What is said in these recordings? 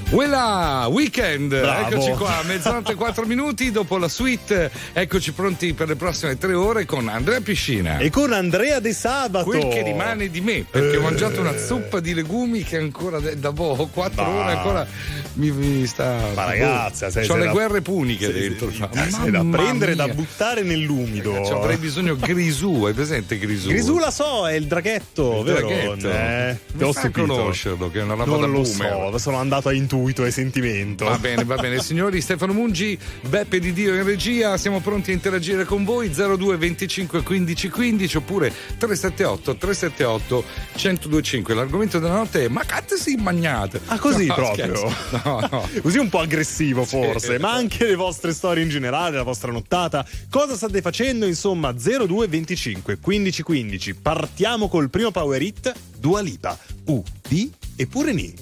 Voilà, Weekend. Bravo. Eccoci qua, mezzanotte 4 minuti dopo la suite. Eccoci pronti per le prossime 3 ore con Andrea Piscina e con Andrea De Sabato. Quel che rimane di me, perché ho mangiato una zuppa di legumi che ancora dopo 4 ore ancora mi sta. Ma ragazza, c'ho le guerre puniche dentro. Sei da prendere, da buttare nell'umido. Avrei bisogno Grisù, hai presente Grisù? Grisù la so, è il draghetto, vero? Ti ho stupito. Conoscerlo, che è una roba non da lo boomer. So, sono andato a intuito e sentimento. Va bene, signori. Stefano Mungi, Beppe Di Dio in regia, siamo pronti a interagire con voi. 02 25 15 15 oppure 378 1025. L'argomento della notte è: ma cazzo si magnate? Così no, proprio? No. Così un po' aggressivo forse, ma anche le vostre storie in generale, la vostra nottata. Cosa state facendo? Insomma, 02 25 15 15. Partiamo col primo power hit, Dua Lipa, U-D e pure Ni.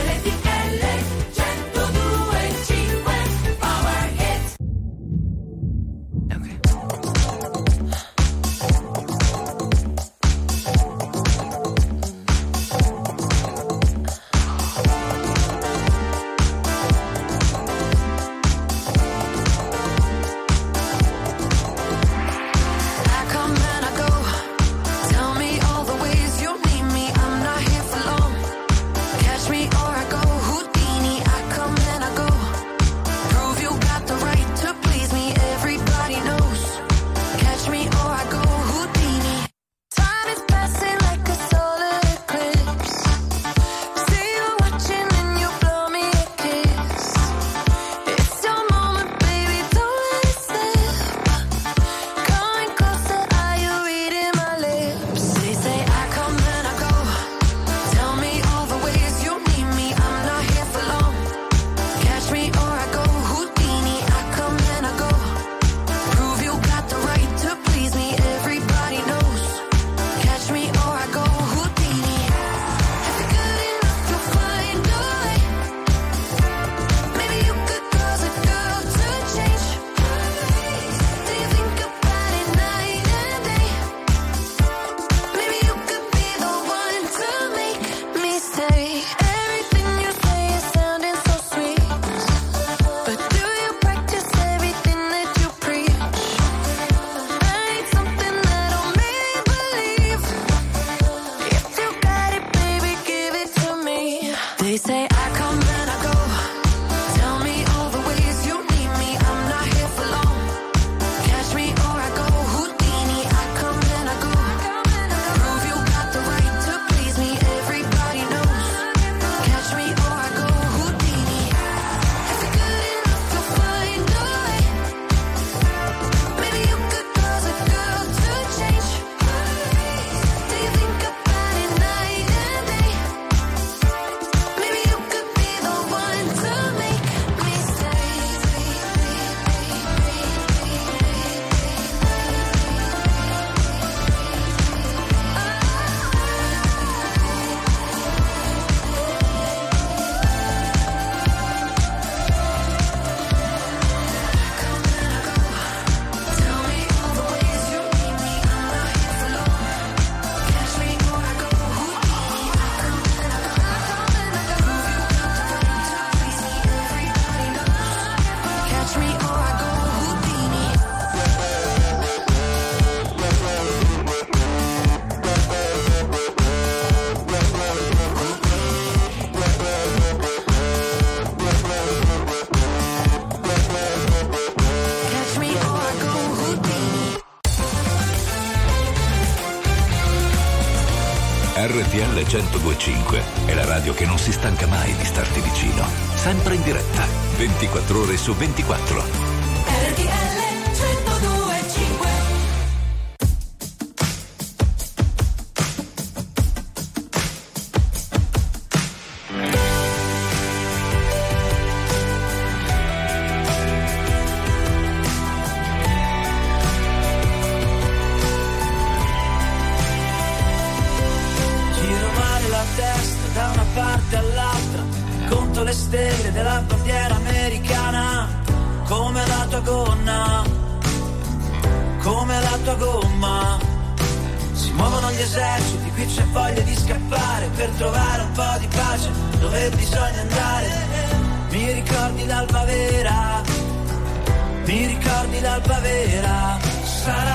RTL 102.5 è la radio che non si stanca mai di starti vicino. Sempre in diretta, 24 ore su 24. RTL 102.5. Da una parte all'altra, conto le stelle della bandiera americana, come la tua gonna, come la tua gomma. Si muovono gli eserciti, qui c'è voglia di scappare per trovare un po' di pace dove bisogna andare. mi ricordi l'alba vera, mi ricordi l'alba vera. Sarà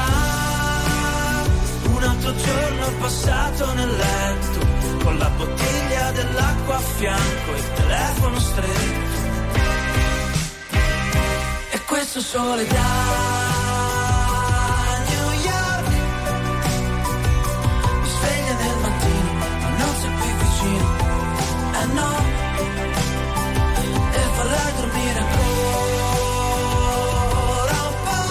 un altro giorno passato nel letto, con la bottiglia dell'acqua a fianco e il telefono stretto, e questo sole da New York mi sveglia nel mattino, ma non sei qui vicino, no, e vorrei dormire ancora un po',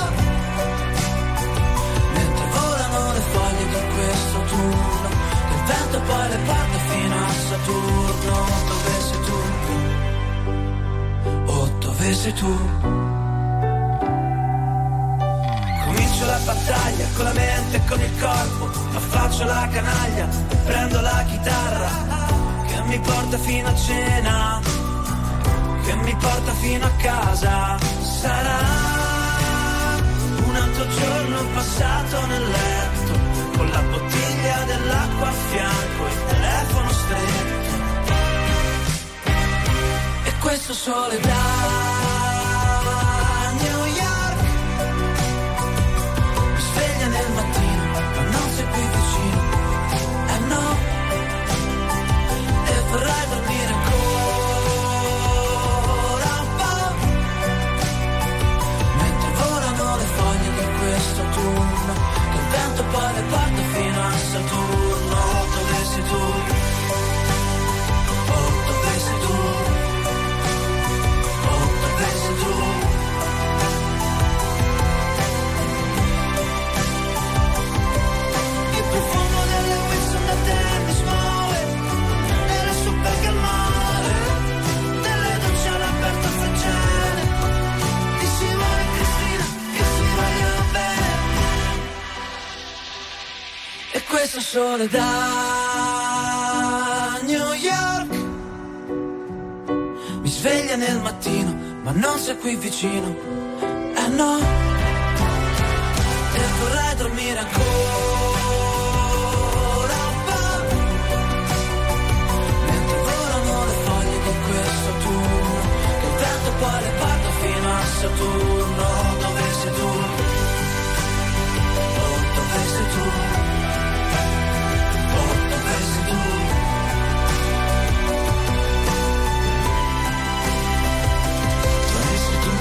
mentre volano le foglie di questo autunno, che il vento poi le porta fino a Saturno. Dove sei tu? Oh, dove sei tu? Comincio la battaglia con la mente e con il corpo, ma faccio la canaglia, prendo la chitarra che mi porta fino a cena, che mi porta fino a casa. Sarà un altro giorno passato nel letto, con la bottiglia dell'acqua a fianco e il telefono stretto, e questo sole da New York mi sveglia nel mattino, ma non sei qui vicino, no, e vorrei dormire ancora un po', mentre volano le foglie di questo autunno, che il vento poi le porta fino a Saturno. Dove sei tu? Oh, dove sei tu? Oh, dove sei tu? Il profumo delle Wilson da te mi smuove, delle super al mare, delle docce all'aperto francese, di Simone e Cristina che si vogliono bene, e questo sole da New York mi sveglia nel mattino, ma non sei qui vicino, no, e vorrei dormire ancora un po', mentre volano le foglie di questo autunno, che il vento poi le porta fino a Saturno. Dove sei tu? Oh, dove sei tu? Oh, dove sei tu? Dove sei tu?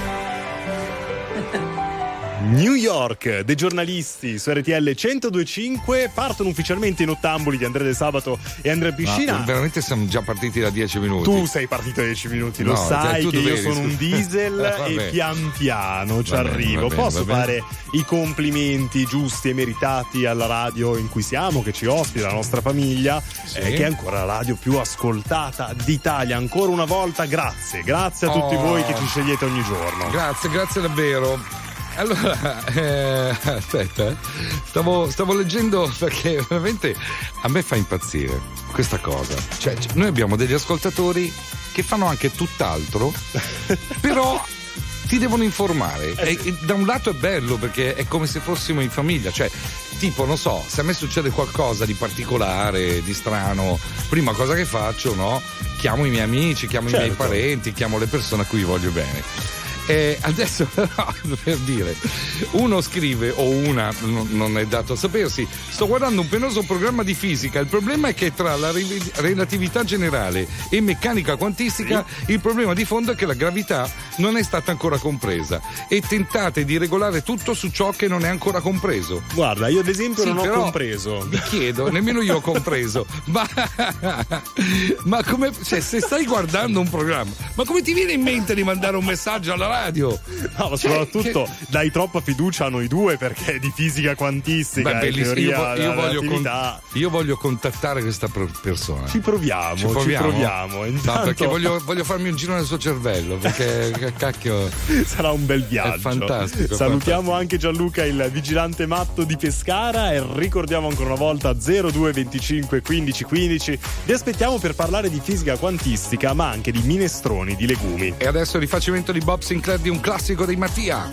New York, dei giornalisti su RTL 102.5 partono ufficialmente in Ottamboli di Andrea De Sabato e Andrea Piscina. No, veramente siamo già partiti da 10 minuti. Tu sei partito da 10 minuti, lo No, sai tu che io doveri, sono un scusa. diesel e pian piano ci arrivo. Posso fare i complimenti giusti e meritati alla radio in cui siamo, che ci ospita, la nostra famiglia, Sì. che è ancora la radio più ascoltata d'Italia. Ancora una volta grazie a tutti voi che ci scegliete ogni giorno. Grazie davvero. Allora, aspetta, stavo leggendo, perché veramente a me fa impazzire questa cosa. Cioè, noi abbiamo degli ascoltatori che fanno anche tutt'altro, però ti devono informare. E da un lato è bello, perché è come se fossimo in famiglia. Cioè, tipo, non so, se a me succede qualcosa di particolare, di strano, prima cosa che faccio, no? Chiamo i miei amici, chiamo i miei parenti, chiamo le persone a cui voglio bene. Adesso però, per dire, uno scrive, o una, non è dato a sapersi: sto guardando un penoso programma di fisica, il problema è che tra la relatività generale e meccanica quantistica il problema di fondo è che la gravità non è stata ancora compresa e tentate di regolare tutto su ciò che non è ancora compreso. Guarda, io ad esempio Sì, non ho però compreso. Vi chiedo, nemmeno io ho compreso, ma come, cioè, se stai guardando un programma, ma come ti viene in mente di mandare un messaggio alla radio? No, ma soprattutto dai troppa fiducia a noi due, perché è di fisica quantistica. Beh, e teoria io voglio contattare questa persona. Ci proviamo. Intanto... No, perché voglio farmi un giro nel suo cervello, perché cacchio, sarà un bel viaggio. È fantastico. Salutiamo anche Gianluca, il vigilante matto di Pescara, e ricordiamo ancora una volta 02 25 15 15. Vi aspettiamo per parlare di fisica quantistica, ma anche di minestroni di legumi. E adesso rifacimento di Bob Sinclair di un classico dei Mattia.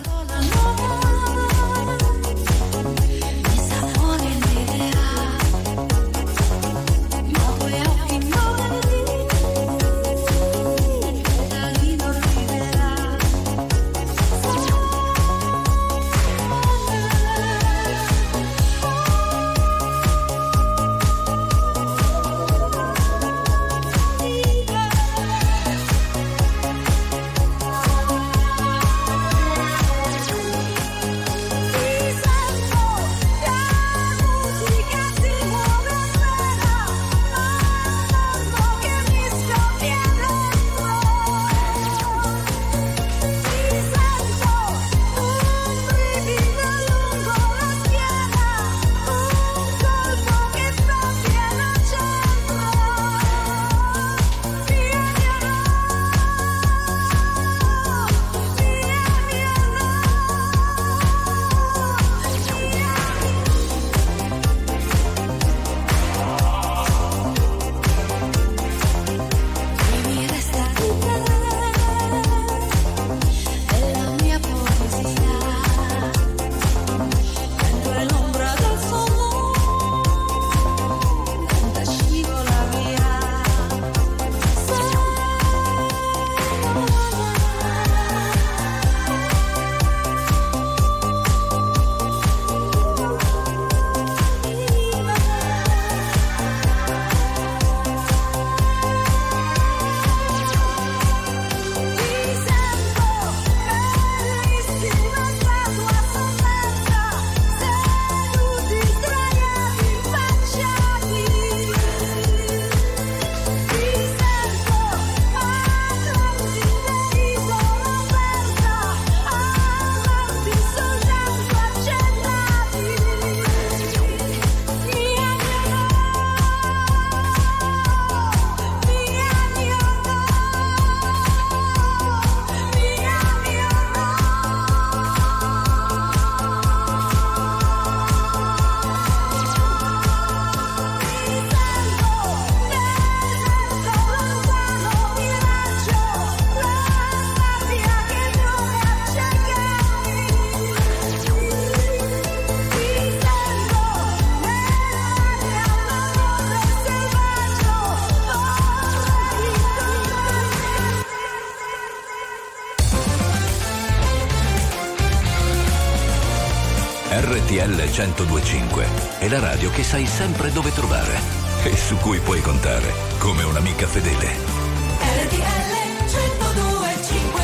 RTL 102.5 è la radio che sai sempre dove trovare e su cui puoi contare come un'amica fedele. RTL 102.5.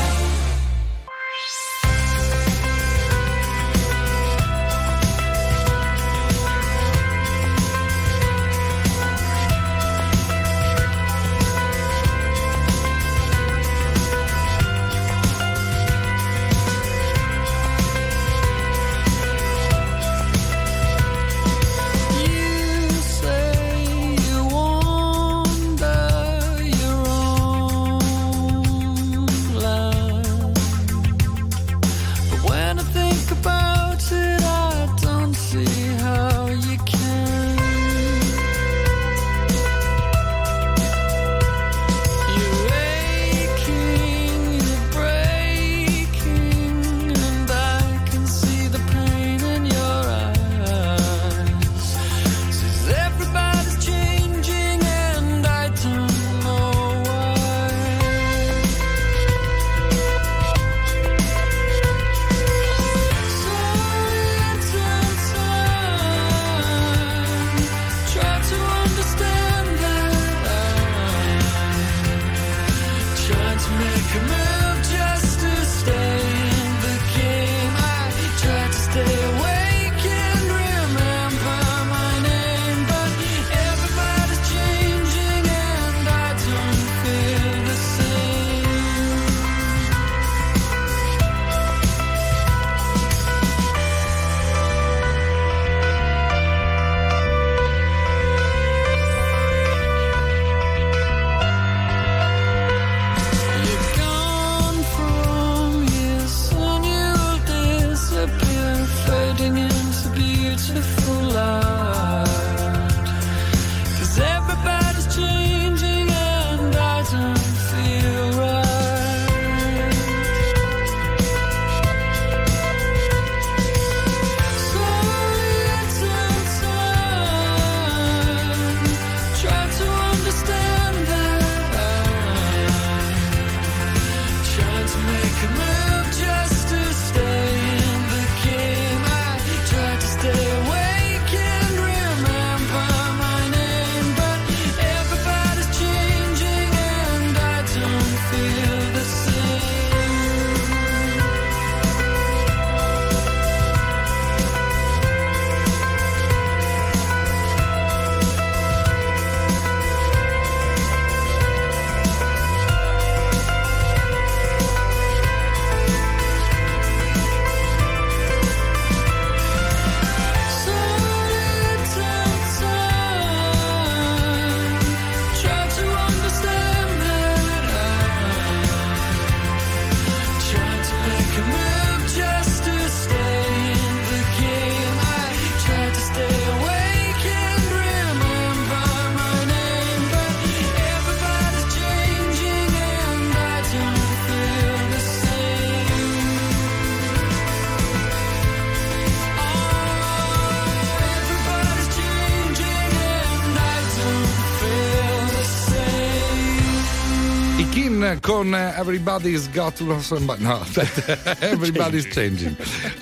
Con Everybody's Got Lost, no, Everybody's Changing.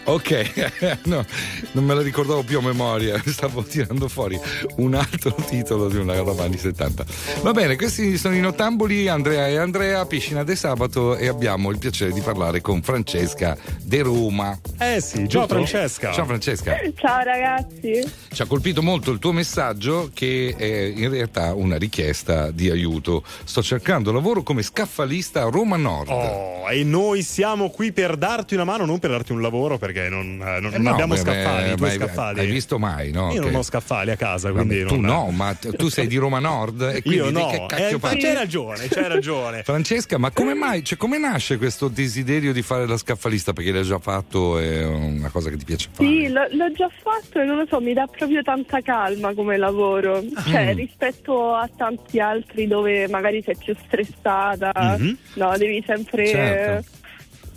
Ok, no, non me la ricordavo più a memoria, stavo tirando fuori un altro titolo di una roba anni 70. Va bene, questi sono i Nottambuli, Andrea e Andrea, Piscina de Sabato, e abbiamo il piacere di parlare con Francesca de Roma. Sì, ciao Francesca. Ciao Francesca. Ciao ragazzi. Ci ha colpito molto il tuo messaggio, che è in realtà una richiesta di aiuto. Sto cercando lavoro come scaffalista a Roma Nord. E noi siamo qui per darti una mano, non per darti un lavoro, perché non abbiamo scaffali. Tu scaffali. Hai visto mai, no? Io non ho scaffali a casa, quindi tu no, ma tu sei di Roma Nord e quindi io no. Che cacchio fai? C'hai ragione. Francesca, ma come mai, come nasce questo desiderio di fare la scaffalista? Perché l'hai già fatto, è una cosa che ti piace fare? Sì, l'ho già fatto e non lo so, mi dà proprio tanta calma come lavoro, cioè rispetto a tanti altri dove magari sei più stressata, no, devi sempre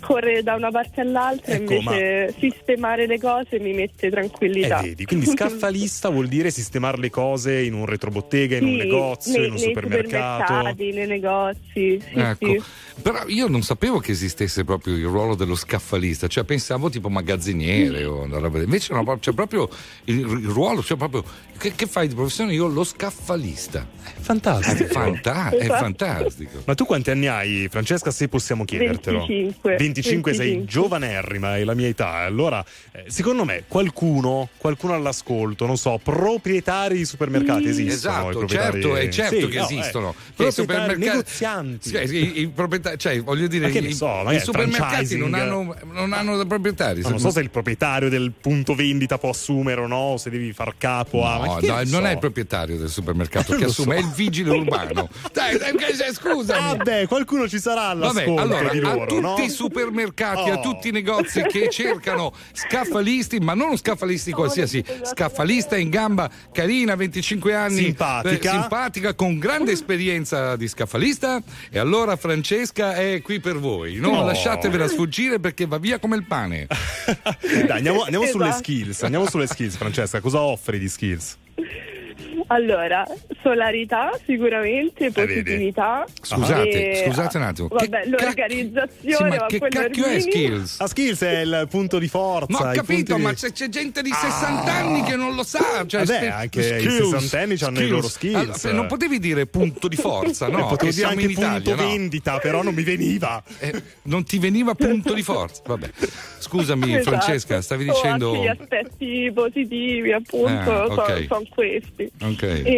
correre da una parte all'altra, Ecco, invece sistemare le cose mi mette tranquillità. Vedi, quindi scaffalista vuol dire sistemare le cose in un retrobottega, in un negozio, in un supermercato. Supermercati, nei negozi. Sì, Ecco. sì. Però io non sapevo che esistesse proprio il ruolo dello scaffalista, cioè pensavo tipo magazziniere o una roba. Invece no, c'è proprio il ruolo, cioè proprio che fai di professione? Io lo scaffalista. Fantastico. È fantastico. Ma tu quanti anni hai, Francesca, se possiamo chiedertelo? 25, sei giovanissima, hai la mia età. Allora, secondo me qualcuno all'ascolto, non so, proprietari di supermercati esistono. Esatto, i proprietari... certo sì, che no, esistono. Proprietari, I supermercati, negozianti. i proprietari, cioè voglio dire, Ma che ne so, i supermercati franchising. non hanno da proprietari. Ma non so se il proprietario del punto vendita può assumere o no, se devi far capo a... No, ma non è il proprietario del supermercato che lo assume, so. è il vigile urbano. Dai, scusami. Vabbè, qualcuno ci sarà all'ascolto. Vabbè, allora, di loro, a tutti no? i supermercati, a tutti i negozi che cercano scaffalisti, ma non scaffalisti qualsiasi, scaffalista in gamba, carina, 25 anni, simpatica, con grande esperienza di scaffalista, e allora Francesca è qui per voi. Non lasciatevela sfuggire perché va via come il pane. Dai, andiamo sulle skills. Andiamo sulle skills, Francesca. Cosa offri di skills? Allora, solarità sicuramente, positività. Scusate un attimo. Vabbè, l'organizzazione, ma che poi cacchio è skills? La skills è il punto di forza. Ma ho capito, ma di... c'è gente di 60 anni che non lo sa. Cioè, vabbè, anche i 60 anni hanno i loro skills. Allora, non potevi dire punto di forza, no? Potevo dire siamo anche in Italia, punto no? vendita, però non mi veniva. Non ti veniva punto di forza. Vabbè. Scusami, Esatto. Francesca, stavi dicendo. Anche gli aspetti positivi, appunto, ok. sono questi. Ok.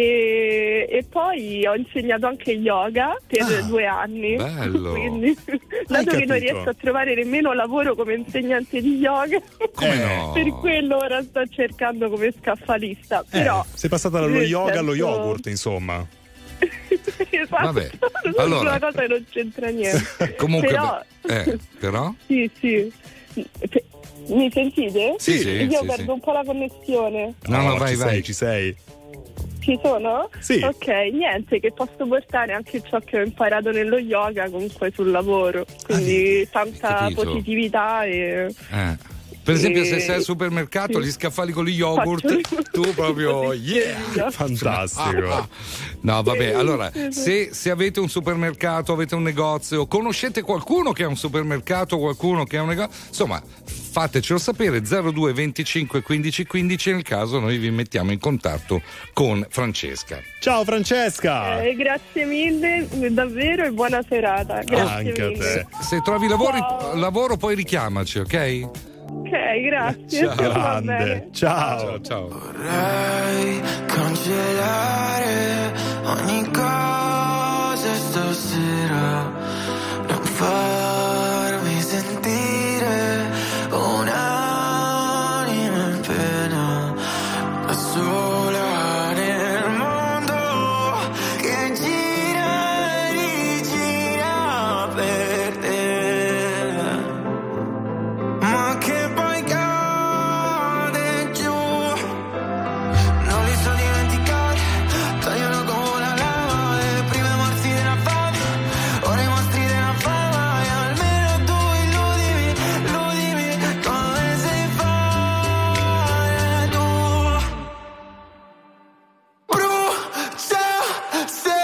E poi ho insegnato anche yoga per 2 anni. Bello. Quindi, dato che non riesco a trovare nemmeno lavoro come insegnante di yoga, come no? per quello ora sto cercando come scaffalista. Però sei passata dallo yoga allo yogurt, insomma. Esatto. Vabbè. Allora, Allora, una cosa che non c'entra niente. comunque, però, però? Sì. Mi sentite? Sì, Io sì, perdo sì. un po' la connessione. No, vai. Ci sei. Ci sono? Sì. Ok, niente, che posso portare anche ciò che ho imparato nello yoga comunque sul lavoro. Quindi tanta capito. positività e... Per esempio, se sei al supermercato, gli scaffali con gli yogurt, tu proprio fantastico. No, vabbè, allora, se avete un supermercato, avete un negozio, conoscete qualcuno che ha un supermercato, qualcuno che ha un negozio, insomma, fatecelo sapere. 02 25 15 15, nel caso noi vi mettiamo in contatto con Francesca. Ciao Francesca. Grazie mille, davvero, e buona serata. Grazie anche mille. a te. Se trovi lavoro poi richiamaci, ok? Ok, grazie. Ciao. Va Grande. bene. Ciao. Vorrei cancellare ogni cosa stasera, non farmi sentire un'anima in pena, da sola nel mondo che gira e rigira per te. Ma che poi cade giù, non li so dimenticare, tagliano come la lava, le prime morsi della fama, ora i mostri della fama, e almeno tu illudimi come sei fare tu. Brucia se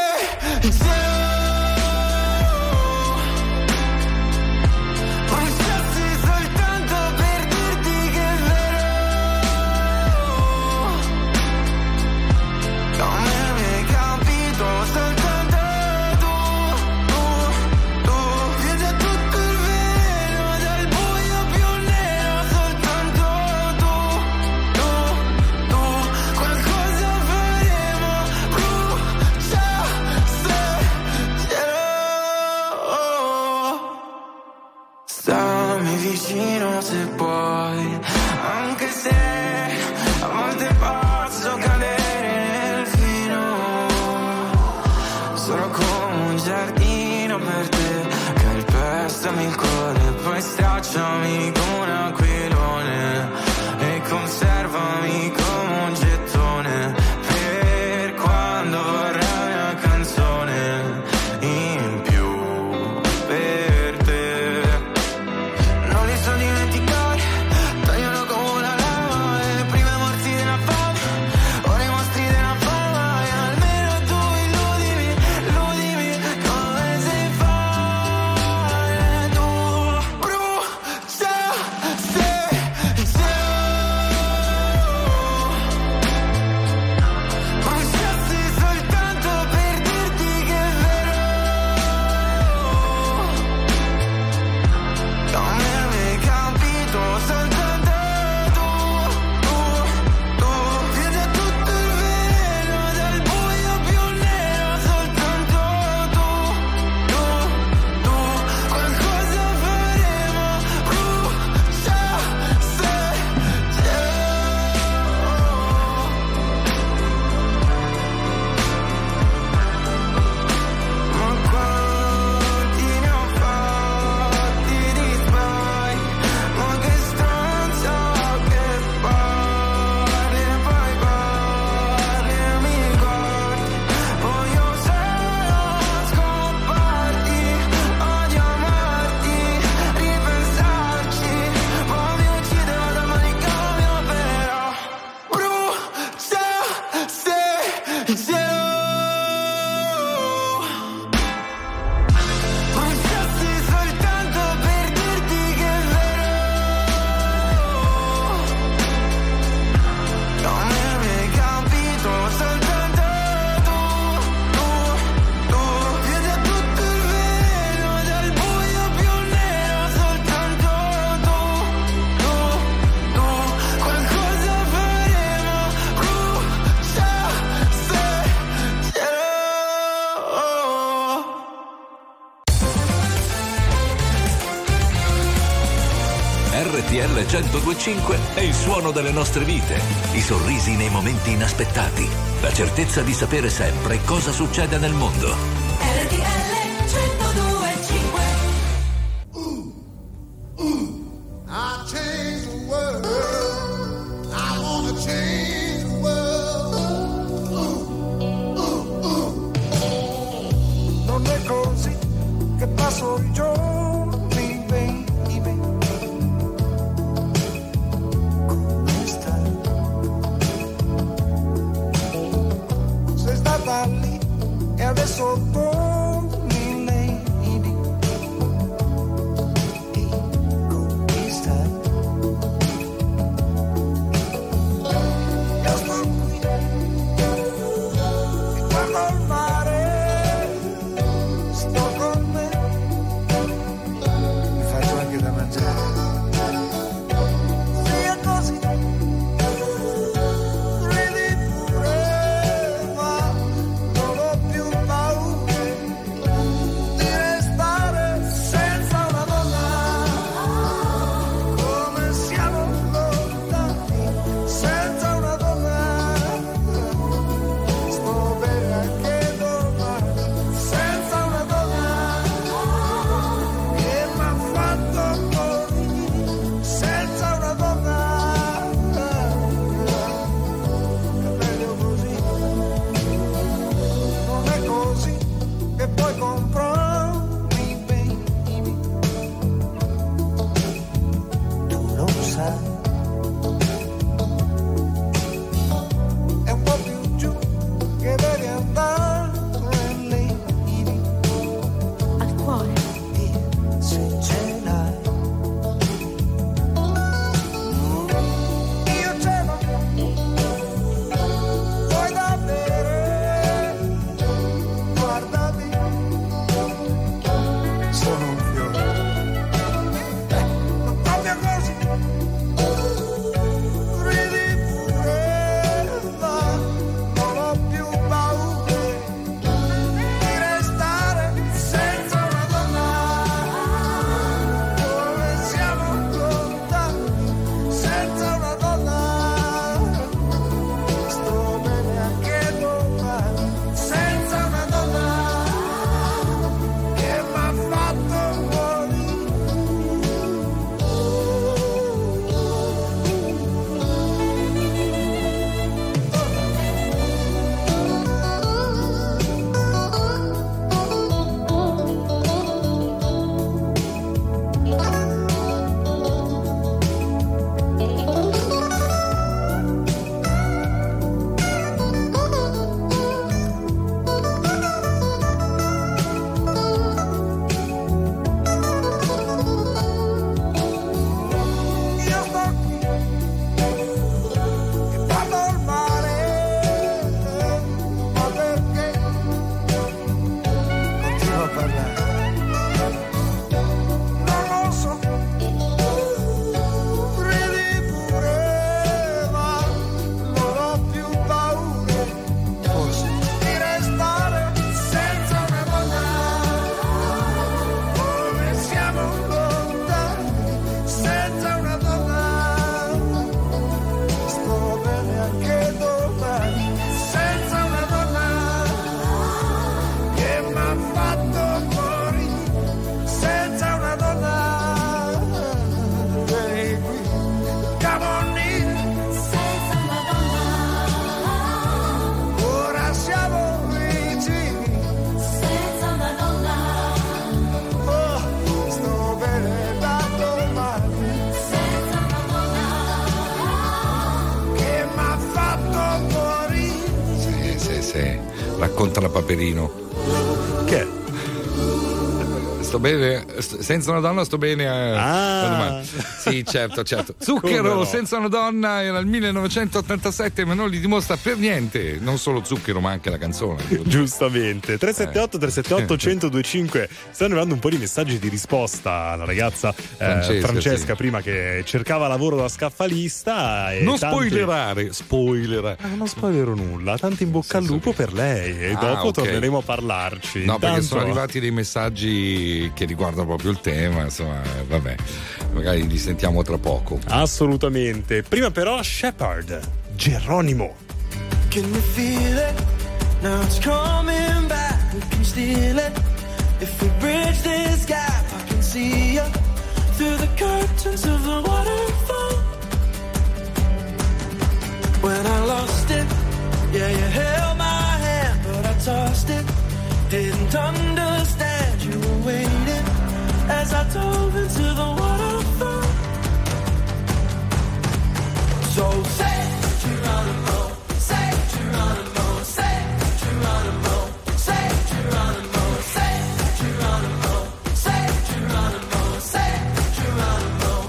bruciassi soltanto per dirti che è vero, come mi hai capito soltanto tu, vieni a tutto il vero, dal buio più nero, soltanto tu, qualcosa faremo, brucia se stammi vicino se puoi, anche se a volte posso cadere nel fino, sono come un giardino per te, calpestami il cuore, poi stracciami come un aquilone e conservami come un gettone per quando vorrai una canzone in più per te. 1025 è il suono delle nostre vite, i sorrisi nei momenti inaspettati, la certezza di sapere sempre cosa succede nel mondo. RTL 102.5. I'll change the world. I wanna change the world. Non è così che passo i giorni, baby. Come stai? Sei stata lì e adesso torni, lady. Come stai? Io sto qui e guardo il mare, sto con me, mi faccio anche da mangiare. Sia così, ridi pure, ma non ho più paura di restare senza una donna. Come siamo lontani senza una donna. Sto bene anche domani senza una donna che m'ha fatto morire senza una donna. È meglio così, non è così che puoi comprarmi, baby. Tu lo sai. È un po' più giù che devi andare, lady. Al cuore. Se ce l'hai. Io ce l'ho. Vuoi da bere? Guardami. Sono un fiore. Non proprio così. Ridi pure, ma non ho più paura di restare senza una donna. Come siamo lontani senza una donna. Sto bene anche domani senza una donna che m'ha fatto morire. Io sto qui e guardo il mare, ma perché continuo a parlare? Non lo so, ridi pure, ma non ho più paura, forse, di restare senza una donna. Come siamo lontani senza una donna. Sto bene anche domani senza una donna che m'ha fatto morire senza una donna. Vieni qui, come on in. Senza una donna. Ora siamo vicini. Senza una donna. Oh, sto bene da domani Senza una donna. che m'ha fatto morire. Sì. Raccontala, Paperino. Che? Sto bene, senza una donna sto bene. Ah. Domani. Sì, certo. Zucchero, Come no? senza una donna era il 1987, ma non li dimostra per niente. Non solo Zucchero, ma anche la canzone. Giustamente. 378-378-1025. Stanno arrivando un po' di messaggi di risposta alla ragazza Francesca sì. prima che cercava lavoro da scaffalista. E Non tanti- spoilerare. Non spoilerò nulla. Tanto in bocca al lupo per lei. E Ah, dopo ok. torneremo a parlarci. No, perché Intanto- sono arrivati dei messaggi che riguardano proprio il tema, insomma, vabbè, magari li sentiamo tra poco. Assolutamente. Prima però Shepherd, Geronimo. Can you feel it? Now it's coming back. We can steal it. If we bridge this gap, I can see you through the curtains of the waterfall. When I lost it, yeah, you held my hand, but I tossed it. Didn't understand you were waiting as I dove into the waterfall. So say Geronimo, say Geronimo, say Geronimo, say Geronimo, say Geronimo, say Geronimo, say Geronimo.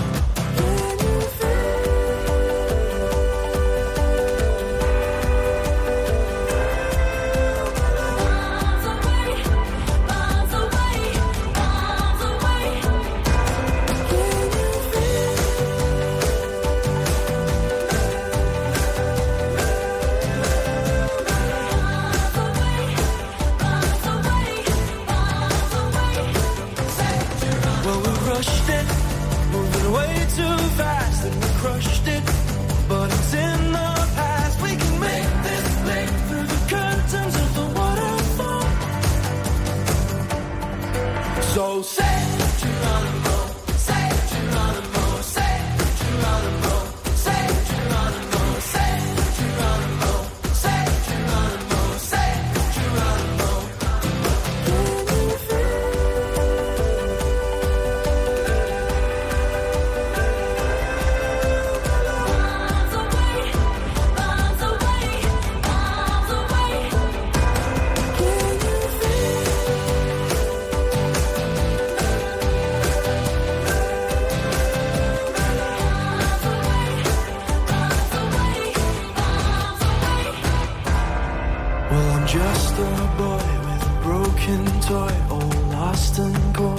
Crushed it, but it's in the past. We can make this leap through the curtains of the waterfall. So say Geronimo, say Geronimo, say Geronimo, say Geronimo, say Geronimo, say Geronimo, say Geronimo. Just a boy with a broken toy, all lost and gone.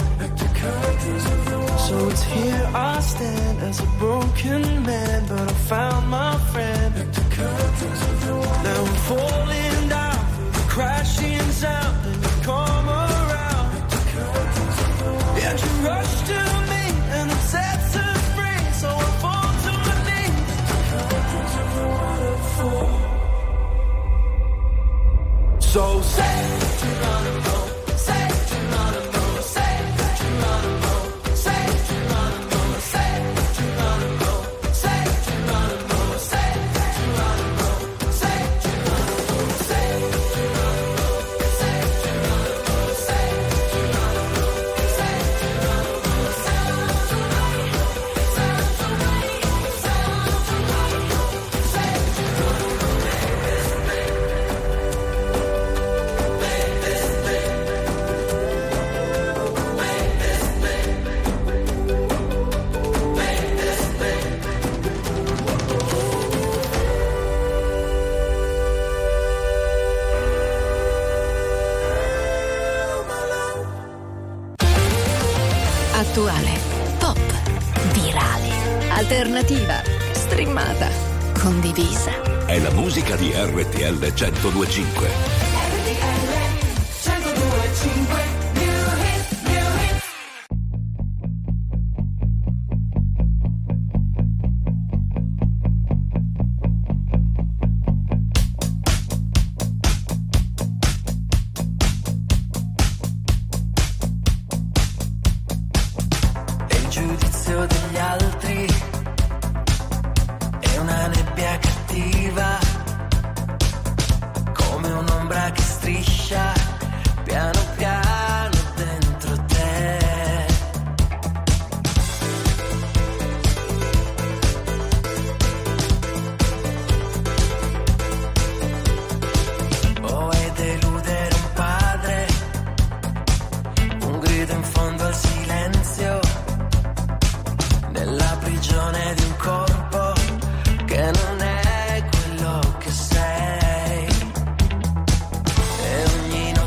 So it's here I stand as a broken man, but I found my friend. Now I'm falling down through the crashing sound, and you come around. And you rush to me, and it sets us free. So I fall to my knees. So say Geronimo, say Geronimo, say Geronimo, say Geronimo, say Geronimo, say Geronimo, say Geronimo, say Geronimo, say Geronimo, say Geronimo, say Geronimo, say Attuale, pop, virale, alternativa, streamata, condivisa. È la musica di RTL 102.5. E ogni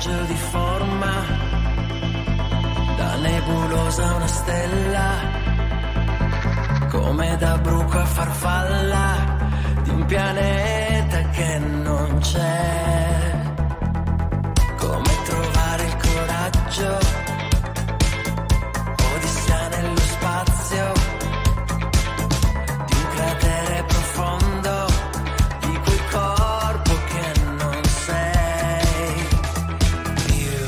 raggio di forma, da nebulosa a una stella, come da bruco a farfalla di un pianeta che non c'è. Come trovare il coraggio, odissea nello spazio, di un cratere profondo, di quel corpo che non sei più.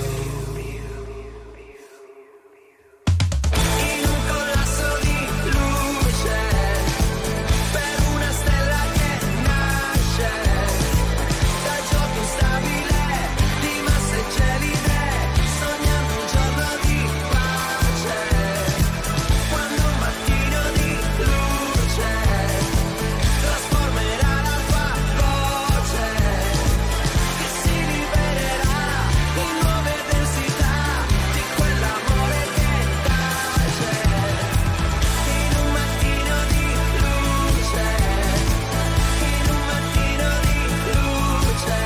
In un collasso di luce, per una stella che nasce dal gioco instabile di masse gelide, sognando un giorno di pace, quando un mattino di luce trasformerà la tua voce, che si libererà in nuove densità di quell'amore che tace. In un mattino di luce, in un mattino di luce.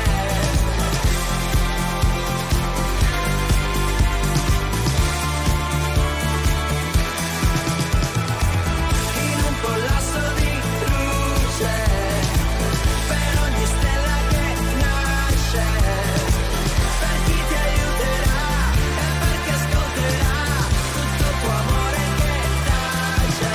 In un collasso di luce, per ogni stella che nasce, per chi ti aiuterà e perché ascolterà tutto tuo amore che tace.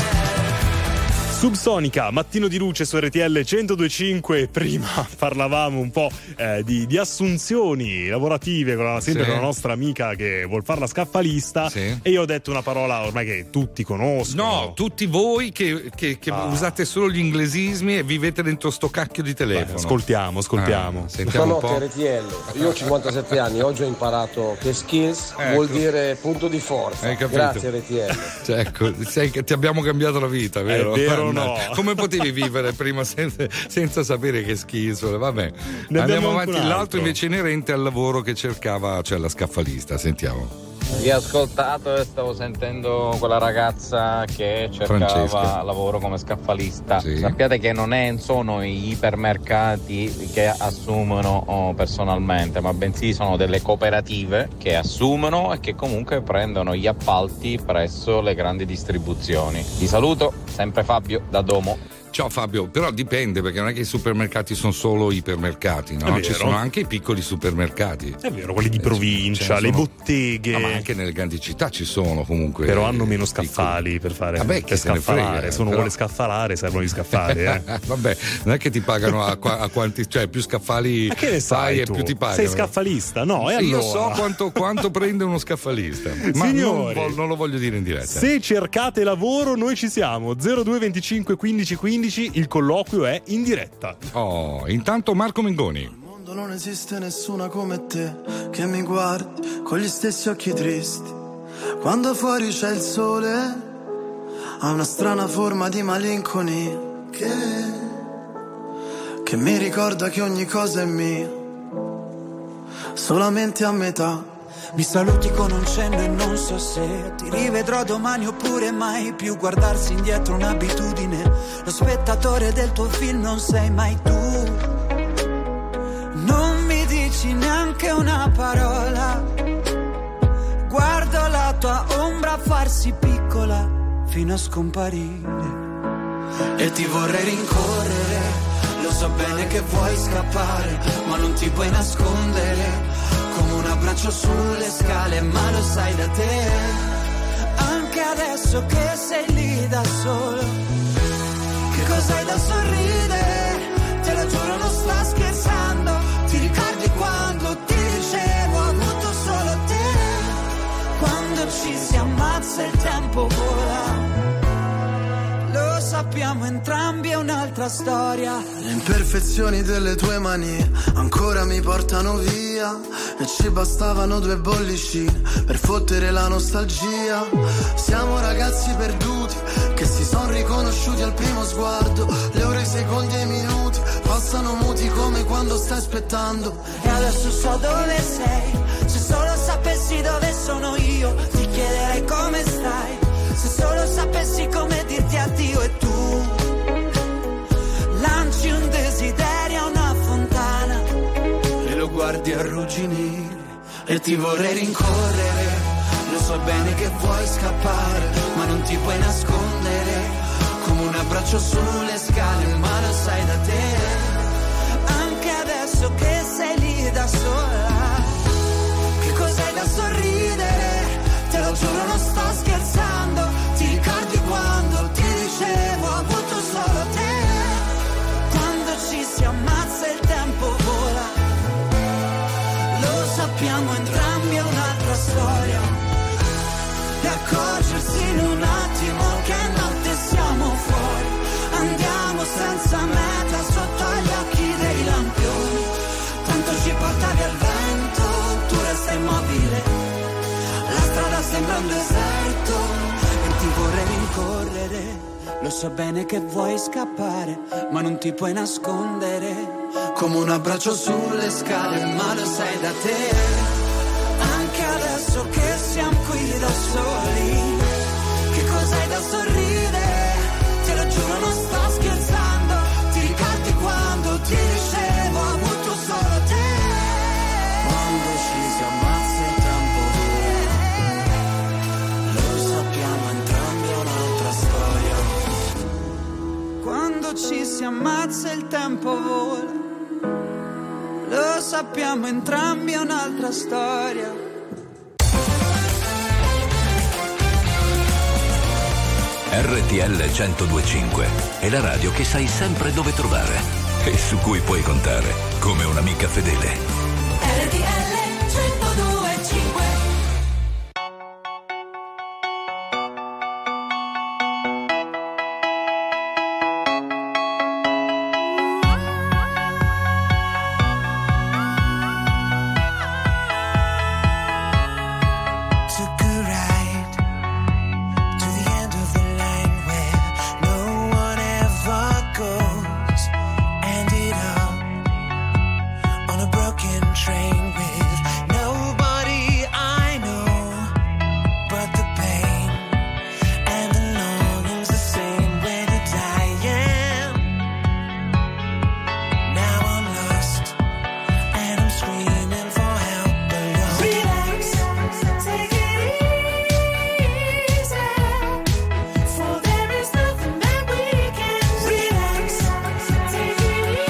Subsonica, mattino di luce su RTL 102.5. Prima parlavamo un po' di assunzioni lavorative sempre Sì. con la nostra amica che vuol fare la scaffalista, Sì. e io ho detto una parola ormai che tutti conoscono. No, tutti voi che usate solo gli inglesismi e vivete dentro sto cacchio di telefono. Ascoltiamo. Sentiamo un po'. RTL, io ho 57 anni, oggi ho imparato che skills Ecco. vuol dire punto di forza. Hai capito? Grazie RTL. Cioè, ecco, sai che ti abbiamo cambiato la vita, vero? È vero o no? Come potevi vivere prima senza sapere che schifo? Vabbè, Ne andiamo abbiamo avanti. anche un L'altro altro. invece inerente al lavoro che cercava, cioè la scaffalista. Sentiamo. Vi ho ascoltato e stavo sentendo quella ragazza che cercava Francesca. lavoro come scaffalista. Sì. Sappiate che non sono gli ipermercati che assumono personalmente, ma bensì sono delle cooperative che assumono e che comunque prendono gli appalti presso le grandi distribuzioni. Vi saluto, sempre Fabio da Domo. Ciao Fabio, però dipende, perché non è che i supermercati sono solo ipermercati, no? È Ci vero. sono anche i piccoli supermercati. È vero, quelli di provincia, ce ne le sono- botteghe. No, ma anche nelle grandi città ci sono comunque. Però hanno meno piccoli. scaffali per fare Vabbè, chi per se ne scaffalare. frega, Se uno però- vuole scaffalare, servono gli scaffali, Vabbè, non è che ti pagano a quanti, cioè più scaffali Ma che ne sai fai tu? e più ti pagano. Sei scaffalista? No, e Io allora? so quanto prende uno scaffalista, ma Signori, non lo voglio dire in diretta. Se cercate lavoro, noi ci siamo. 02 25 15 15, il colloquio è in diretta. Oh, intanto Marco Mengoni. Al mondo non esiste nessuna come te che mi guardi con gli stessi occhi tristi. Quando fuori c'è il sole, ha una strana forma di malinconia che mi ricorda che ogni cosa è mia, solamente a metà. Mi saluti con un cenno e non so se ti rivedrò domani oppure mai più. Guardarsi indietro un'abitudine, lo spettatore del tuo film non sei mai tu. Non mi dici neanche una parola, guardo la tua ombra farsi piccola fino a scomparire. E ti vorrei rincorrere, lo so bene che vuoi scappare, ma non ti puoi nascondere. Come un abbraccio sulle scale, ma lo sai da te. Anche adesso che sei lì da solo, che cos'hai da sorridere? Te lo giuro non sto scherzando. Ti ricordi quando ti dicevo ho avuto solo te? Quando ci si ammazza il tempo vola. Lo sappiamo entrambi, è un'altra storia. Le imperfezioni delle tue manie ancora mi portano via, e ci bastavano 2 bollicine per fottere la nostalgia. Siamo ragazzi perduti che si son riconosciuti al primo sguardo. Le ore, i secondi e i minuti passano muti come quando stai aspettando. E adesso so dove sei, se solo sapessi dove sono io, ti chiederei come stai. Se solo sapessi come dirti addio e tu lanci un desiderio a una fontana E lo guardi arrugginire e ti vorrei rincorrere. Lo so bene che vuoi scappare, ma non ti puoi nascondere. Come un abbraccio sulle scale, ma lo sai da te. Anche adesso che sei lì da sola, che cos'hai da sorridere? Te lo giuro, non sto scherzando. Ti ricordi quando ti dicevo ho avuto solo te? Quando ci si ammazza il tempo vola, lo sappiamo entrambi, è un'altra storia. E accorgersi in un attimo che notte siamo fuori, andiamo senza meta sotto gli occhi dei lampioni. Tanto ci portavi al vento, tu resta immobile, la strada sembra un deserto e ti vorrei rincorrere. Lo so bene che vuoi scappare, ma non ti puoi nascondere. Come un abbraccio sulle scale, ma lo sai da te. Anche adesso che siamo qui da soli, che cos'hai da sorridere? Te lo giuro, non sto scherzando. Ti ricordi quando ti dicevo ho avuto solo te? Quando ci si ammazza il tempo vola, lo sappiamo entrambi, è un'altra storia. Quando ci si ammazza il tempo vola, lo sappiamo entrambi, è un'altra storia. RTL 102.5 è la radio che sai sempre dove trovare e su cui puoi contare come un'amica fedele. RTL 102.5. Train with nobody I know, but the pain and the longing's the same way that I am. Now I'm lost and I'm screaming for help alone. Relax, take it easy, for there is nothing that we can. Relax, take it easy.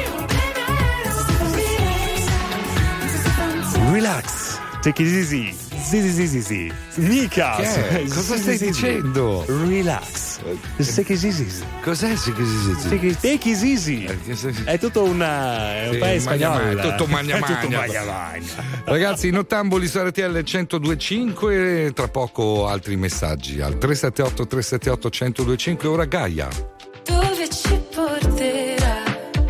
Take it easy. Sì. Mica. Che è? Cosa stai dicendo? Relax. Cos'è Take it easy. È tutto un paese spagnolo. È tutto magna. Ragazzi, in ottamboli su RTL 102.5, tra poco altri messaggi al 378 1025. Ora Gaia. Dove ci porterà?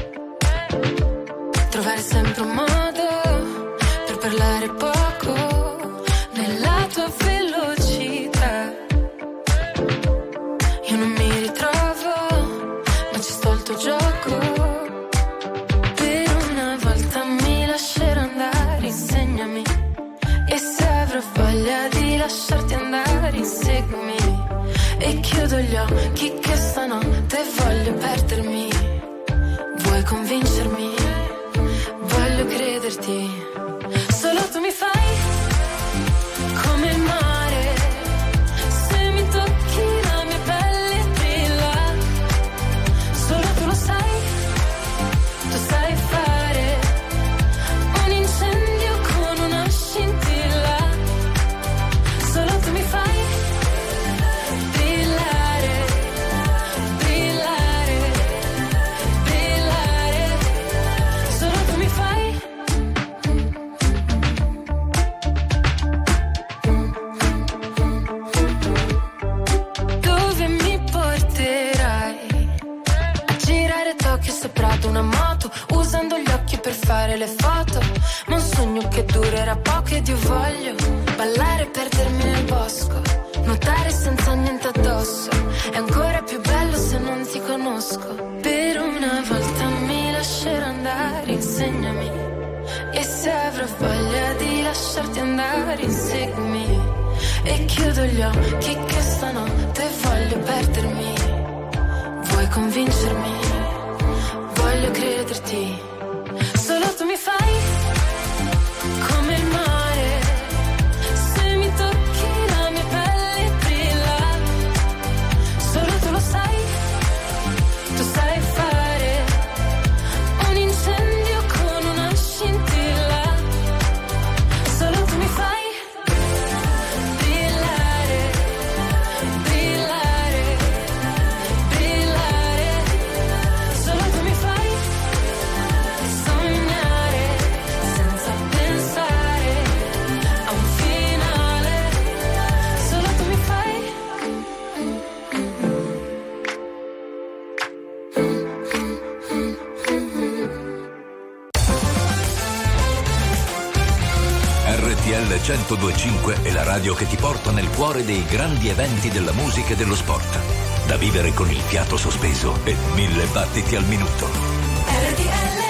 Trovare sempre un modo per parlare poco nella tua velocità. Io non mi ritrovo, ma ci sto il tuo gioco. Per una volta mi lascerò andare, insegnami. E se avrò voglia di lasciarti andare, inseguimi. E chiudo gli occhi che stanotte voglio perdermi. Vuoi convincermi? Voglio crederti. Solo tu mi fai come il mare. Se mi tocchi la mia pelle brilla. Solo tu lo sai. Tu sai fare un incendio con una scintilla. Solo tu mi fai brillare, brillare, brillare. Solo tu mi fai. Dove mi porterai? A girare Tokyo sopra ad una moto, usando gli occhi per fare le foto. Ma un sogno che durerà poco ed io voglio ballare e perdermi nel bosco, nuotare senza niente addosso. È ancora più bello se non ti conosco. Per una volta mi lascerò andare, insegnami. E se avrò voglia di lasciarti andare, inseguimi. E chiudo gli occhi che stanotte voglio perdermi. Vuoi convincermi? Voglio crederti. Solo tu mi fai come il mare. Se mi tocchi la mia pelle brilla. Solo tu lo sai. Tu sai fare un incendio con una scintilla. Solo tu mi fai brillare, brillare, brillare. Solo tu mi fai sognare senza pensare a un finale. Solo tu mi fai. RTL 102.5 è la radio che ti porta nel cuore dei grandi eventi della musica e dello sport. Da vivere con il fiato sospeso e 1000 battiti al minuto. RTL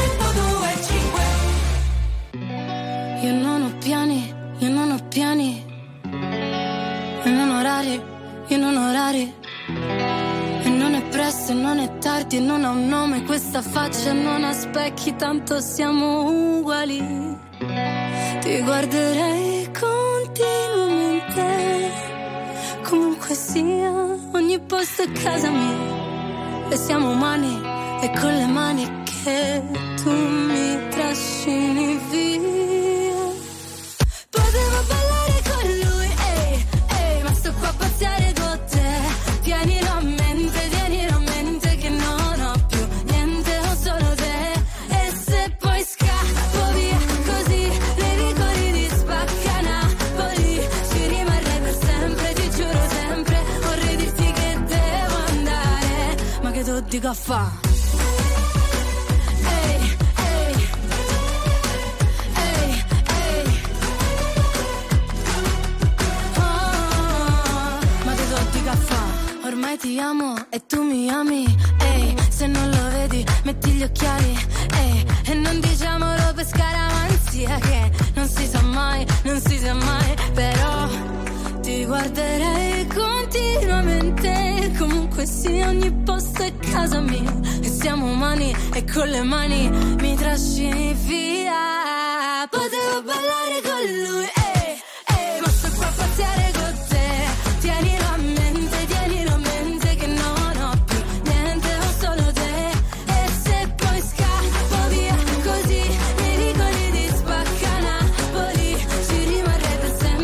102.5. Io non ho piani, io non ho piani. E non orari, io non orari. E non è presto e non è tardi e non ha un nome questa faccia, non ha specchi, tanto siamo uguali. Ti guarderei continuamente, comunque sia, ogni posto è casa mia. E siamo umani e con le mani che tu mi trascini via. Potevo ballare con lui, ehi, ehi, ma sto qua a pazziare con te. Tienilo a mente che non ho più niente, ho solo te. E se poi scappo via così, nei vicoli di Spaccanapoli, ci rimarrei per sempre, ti giuro sempre. Vorrei dirti che devo andare, ma che tu dico a fa'? Ehi, ehi, ehi, ehi. Oh, ma che tu dico a fa'? Ormai ti amo e tu mi ami, ehi, se non lo vedi metti gli occhiali, ehi, e non diciamolo per scaramanzia che non si sa mai, non si sa mai, però ti guarderei continuamente, comunque sia, ogni posto è casa mia. E siamo umani e con le mani mi trascini via. Potevo ballare con lui, ma sto qua a pazziare con te. Tienilo a mente che non ho più niente, ho solo te. E se poi scappo via così, nei vicoli di Spaccanapoli, ci rimarrei per sempre.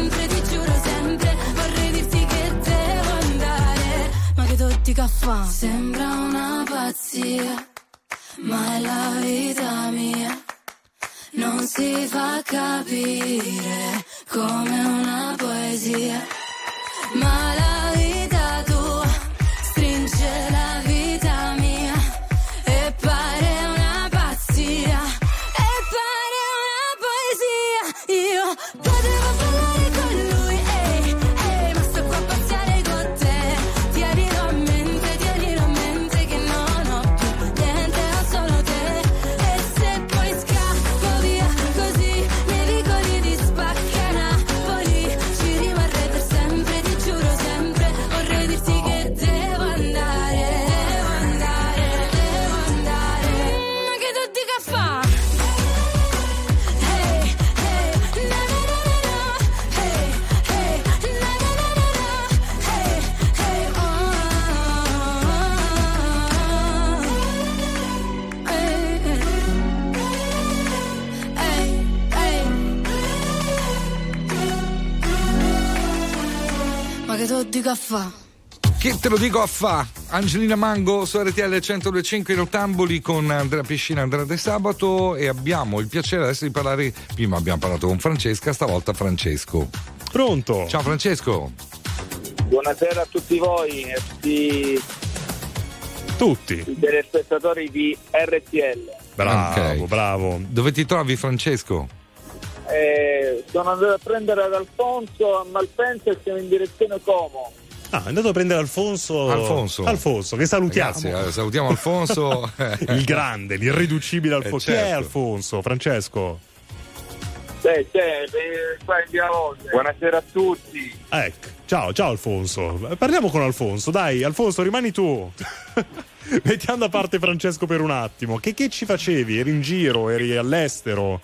Sembra una pazzia, ma è la vita mia. Non si fa capire come una poesia, ma la vita tua stringe la vita mia e pare una pazzia, e pare una poesia. Io potevo parlare con lui, ehi, ehi, ma sto qua a pazziare con te. Tienilo a mente che non ho più niente, ho solo te. E se poi scappo via così nei vicoli di Spacca Napoli, ci rimarrei per sempre, ti giuro sempre. Vorrei dirti che devo andare, devo andare, devo andare. Ma che tu dica fa? Hey, hey, na na na na na. Hey, hey, na na na na na. Hey, hey, oh. Hey, hey, hey. Ma che tu dica fa? Che te lo dico a fa? Angelina Mango su RTL 102.5 in Ottamboli con Andrea Piscina e Andrea De Sabato, e abbiamo il piacere adesso di parlare. Prima abbiamo parlato con Francesca, stavolta Francesco. Pronto? Ciao Francesco. Buonasera a tutti voi e tutti i telespettatori di RTL. Bravo, Ok. bravo. Dove ti trovi Francesco? Sono andato a prendere ad Alfonso a Malpensa e siamo in direzione Como. Ah, è andato a prendere Alfonso, che salutiamo. Grazie, salutiamo Alfonso. Il grande, l'irriducibile Alfonso. Chi è certo. Alfonso, Francesco? Qua in via Voce. Buonasera a tutti. Ecco, ciao Alfonso. Parliamo con Alfonso, dai, Alfonso, rimani tu. Mettiamo da parte Francesco per un attimo. Che ci facevi? Eri in giro? Eri all'estero?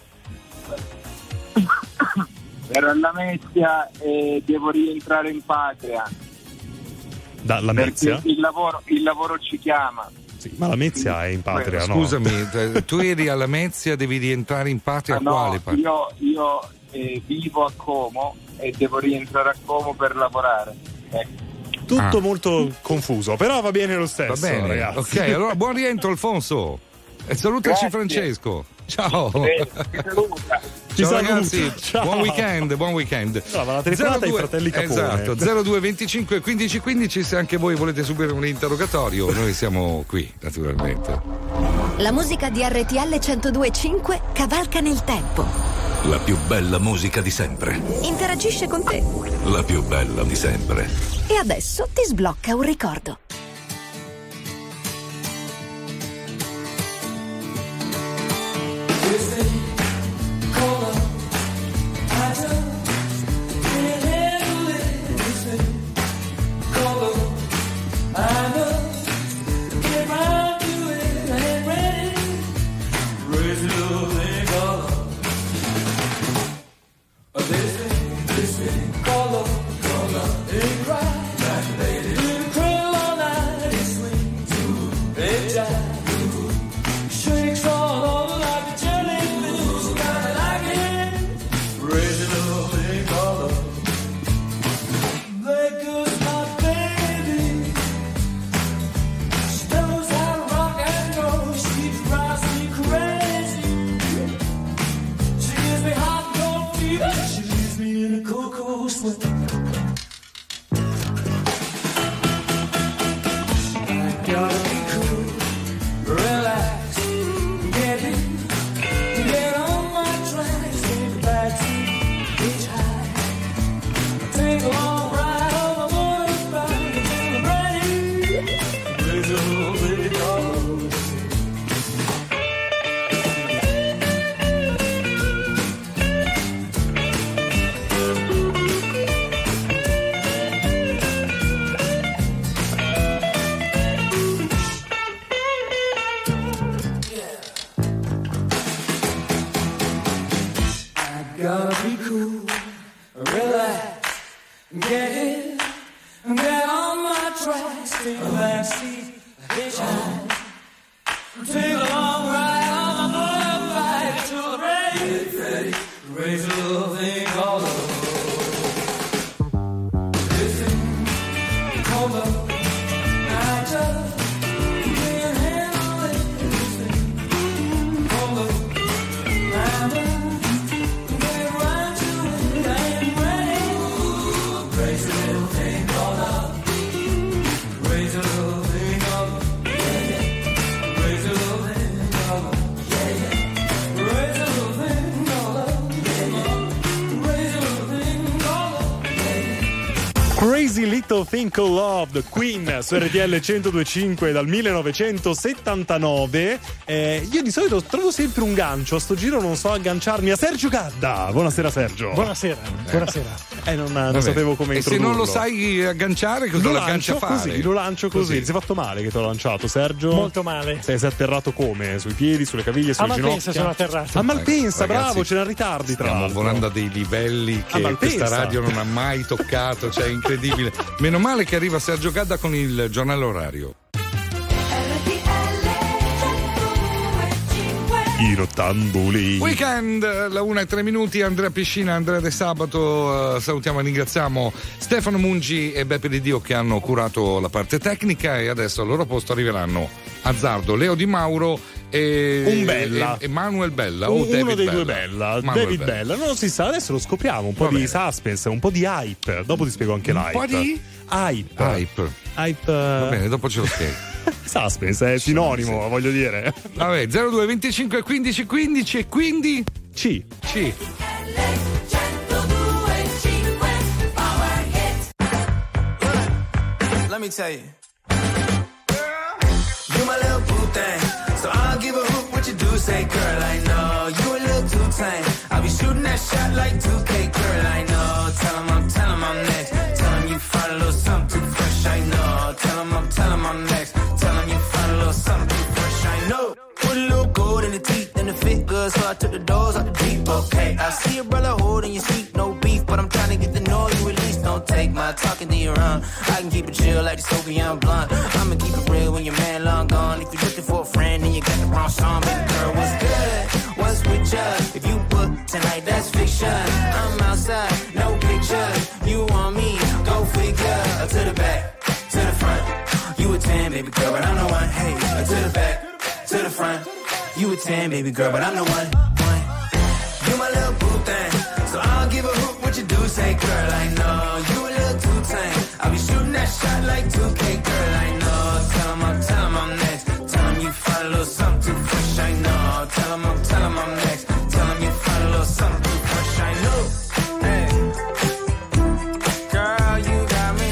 Ero alla Lamezia e devo rientrare in patria. Da Lamezia? Perché il lavoro ci chiama. Sì, ma Lamezia è in patria, no? Scusami, tu eri a Lamezia, devi rientrare in patria. Quale patria? Io vivo a Como e devo rientrare a Como per lavorare. Tutto molto confuso, però va bene lo stesso. Va bene, ragazzi. ok, allora buon rientro Alfonso e salutaci Francesco. Ciao. Ciao ragazzi, Ciao. buon weekend. Allora, la telefonata ai fratelli Capone. Esatto, 0225 1515, se anche voi volete subire un interrogatorio, noi siamo qui, naturalmente. La musica di RTL 102.5 cavalca nel tempo. La più bella musica di sempre. Interagisce con te. La più bella di sempre. E adesso ti sblocca un ricordo. Gotta be cool, relax, get hit, get on my tracks, take a back seat, hitchhike, take a long ride on my motorbike to the break, raise a little thing called love. Listen, hold up, I just Little Thing Called Love, The Queen, su RTL 102.5 dal 1979. Io di solito trovo sempre un gancio, a sto giro non so agganciarmi a Sergio Gadda. Buonasera Sergio. Buonasera. Non sapevo come e introdurlo. se non lo sai agganciare, cosa lo agganci a fare? Lo lancio così. Ti sei fatto male che te l'ho lanciato, Sergio? Molto male. Sei atterrato come? Sui piedi, sulle caviglie, sulle ginocchia? A Malpensa sono atterrato. A Malpensa, Ragazzi, bravo, ce n'è ritardi tra l'altro. Stiamo volando a dei livelli che questa radio non ha mai toccato, cioè incredibile. Meno male che arriva Sergio Gadda con il giornale orario. I rottamboli. Weekend, la 1:03, Andrea Piscina, Andrea De Sabato. Salutiamo e ringraziamo Stefano Mungi e Beppe Di Dio che hanno curato la parte tecnica, e adesso al loro posto arriveranno Azzardo, Leo Di Mauro e Manuel Bella o David uno dei Bella. due Bella. Manuel David Bella. Non si sa, adesso lo scopriamo. Un po' di suspense, un po' di hype. Dopo ti spiego anche l'hype. Un po' di hype. Va bene, dopo ce lo spiego. Suspense è sinonimo, sì. Voglio dire. Vabbè, 02 25 15 15 e quindi C. Let me tell you, you my little boo thing, so I'll give a hoot what you do. Say, girl, I know you a little too tame. I'll be shooting that shot like 2K, girl, I know. Tell 'em I'm next. Tell 'em you find a little something too fresh, I know. Tell 'em I'm next. Tell 'em you find a little something too fresh, I know. Put a little gold in the teeth and the fit good, so I took the doors out the deep. Okay, I see a brother holding your seat, no beef, but I'm trying to get to know you at least. Don't take my talking to your own. I can keep it chill like the Soviet blunt. I'ma keep it real when your man long gone. If you're looking for a friend and you got the wrong song, baby girl, what's good? What's with you? If you book tonight, that's fiction. I'm outside, no pictures. You want me? Go figure. To the back, to the front. You a 10, baby girl, but I'm the one. Hey, to the back, to the front. You a 10, baby girl, but I'm the one. You my little boo thing, so I'll give a hoot what you do. Say, girl, I know you a little too tame. I'll be shooting that shot like 2K, girl, I know. Tell 'em I'm next. Tell 'em you find a little something too fresh, I know. Tell 'em I'm next. Tell 'em you find a little something too fresh, I know. Hey, girl, you got me.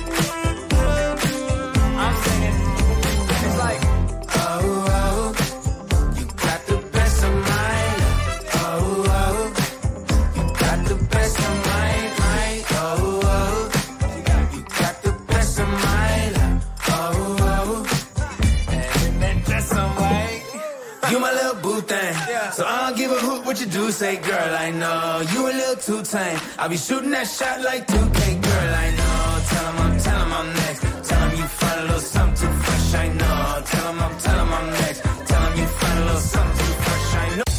I'm singing. It's like, oh, you got the best of mine. Oh, you got the best of mine. Oh, you got the best of mine. Oh, and that's some way. You my little boo thing, so I don't give a hoot what you do. Say, girl, I know you a little too tame. I'll be shooting that shot like 2K, girl, I know. Tell 'em I'm next. Tell 'em you find a little something too fresh, I know. Tell 'em I'm next. Tell 'em you find a little something too fresh, I know.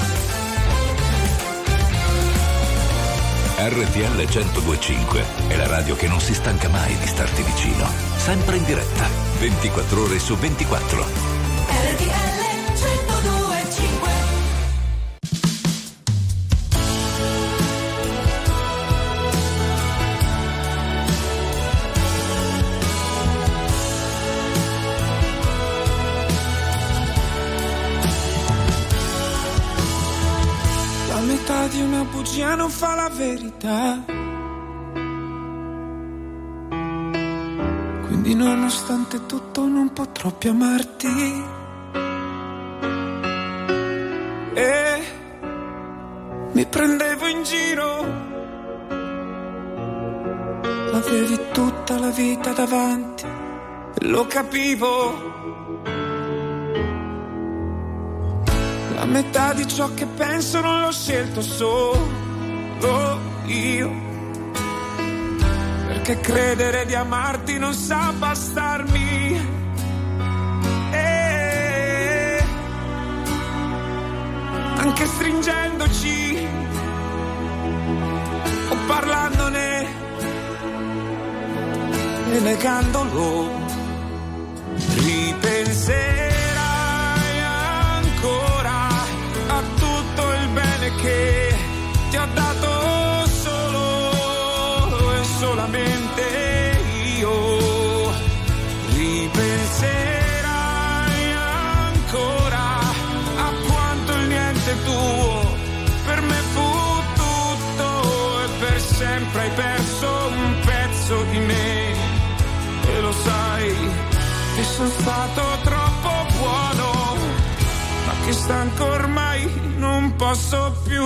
RTL 102.5 è la radio che non si stanca mai di starti vicino. Sempre in diretta, 24 ore su 24. RTL 102.5. La metà di una bugia non fa la verità. Quindi nonostante tutto non potrò più amarti. E mi prendevo in giro. Avevi tutta la vita davanti e lo capivo. La metà di ciò che penso non l'ho scelto solo io, perché credere di amarti non sa bastarmi. E anche stringendoci o parlandone e negandolo, ripenserai ancora a tutto il bene che ti ho dato solo e solamente io. Ripenserai ancora a quanto il niente tuo per me fu tutto e per sempre hai perso un pezzo di me. stanco ormai, non posso più.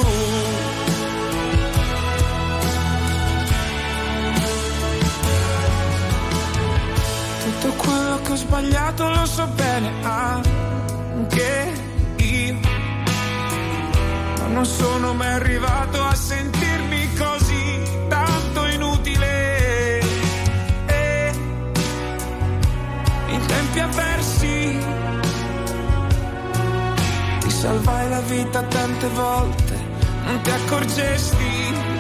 Tutto quello che ho sbagliato lo so bene anche io, ma non sono mai arrivato a sentirmi così tanto inutile. In tempi avversi ti salvai la vita tante volte, non ti accorgesti.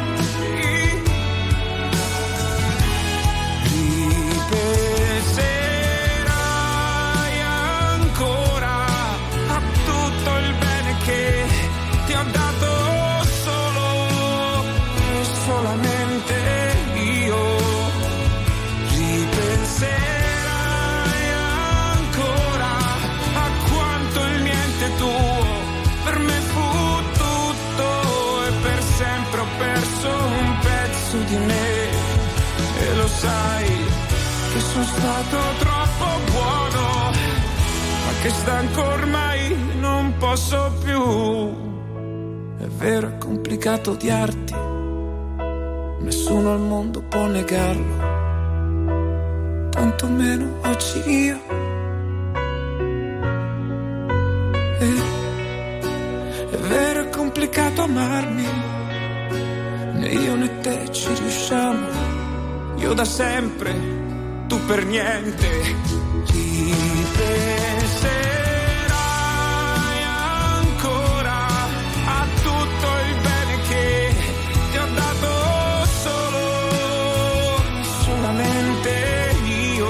Ripenserai ancora a tutto il bene che ti ho dato solo e solamente io. Ripenserai ancora a quanto il niente tuo per me fu tutto, e per sempre ho perso un pezzo di me, e lo sai che sono stato troppo buono, ma che stanco ormai, non posso più. È vero, è complicato odiarti, nessuno al mondo può negarlo, tanto meno oggi io. È vero, è complicato amarmi, né io né te ci riusciamo, io da sempre, tu per niente. Ripenserai ancora a tutto il bene che ti ho dato solo, solamente io.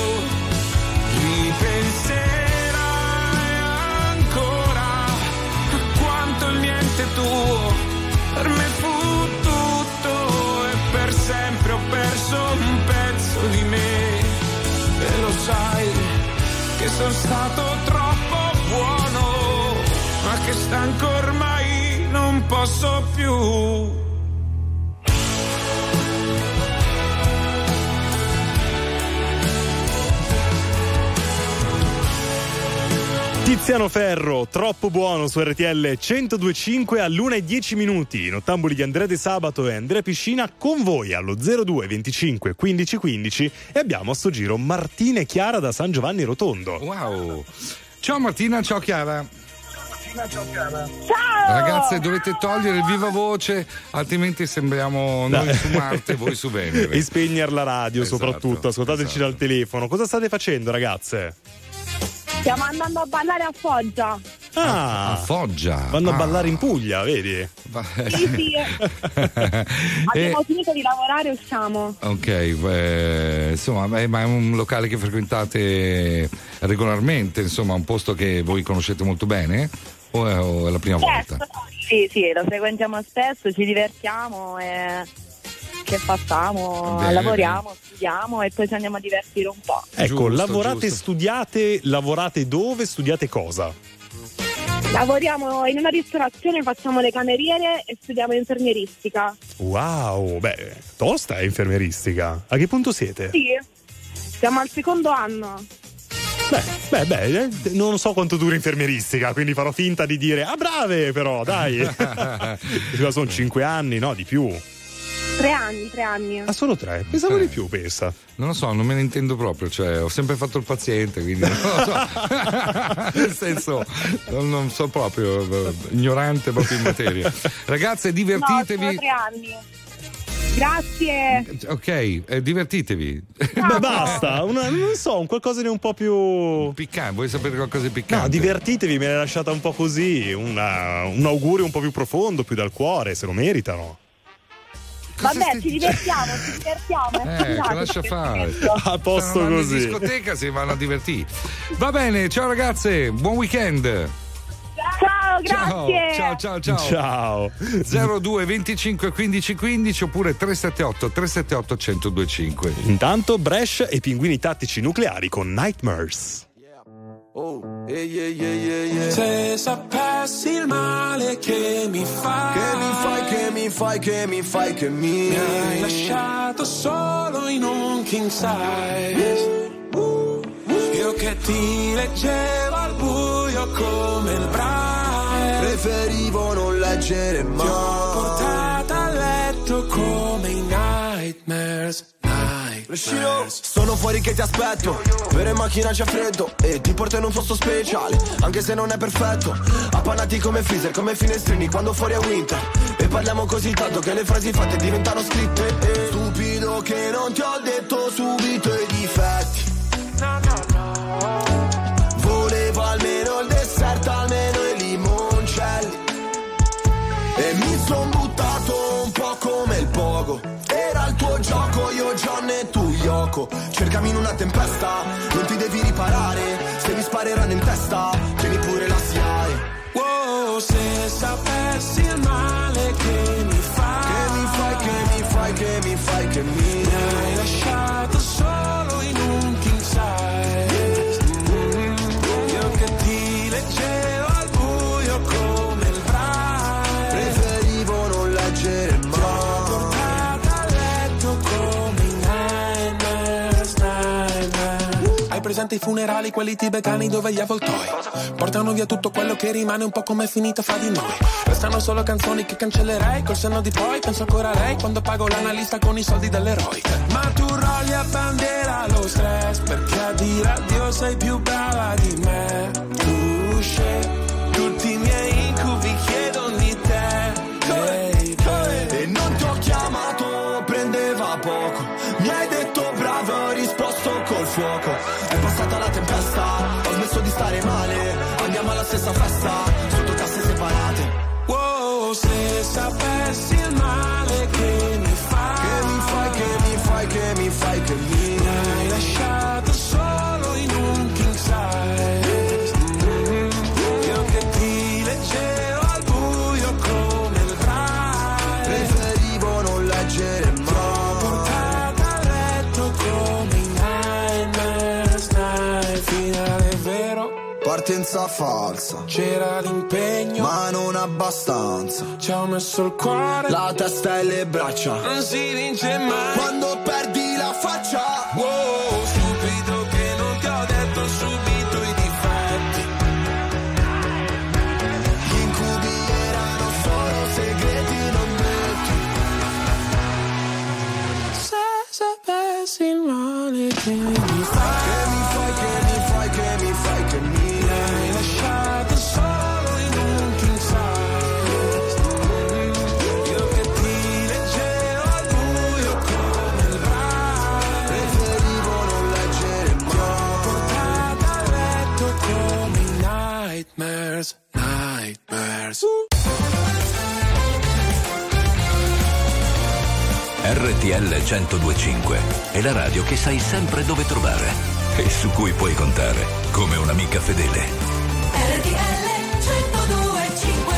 Ripenserai ancora a quanto il niente tuo per me fu tutto, e per sempre ho perso un pezzo di me, e lo sai che sono stato troppo buono, ma che stanco ormai, non posso più. Tiziano Ferro, troppo buono su RTL 102.5 all'1:10. Nottambuli di Andrea De Sabato e Andrea Piscina con voi allo 02 25 15 15, e abbiamo a sto giro Martina e Chiara da San Giovanni Rotondo. Wow. Ciao Martina, ciao Chiara. Ciao! Ragazze, dovete togliere il viva voce, altrimenti sembriamo noi su Marte e voi su Venere. E spegnere la radio, Esatto, soprattutto. Ascoltateci dal telefono. Cosa state facendo, ragazze? Stiamo andando a ballare a Foggia. Ah, a Foggia. Vanno a ballare in Puglia, vedi? Sì, sì. Abbiamo finito di lavorare e usciamo. Ok, insomma, ma è un locale che frequentate regolarmente, insomma, un posto che voi conoscete molto bene? O è la prima volta? Sì, lo frequentiamo spesso, ci divertiamo e che facciamo? Bene. Lavoriamo, studiamo e poi ci andiamo a divertire un po'. Ecco, Giusto, lavorate, giusto. studiate, lavorate dove? Studiate cosa? Lavoriamo in una ristorazione, facciamo le cameriere e studiamo infermieristica. Wow, beh, tosta è infermieristica. A che punto siete? Sì, siamo al secondo anno. Beh, non so quanto dura infermieristica, quindi farò finta di dire brave, però, dai. Sono 5 anni, no, di più. 3 anni. Ah, solo 3? Pensavo di più, pensa. Non lo so, non me ne intendo proprio, cioè ho sempre fatto il paziente, quindi non lo so. Nel senso, non so proprio, ignorante proprio in materia. Ragazze, divertitevi. No, sono 3 anni. Grazie. Ok, divertitevi. Beh, basta, non so, un qualcosa di un po' più piccante. Vuoi sapere qualcosa di piccante? No, divertitevi, me l'hai lasciata un po' così, un augurio un po' più profondo, più dal cuore, se lo meritano. Vabbè, ci divertiamo. Che lascia fare. A posto così. In discoteca si vanno a divertire. Va bene, ciao ragazze, buon weekend. Ciao, grazie. Ciao. 02 25 15 15 oppure 378 1025. Intanto Bresh e Pinguini Tattici Nucleari con Nightmares. Se sapessi il male che mi fai, mi hai lasciato solo in un king size. Io che ti leggevo al buio come il brano preferivo non leggere mai. Ti ho portata a letto come i nightmares. Sono fuori che ti aspetto, vero in macchina c'è freddo e ti porto in un posto speciale, anche se non è perfetto. Appannati come freezer, come finestrini quando fuori è winter. E parliamo così tanto che le frasi fatte diventano scritte. Stupido che non ti ho detto subito i difetti. Volevo almeno il dessert, almeno i limoncelli. E mi son buttato un po' come il pogo. Era il tuo gioco, io John e tu Yoko. Cercami in una tempesta, non ti devi riparare. Se mi spareranno in testa, tieni pure la SIAE. Wow, se sapessi il male che mi fai. Che mi hai lasciato solo in un king size. Io che ti leggevo al buio come il braille. Preferivo non leggere mai. Hai presente i funerali, quelli tibetani dove gli avvoltoi portano via tutto quello che rimane, un po' come è finita fra di noi. Restano solo canzoni che cancellerei, col senno di poi penso ancora a lei quando pago l'analista con i soldi dell'eroe. Ma tu rolli a bandiera lo stress, perché a dire addio sei più brava di me. Tu scegli tutti i miei incubi, chiedono di te. E non ti ho chiamato, prendeva poco. Mi hai detto bravo, ho risposto col fuoco. È passata la tempesta, ho smesso di stare male. Andiamo alla stessa festa, sotto casse separate. Wow, se sapessi il male che mi fai. Che mi hai lasciato solo in un king size. Io che ti leggevo al buio come il braille. Preferivo non leggere mai. Portata a letto come i nightmares. Finale vero, partenza falsa. C'era l'impegno, ma non abbastanza. Ci ho messo il cuore, la testa e le braccia. Non si vince mai quando perdi la faccia. Wow, stupido che non ti ho detto subito i difetti. Gli incubi erano solo segreti non detti. Se sapessi il male che mi fai. Che mi hai lasciato solo in un king size. Io che ti leggevo al buio come il braille. Preferivo non leggere mai. Ti ho portata a letto come i nightmares. RTL 102.5 è la radio che sai sempre dove trovare e su cui puoi contare come un'amica fedele. RTL 102.5.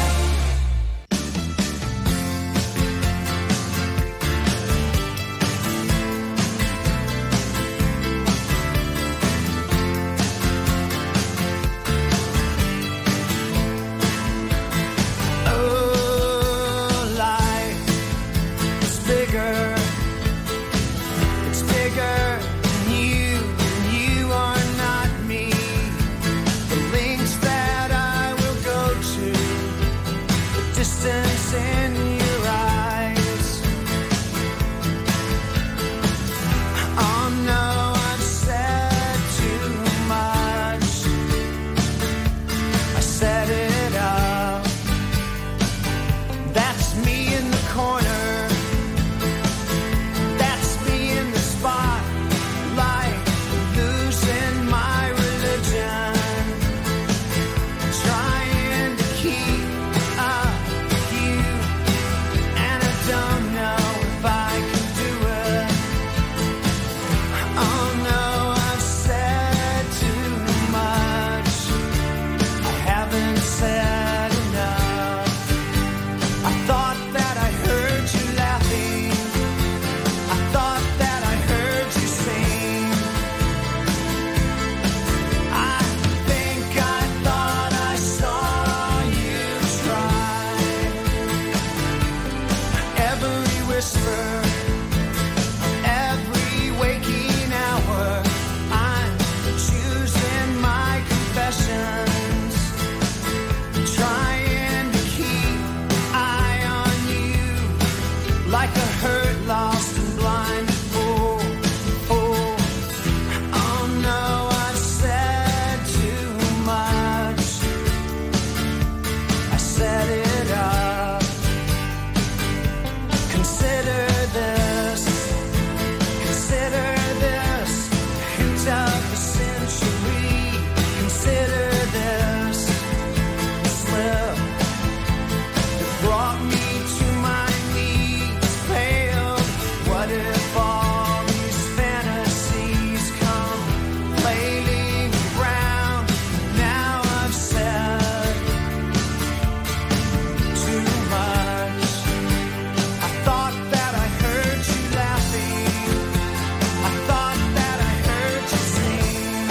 like a hurt, lost and blind fool. Oh no, I said too much. I set it up. Consider this hint of the century. Consider this slip that brought me to my knees, failed. What if all these fantasies come flailing around? Now I've said too much. I thought that I heard you laughing. I thought that I heard you sing.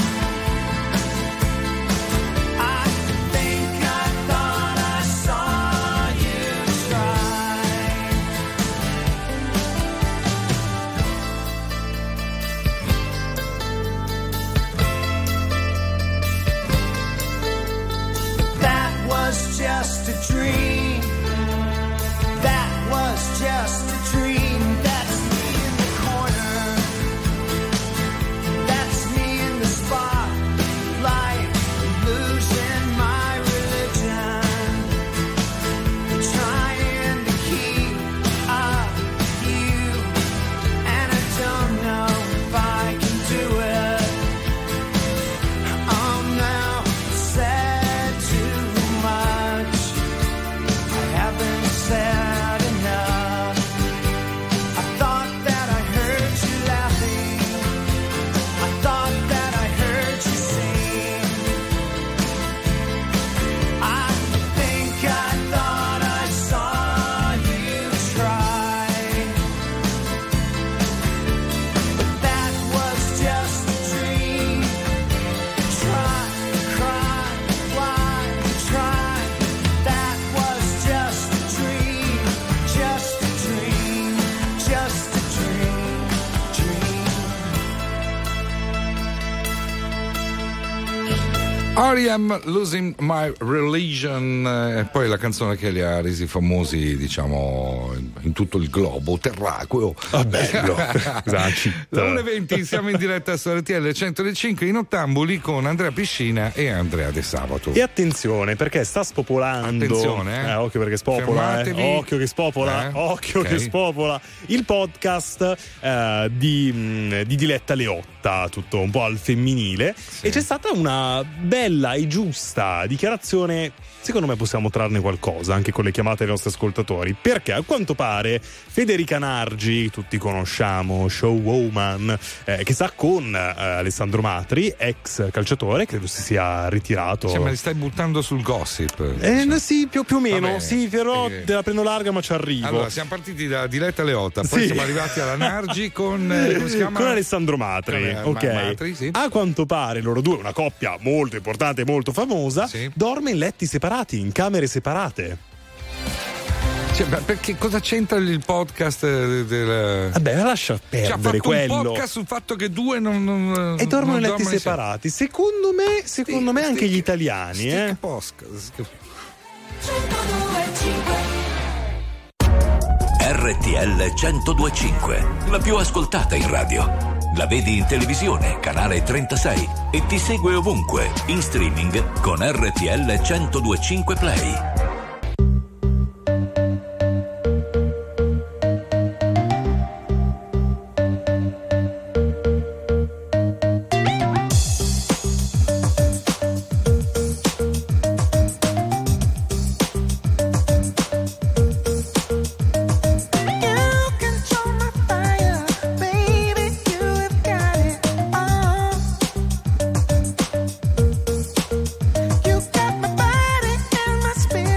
I think I thought I saw you try. That was just a dream. That was just a dream. That's me in the corner. That's me in the spotlight, losing my religion, trying to keep up with you, and I don't know if I can do it. I'm now said too much. I haven't said enough. I thought that I heard you laughing. I thought that I heard you sing. I think I thought I saw you try. But that was just a dream. Try, cry, why try? That was just a dream, just a dream, just a dream, R.E.M. Losing My Religion, e poi la canzone che li ha resi famosi, diciamo, in tutto il globo terracqueo. Bello. Esatto. La 1:20 siamo in diretta su RTL 105 in Ottamboli con Andrea Piscina e Andrea De Sabato. E attenzione, perché sta spopolando. Attenzione, occhio perché spopola. Occhio che spopola. Occhio Ok. che spopola. Il podcast di Diletta Leotta, tutto un po' al femminile. E c'è stata una bella e giusta dichiarazione. Secondo me possiamo trarne qualcosa anche con le chiamate dei nostri ascoltatori, perché a quanto pare Federica Nargi, tutti conosciamo, showwoman, che sta con Alessandro Matri, ex calciatore, credo si sia ritirato. Cioè, ma li stai buttando sul gossip? Sì, più o meno. Vabbè, sì, però te la prendo larga, ma ci arrivo. Allora, siamo partiti da Diletta Leotta, poi siamo arrivati alla Nargi con come si chiama? Con Alessandro Matri. Ok. Matri, sì. A quanto pare loro due, una coppia molto importante e molto famosa, dorme in letti separati, in camere separate. Cioè, perché cosa c'entra il podcast del. Vabbè, lascia perdere ha fatto quello. un podcast sul fatto che due non e dormono in letti dormono separati. Secondo me anche gli italiani, RTL 1025, la più ascoltata in radio. La vedi in televisione, canale 36, e ti segue ovunque, in streaming con RTL 1025 Play. You got my body and my spirit.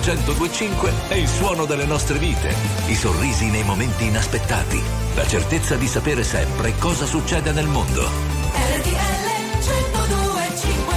102.5 è il suono delle nostre vite, i sorrisi nei momenti inaspettati, la certezza di sapere sempre cosa succede nel mondo. RTL 102.5.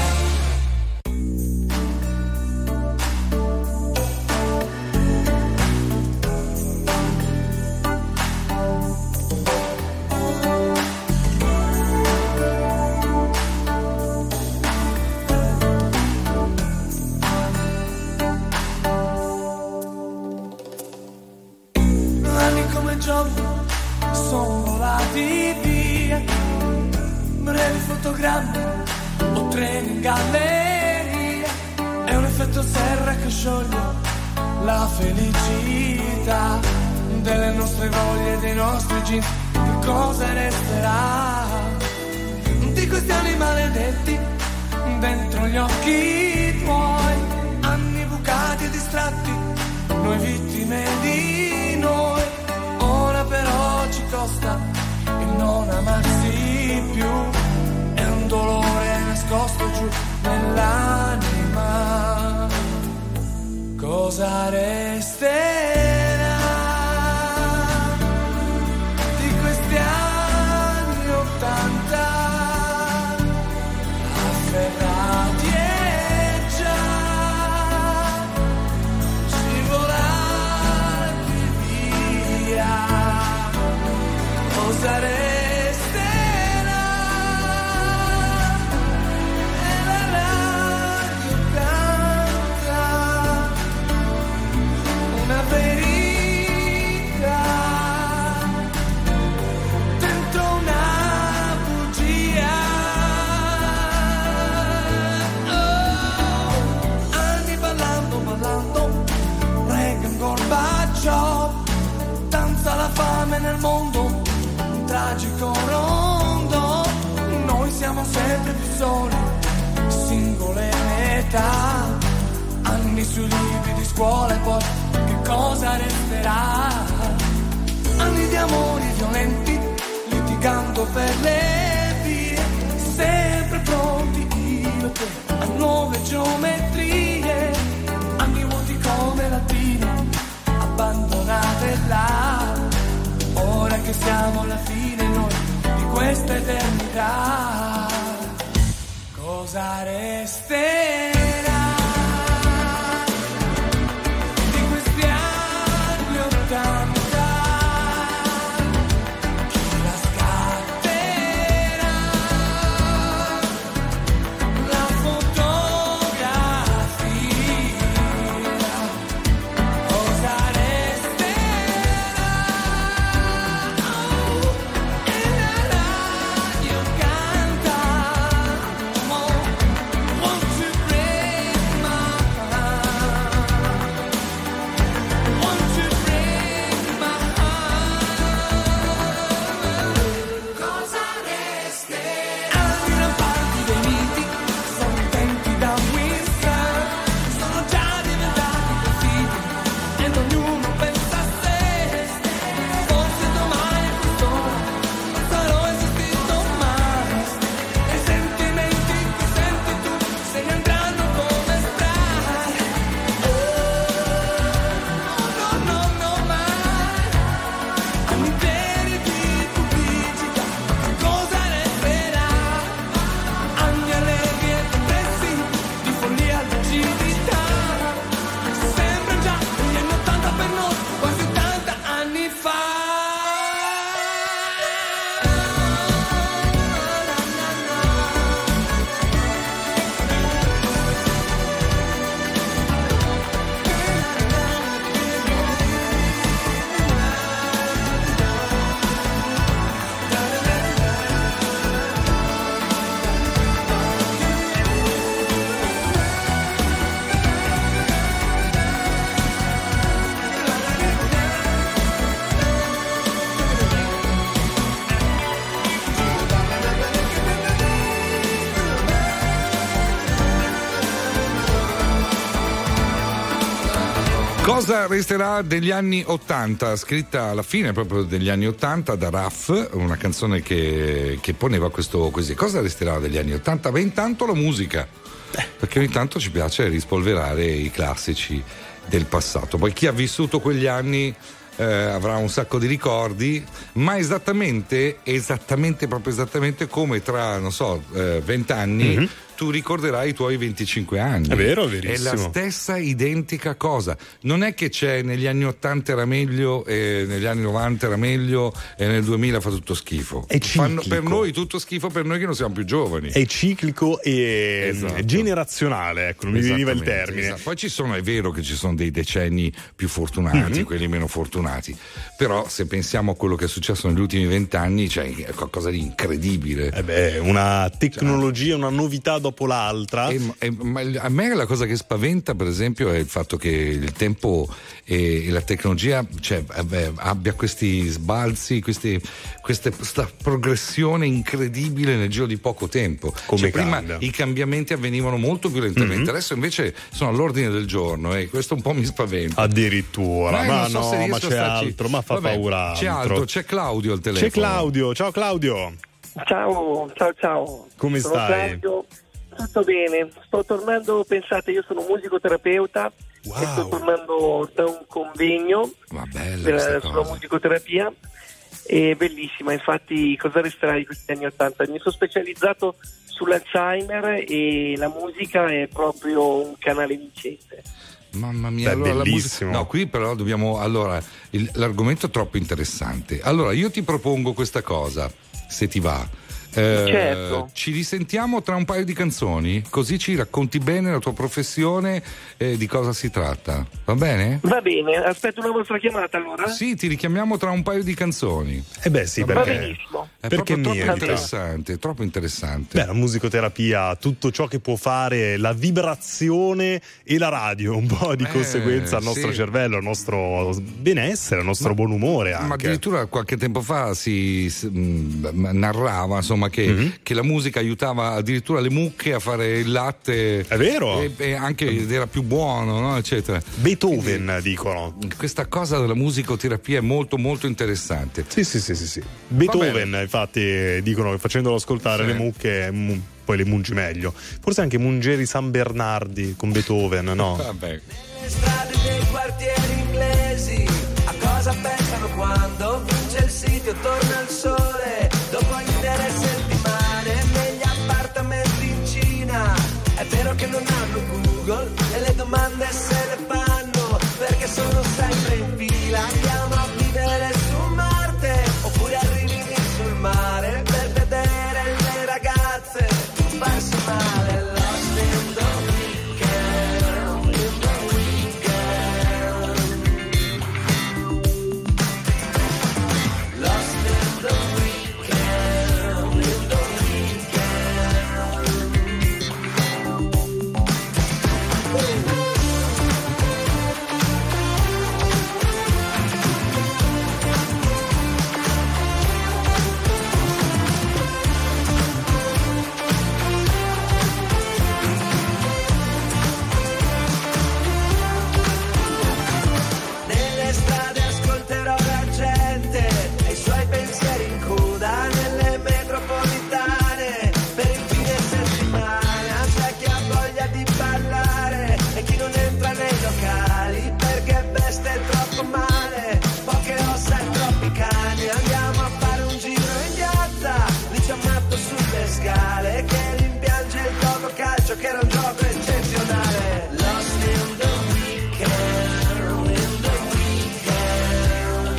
Sono volati via, brevi fotogrammi o treni in galleria. È un effetto serra che scioglie la felicità delle nostre voglie, dei nostri jeans. Che cosa resterà di questi anni maledetti dentro gli occhi tuoi? Anni bucati e distratti, noi vittime di noi. Ora però ci costa il non amarsi più, è un dolore nascosto giù nell'anima. Cosa resterà di questi anni '80 afferrati e già scivolati via? Cosa resterà? E la radio canta una verità dentro una bugia. Oh, anni ballando, Reagan, Gorbaciov, danza la fame nel mondo, un tragico rondo. Noi siamo sempre più soli, singole metà, anni sui libri di scuola e poi che cosa resterà? Anni di amori violenti, litigando per le vie, sempre pronti io e te a nuove geometrie. Anni vuoti come latine, abbandonate là. Ora che siamo alla fine noi di questa eternità, cosa resterà di questi anni '80? Chi la scatterà la fotografia? Cosa resterà? E la radio canta, won't you break my heart? Won't you break my heart? Cosa resterà? Anni rampanti dei miti, sono intenti da Winston, sono già diventati profiti ed ognuno pensa a sé. Forse domani a quest'ora non sarò esistito mai, e i sentimenti che senti tu se ne andranno come spray. Oh, no, mai. Anni interi di pubblicità, che cosa resterà? Anni allegri e depressi, di follia e lucidità. Sembra già gli anni '80 per noi, quasi 80 anni fa. Cosa resterà degli anni '80? Scritta alla fine proprio degli anni '80 da Raff, una canzone che poneva questo così. Cosa resterà degli anni '80? Beh, intanto la musica, perché ogni tanto ci piace rispolverare i classici del passato. Poi chi ha vissuto quegli anni avrà un sacco di ricordi, ma esattamente come tra, non so, 20 anni tu ricorderai i tuoi 25 anni. È vero, è verissimo. È la stessa identica cosa. Non è che c'è negli anni 80 era meglio, negli anni 90 era meglio e nel 2000 fa tutto schifo. È ciclico. Per noi tutto schifo, per noi che non siamo più giovani. È ciclico e generazionale, ecco, non mi veniva il termine. Esatto. Poi è vero che ci sono dei decenni più fortunati, quelli meno fortunati, però se pensiamo a quello che è successo negli ultimi 20 anni, cioè è qualcosa di incredibile. Una tecnologia, una novità dopo l'altra. Ma a me la cosa che spaventa, per esempio, è il fatto che il tempo e la tecnologia, cioè, abbia questi sbalzi, questa progressione incredibile nel giro di poco tempo. Come prima cambia. I cambiamenti avvenivano molto più lentamente, adesso invece sono all'ordine del giorno e questo un po' mi spaventa. Addirittura, ma c'è altro, ma fa paura altro. C'è Claudio al telefono. C'è Claudio, ciao Claudio. Ciao. Come sono stai? Claudio. Tutto bene, sto tornando, pensate, io sono musicoterapeuta e sto tornando da un convegno sulla musicoterapia, è bellissima, infatti cosa resterà di questi anni 80? Mi sono specializzato sull'Alzheimer e la musica è proprio un canale vincente. Mamma mia, bellissimo. No, qui però dobbiamo. Allora, l'argomento è troppo interessante. Allora, io ti propongo questa cosa, se ti va. Certo. Ci risentiamo tra un paio di canzoni, così ci racconti bene la tua professione e di cosa si tratta. Va bene? Va bene, aspetto una vostra chiamata allora. Sì, ti richiamiamo tra un paio di canzoni. Sì, va benissimo. È proprio troppo interessante. La musicoterapia, tutto ciò che può fare la vibrazione e la radio, un po' di conseguenza al nostro cervello, al nostro benessere, al nostro buon umore anche. Ma addirittura qualche tempo fa si narrava, insomma, che la musica aiutava addirittura le mucche a fare il latte. È vero? E anche ed era più buono, no? Eccetera. Beethoven. Quindi, dicono. Questa cosa della musicoterapia è molto molto interessante. Sì. Beethoven, infatti, dicono che facendolo ascoltare le mucche poi le mungi meglio. Forse anche Mungeri San Bernardi con Beethoven, no? Vabbè. Nelle strade dei quartieri inglesi, a cosa pensano quando vince il City o torna il sole? Dopo intere settimane negli appartamenti in Cina. È vero che non hanno Google e le domande se le fanno perché sono sempre in fila. Andiamo a vivere su Marte oppure arrivi sul mare per vedere le ragazze farsi male. Lost in the weekend, in the weekend. Lost in the weekend, in the nelle strade ascolterò la gente e i suoi pensieri in coda nelle metropolitane per il fine settimana. C'è chi ha voglia di ballare e chi non entra nei locali perché veste troppo male, poche ossa e troppi cani. Andiamo a fare un giro in piazza, lì c'è un matto sulle scale che rimpiange il gioco calcio che era un gioco eccezionale. Lost in the weekend, in the weekend.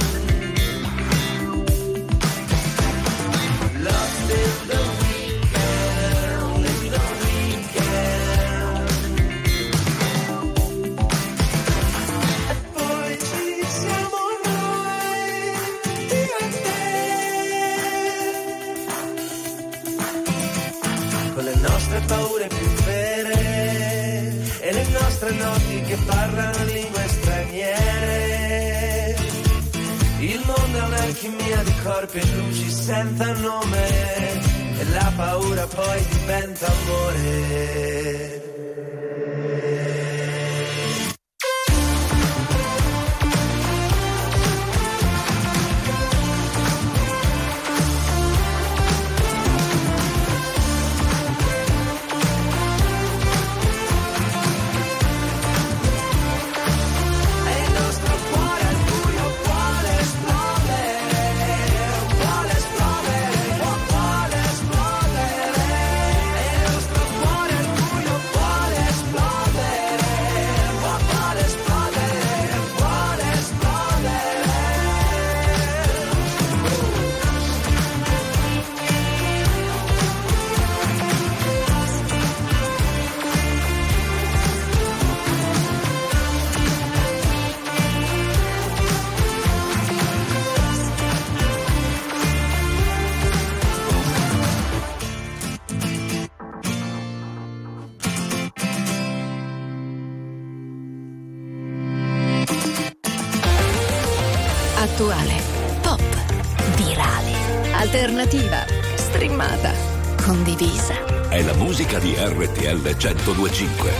Lost in the weekend, in the weekend. E poi ci siamo noi, io e te, con le nostre paure più vere e le nostre notti che parlano lingue straniere. Il mondo è un'alchimia di corpi e luci senza nome e la paura poi diventa amore. alternativa, streamata, condivisa. È la musica di RTL 102.5.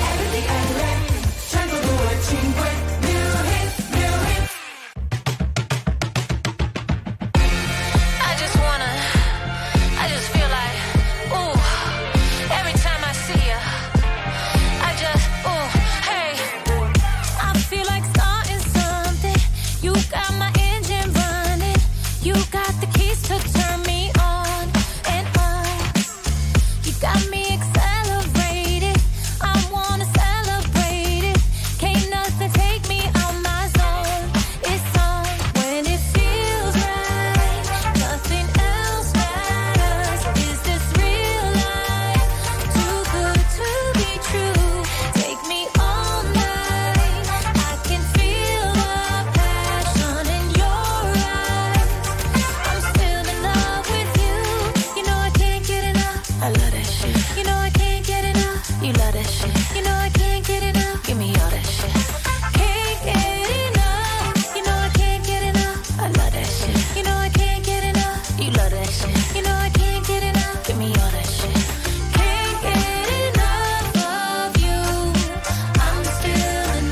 Got me accelerated. I wanna celebrate it. Can't nothing take me out my zone. It's on when it feels right. Nothing else matters. Is this real life? Too good to be true. Take me all night. I can feel the passion in your eyes. I'm still in love with you. You know I can't get enough. I love that shit. You know I can't get enough. You love that shit. You know I can't get enough. Give me all that shit. Can't get enough. You know I can't get enough. I love that shit. You know I can't get enough. You love that shit. You know I can't get enough. Give me all that shit. Can't get enough of you. I'm still in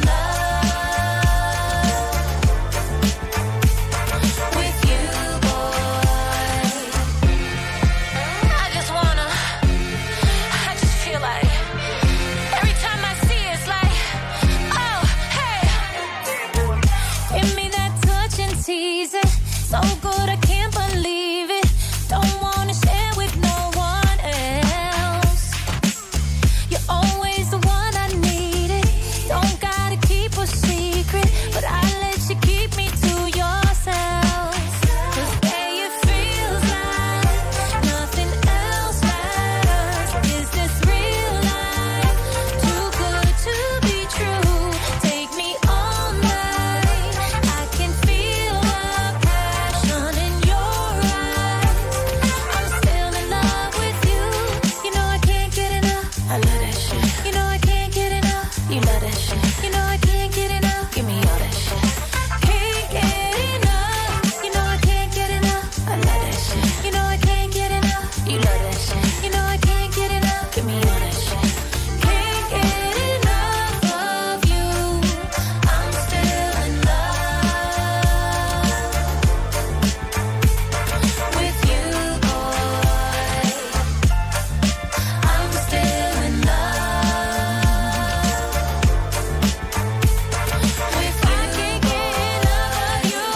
love with you, boy. I just feel like every time I see it, it's like, oh, hey. Give me that touch and tease it. So good I can't believe it. Don't wanna share with no one else. You're always the one I needed. Don't gotta keep a secret, but I let you keep me to yourself. 'Cause babe, it feels like nothing else matters. Is this real life? Too good to be true. Take me all night. I can feel the passion in your eyes. I'm still in love with you. You know I can't get enough. I love that shit. You know I can't get enough. You love that shit. You know I can't get enough. Give me all that shit. Can't get enough. You know I can't get enough. I love that shit. You know I can't get enough. You love that shit. You know I can't get enough. Give me all that shit. Can't get enough of you. I'm still in love with you, boy. I'm still in love with you. I can't get enough of you.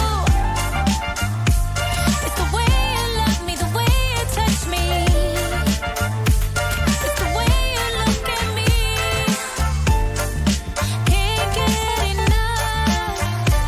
It's the way you love me, the way you touch me. It's the way you look at me. Can't get enough.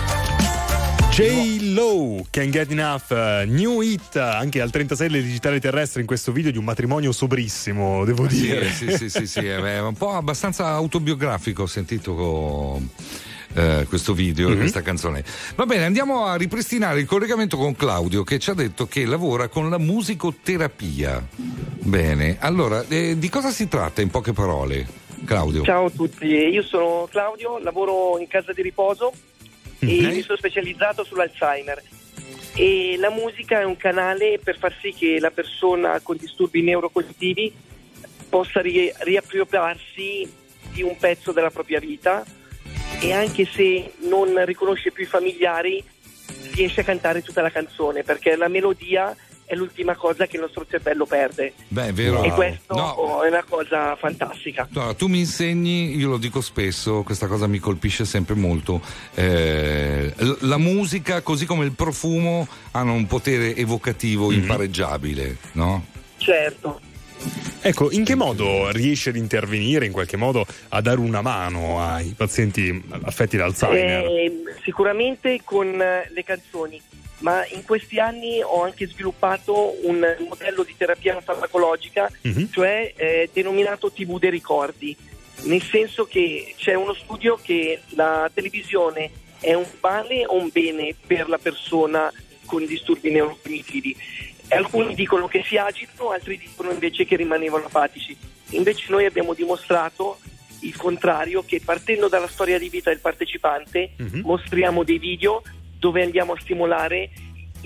J-Lo, Can't Get Enough, new hit anche al 36 del digitale terrestre in questo video di un matrimonio sobrissimo, devo dire. Sì, è un po' abbastanza autobiografico, ho sentito questo video e questa canzone. Va bene, andiamo a ripristinare il collegamento con Claudio, che ci ha detto che lavora con la musicoterapia. Bene, allora, di cosa si tratta in poche parole, Claudio? Ciao a tutti, io sono Claudio, lavoro in casa di riposo e mi sono specializzato sull'Alzheimer. E la musica è un canale per far sì che la persona con disturbi neurocognitivi possa riappropriarsi di un pezzo della propria vita, e anche se non riconosce più i familiari riesce a cantare tutta la canzone, perché la melodia è l'ultima cosa che il nostro cervello perde. Beh, è vero. E questo è una cosa fantastica. Allora, tu mi insegni, io lo dico spesso, questa cosa mi colpisce sempre molto, la musica, così come il profumo, hanno un potere evocativo impareggiabile, no? Certo. Ecco, in che modo riesce ad intervenire, in qualche modo a dare una mano ai pazienti affetti da Alzheimer? Sicuramente con le canzoni, ma in questi anni ho anche sviluppato un modello di terapia farmacologica, cioè denominato TV dei ricordi, nel senso che c'è uno studio che la televisione è un male o un bene per la persona con disturbi neurocognitivi. Alcuni dicono che si agitano, altri dicono invece che rimanevano apatici. Invece noi abbiamo dimostrato il contrario, che partendo dalla storia di vita del partecipante mostriamo dei video dove andiamo a stimolare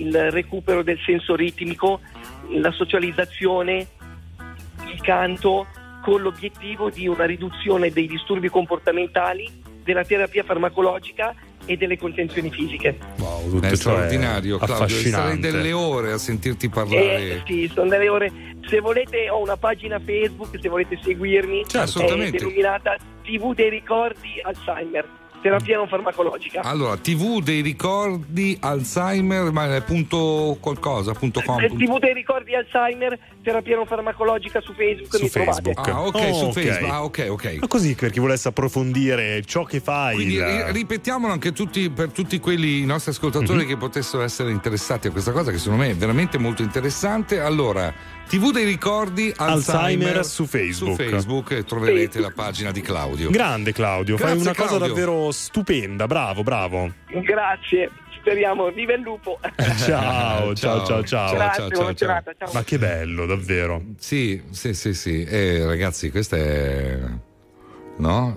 il recupero del senso ritmico, la socializzazione, il canto, con l'obiettivo di una riduzione dei disturbi comportamentali, della terapia farmacologica e delle contenzioni fisiche. Wow, tutto è straordinario, Claudio. Starei delle ore a sentirti parlare. Sì, sono delle ore. Se volete, ho una pagina Facebook, se volete seguirmi, assolutamente. È denominata TV dei ricordi Alzheimer, terapia non farmacologica. Allora, TV dei ricordi Alzheimer, ma punto qualcosa, punto com. TV dei ricordi Alzheimer, terapia non farmacologica su Facebook. Su Facebook. Su Facebook. Ok. Ma così, per chi volesse approfondire ciò che fai. Quindi ripetiamolo anche per tutti quelli, i nostri ascoltatori che potessero essere interessati a questa cosa, che secondo me è veramente molto interessante. Allora, TV dei ricordi Alzheimer su Facebook. Su Facebook troverete la pagina di Claudio. Grande Claudio, Grazie, fai una Claudio. cosa davvero stupenda, bravo. Grazie, speriamo, viva il lupo. Ciao. Grazie, buona serata, ciao. Ma che bello, davvero. Sì. Ragazzi, questo è... No?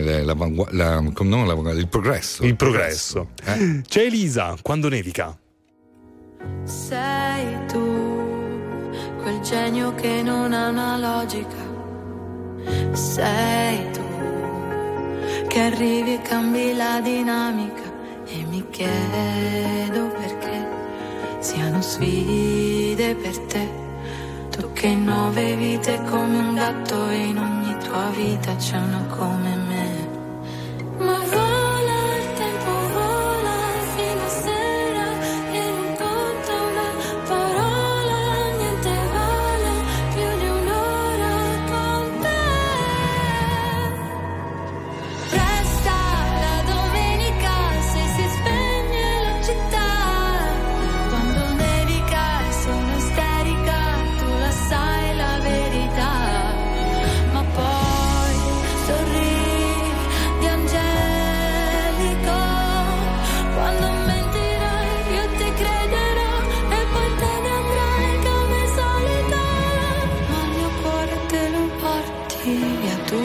Il progresso. Il progresso. C'è Elisa, quando nevica. Sei tu, quel genio che non ha una logica. Sei tu, che arrivi e cambi la dinamica. E mi chiedo perché siano sfide per te. Tu che in 9 vite come un gatto e in ogni tua vita c'è una come me. Ma vola il tempo, vola fino a sera e non conta una parola, niente vale più di un'ora con te. Resta la domenica se si spegne la città. Quando nevica e sono isterica, tu la sai la verità. Ma poi sorridi angelico. Quando mentirai io ti crederò e poi te ne andrai come solita. Ma il mio cuore te lo porti via tu.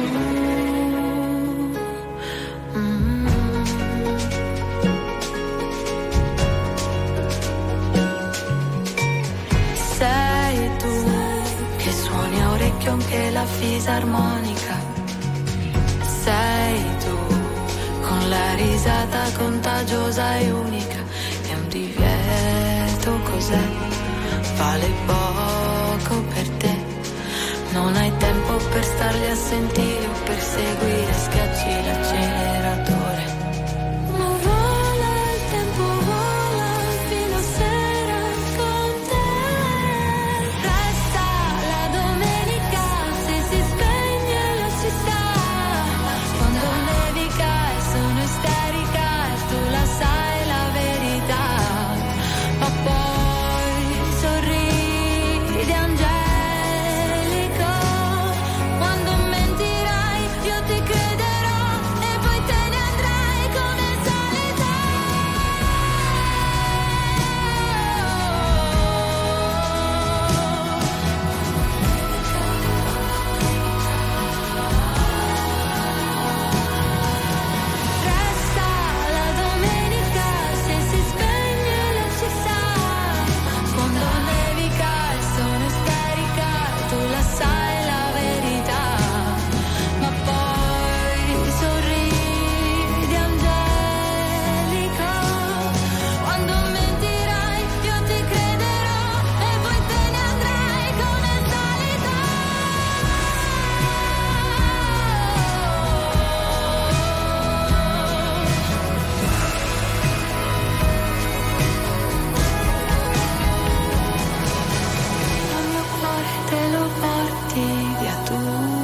Sei tu che suoni a orecchio anche la fisarmonica. Sei tu con la risata contagiosa e unica. È un divieto, cos'è? Vale poco per te. Non hai tempo per starli a sentire o per seguire, schiacci l'acceleratore. Ma vola il tempo, vola fino a sera con te. Resta la domenica se si spegne la città. Quando nevica e sono isterica e tu la sai la verità. Ma poi sorridi angelico. Quando mentirai io ti crederò e poi te ne andrai come solita. Resta la domenica se si spegne la città. Quando nevica e sono isterica tu la sai la verità. Ma poi sorridi angelico. Quando mentirai io ti crederò e poi te ne andrai come solita. Il mio cuore te lo porti via tu.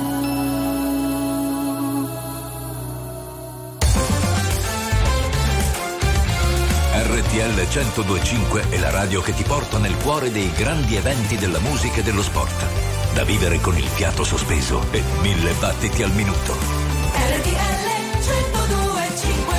RTL 102.5 è la radio che ti porta nel cuore dei grandi eventi della musica e dello sport. Da vivere con il fiato sospeso e 1000 battiti al minuto. RTL 102.5.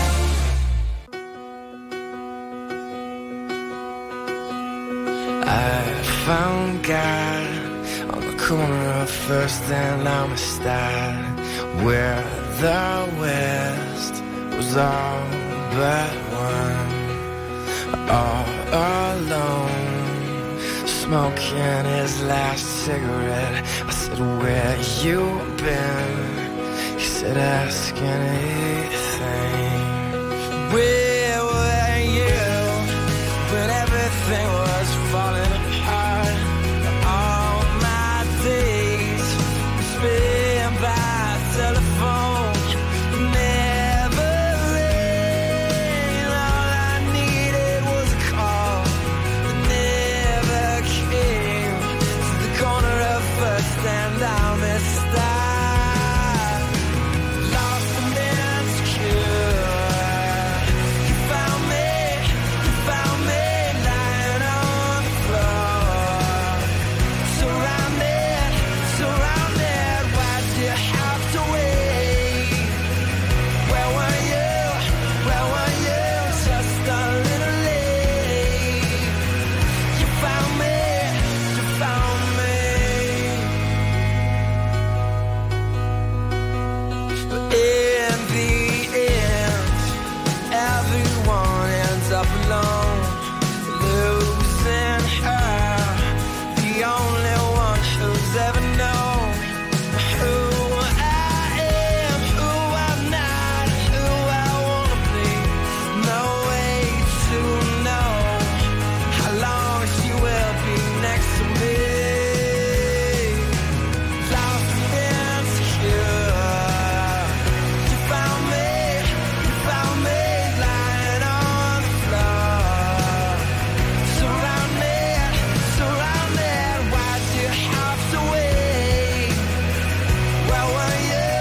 I found God on the corner of First and Amistad, where the West was all but one. All alone, smoking his last cigarette. I said, where you been? He said, ask anything. Where were you when everything was falling apart? All my days spent by telephone. Never rain. All I needed was a call that never came. To the corner of First and I missed that. Lost and insecure. You found me lying on the floor. Surrounded, why'd you have to wait? Where were you, just a little late? You found me. But in the end, everyone ends up alone, losing her, the only one who's ever known who I am, who I'm not, who I wanna be. No way to know how long she will be next to me. Lost and insecure. You found me lying on the floor. Surrounded, why'd you have to wait? Where were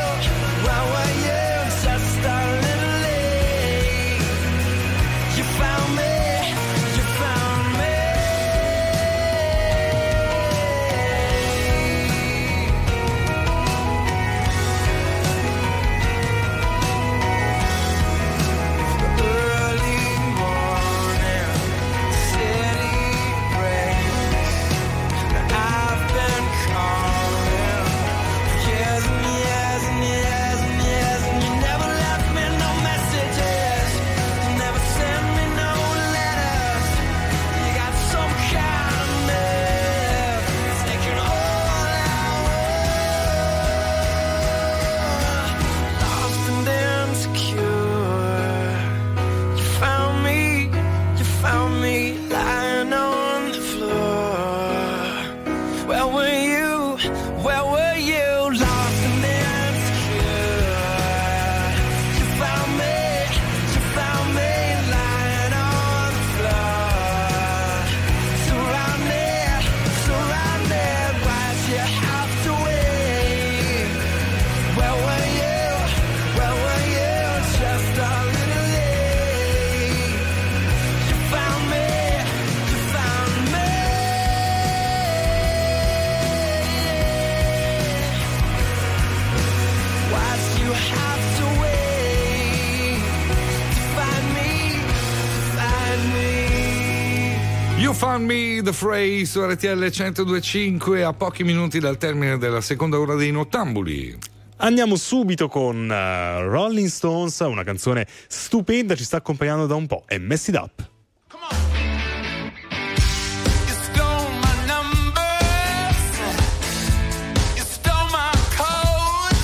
you, just a little late? You found me. Early morning, city breaks. I've been calling years and years and years and years, and you never left me no messages. You never sent me no letters. You got some kind of nerve, taking all I want. Lost and insecure. You found me lying on the floor. Where were you, lost and insecure? You found me lying on the floor. Surrounded, why'd you have to wait? Where were you, just a little late? You found me. Why'd you have to wait to find me? You Found Me, The Fray su RTL 102.5, a pochi minuti dal termine della seconda ora dei Nottambuli. Andiamo subito con Rolling Stones, una canzone stupenda, ci sta accompagnando da un po', è Mess It Up. You stole my numbers, you stole my code,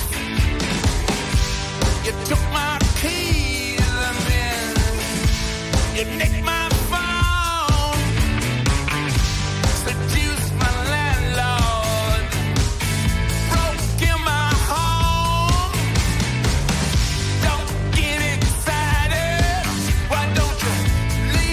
you took my keys and then you nicked my phone, seduced my landlord, broke in my home. Don't get excited, why don't you leave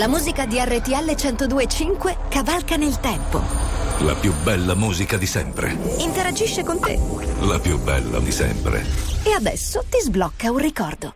La musica di RTL 102.5 cavalca nel tempo. La più bella musica di sempre. Interagisce con te. La più bella di sempre. E adesso ti sblocca un ricordo.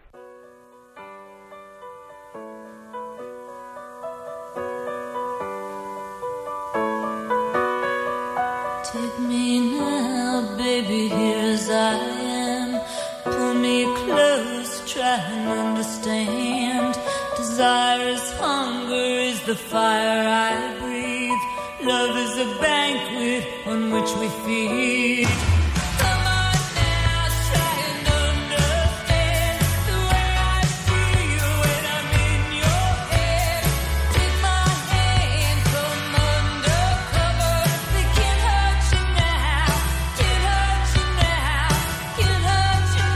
Take me now, baby, here as I am. Pull me close, try and understand. Desire is hunger, is the fire I breathe. Love is a banquet on which we feed. Come on now, try and understand the way I feel when I'm in your head. Take my hand from undercover. They can't hurt you now, can't hurt you now, can't hurt you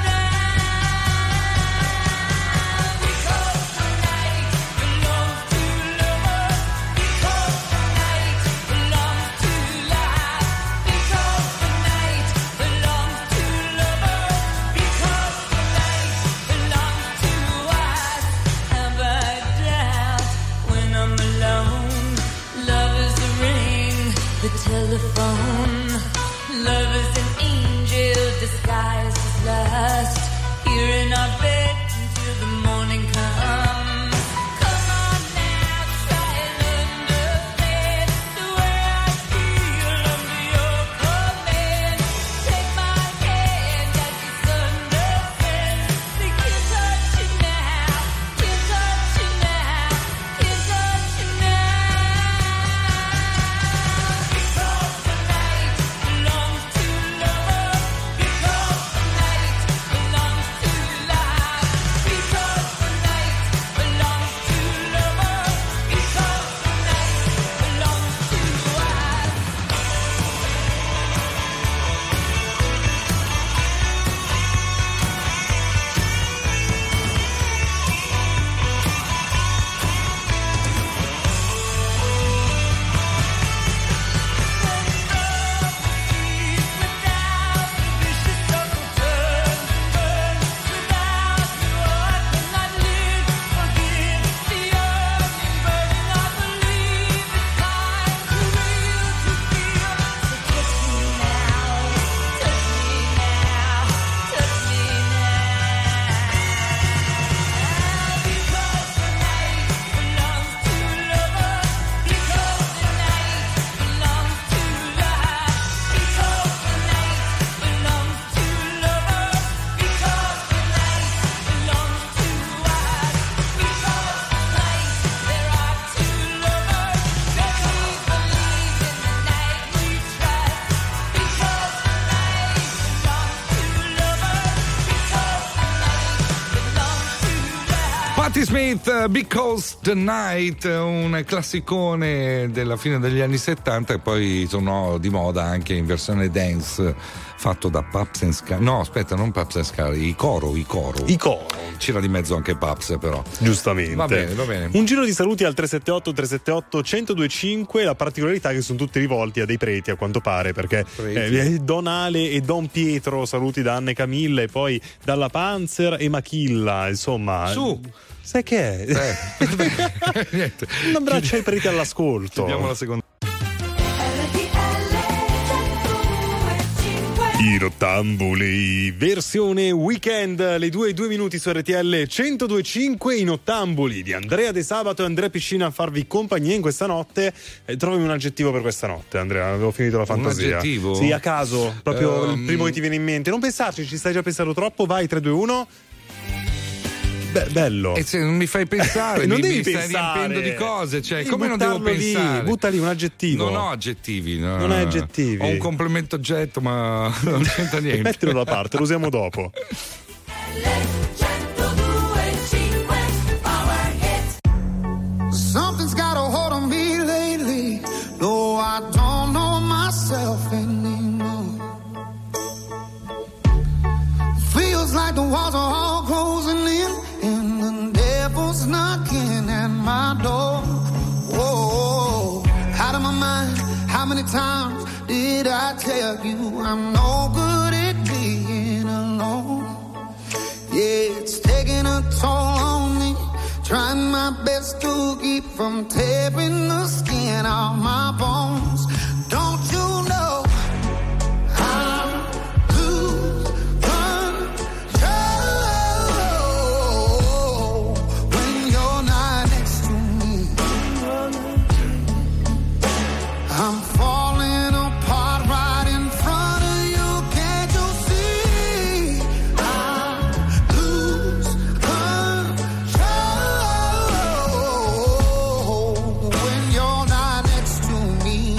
now. Because tonight belongs to lovers. Because tonight belongs to life. Because tonight belongs to lovers. Because tonight belongs to us. Have I doubt when I'm alone? Love is the ring, the telephone. Love is an angel disguised as lust. Here in our bed until the morning comes. Come on now, try and understand the way I feel under your command. Take my hand as the sun descends. They can't touch you now, can't touch you now, can't touch you now. Because tonight belongs to lovers. Because tonight belongs to life. Because tonight belongs to lovers. Because tonight belongs to us. Patti Smith, Because the Night, un classicone della fine degli anni 70 e poi tornò di moda anche in versione dance fatto da Paps and Scar. No, aspetta, non Paps and Scar, i coro. C'era di mezzo anche Paps, però. Giustamente. Va bene. Un giro di saluti al 378-378-1025. La particolarità è che sono tutti rivolti a dei preti, a quanto pare, perché Don Ale e Don Pietro, saluti da Anne Camilla, e poi dalla Panzer e Machilla, insomma. Su! Sai che è? Niente. Un abbraccio ai preti all'ascolto. Abbiamo la seconda. I Nottambuli, versione weekend, le 2 minuti su RTL 102.5. I Nottambuli di Andrea De Sabato e Andrea Piscina a farvi compagnia in questa notte. Trovami un aggettivo per questa notte, Andrea, avevo finito la fantasia. Un aggettivo? Sì, a caso, proprio il primo che ti viene in mente. Non pensarci, ci stai già pensando troppo. Vai, 3, 2, 1. Bello. E se non mi fai pensare, non mi devi stai pensare. riempiendo di cose, cioè Devi come non devo pensare? Butta lì un aggettivo. Non ho aggettivi, no. Non hai aggettivi. Ho un complemento oggetto, ma non c'entra niente. Mettilo da parte, lo usiamo dopo. Something's got a hold on me lately. No, I don't know myself anymore. Feels like the walls are all closing in, and the devil's knocking at my door. Whoa, out of my mind. How many times did I tell you I'm no good at being alone? Yeah, it's taking a toll on me, trying my my best to keep from tearing the skin off my bones. Don't you know I'm lose control when you're not next to me. I'm falling apart right in front of you. Can't you see? I lose control when you're not next to me.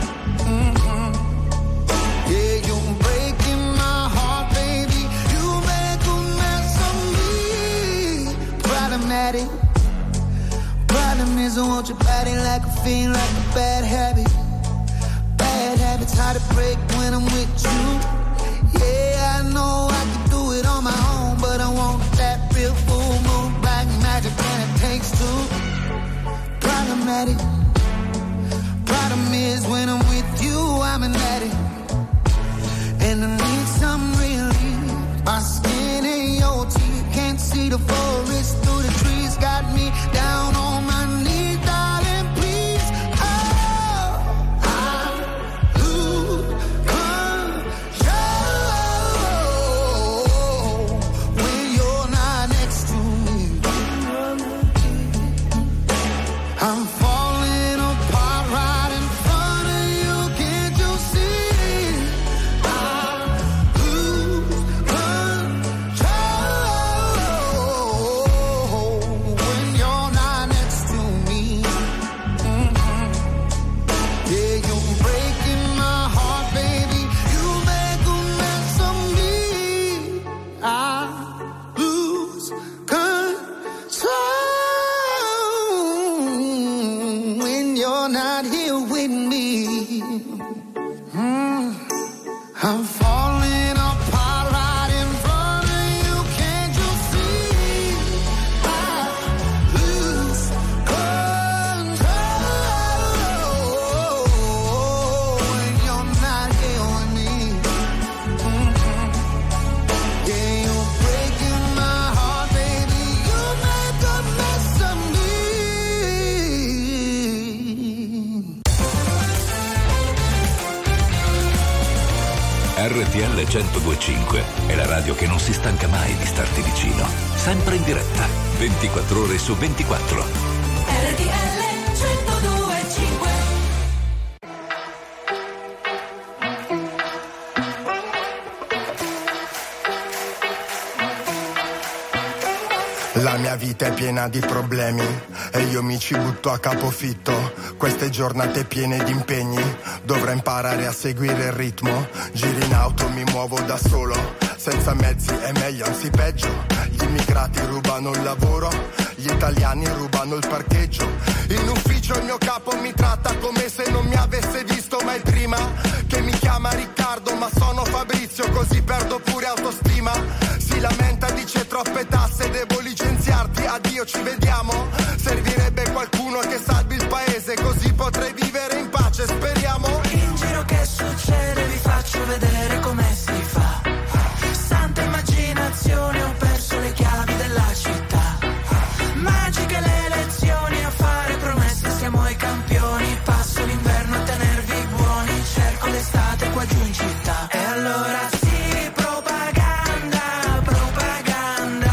Yeah, you're breaking my heart, baby. You make a mess of me. Problematic. Problem is I want your body like a fiend, like a bad habit. Bad habits hard to break when I'm with you. Yeah, I know I can do it on my own, but I want that real full moon, black magic, and it takes two. Problematic. Problem is when I'm with you, I'm an addict, and I need some relief. My skin and your teeth, can't see the forest through the trees, got me down on my knees, darling, please. Oh, I lose control when you're not next to me. I'm falling apart right in front of you. Can't you see? I lose control when you're not next to me. Yeah, you're breaking my heart, baby. You make a mess of me. I lose control when you're not here with me. I'm falling apart right in front of you. Can't you see? I lose control when you're not here with me. Yeah, you're breaking my heart, baby. You make a mess of me. RTL 102.5 è la radio che non si stanca mai di starti vicino. Sempre in diretta, 24 ore su 24. RTL 102.5. La mia vita è piena di problemi e io mi ci butto a capofitto. Queste giornate piene di impegni, dovrò imparare a seguire il ritmo. Giro in auto, mi muovo da solo, senza mezzi è meglio, anzi peggio. Gli immigrati rubano il lavoro, gli italiani rubano il parcheggio. In ufficio il mio capo mi tratta come se non mi avesse visto mai prima. Che mi chiama Riccardo ma sono Fabrizio, così perdo pure autostima. Si lamenta, dice troppe tasse, devo licenziarti, addio ci vediamo. Servirebbe qualcuno che salvi il paese, così potrei vivere in pace, speriamo. In giro che succede, vi faccio vedere come si fa. Santa immaginazione, ho perso le chiavi della città. Magiche le lezioni, a fare promesse siamo i campioni. Passo l'inverno a tenervi buoni, cerco l'estate qua giù in città. E allora sì, propaganda, propaganda.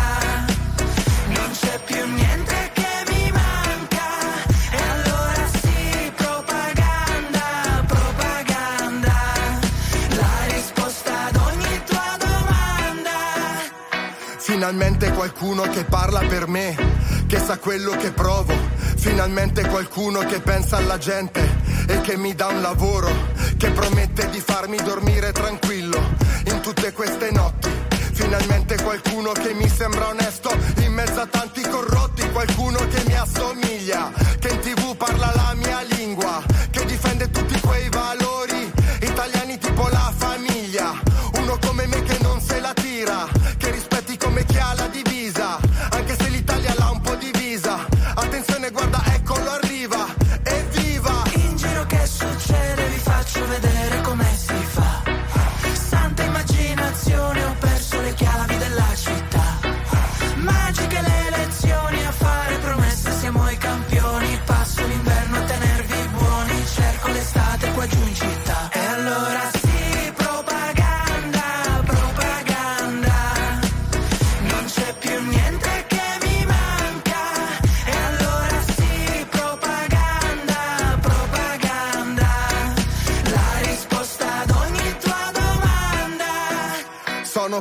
Non c'è più niente che mi manca. E allora sì, propaganda, propaganda. La risposta ad ogni tua domanda. Finalmente qualcuno che parla per me, che sa quello che provo. Finalmente qualcuno che pensa alla gente e che mi dà un lavoro, che promette di farmi dormire tranquillo in tutte queste notti. Finalmente qualcuno che mi sembra onesto in mezzo a tanti corrotti. Qualcuno che mi assomiglia, che in TV parla la mia lingua, che difende tutti quei valori italiani tipo la famiglia. Uno come me che non se la tira, che rispetti come chi ha la divisa, anche se l'Italia l'ha un po' divisa. Attenzione, guarda, eccolo arriva, evviva! In giro che succede, vi faccio vedere come si fa. Santa immaginazione, ho perso le chiavi della città. Magiche le lezioni, a fare promesse siamo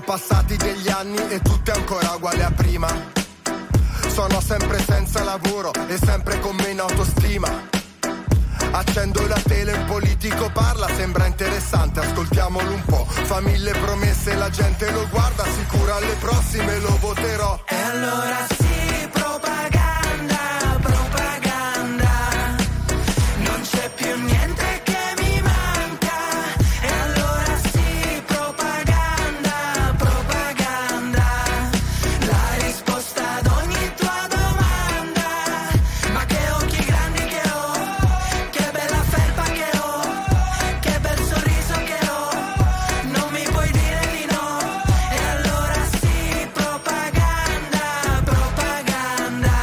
passati degli anni e tutto è ancora uguale a prima. Sono sempre senza lavoro e sempre con meno autostima. Accendo la tele, un politico parla, sembra interessante, ascoltiamolo un po'. Fa 1000 promesse, la gente lo guarda, sicuro alle prossime lo voterò. E allora sì, propaganda, propaganda, non c'è più niente che mi manca. E allora sì, propaganda, propaganda, la risposta ad ogni tua domanda. Ma che occhi grandi che ho, che bella felpa che ho, che bel sorriso che ho, non mi puoi dire di no. E allora sì, propaganda, propaganda,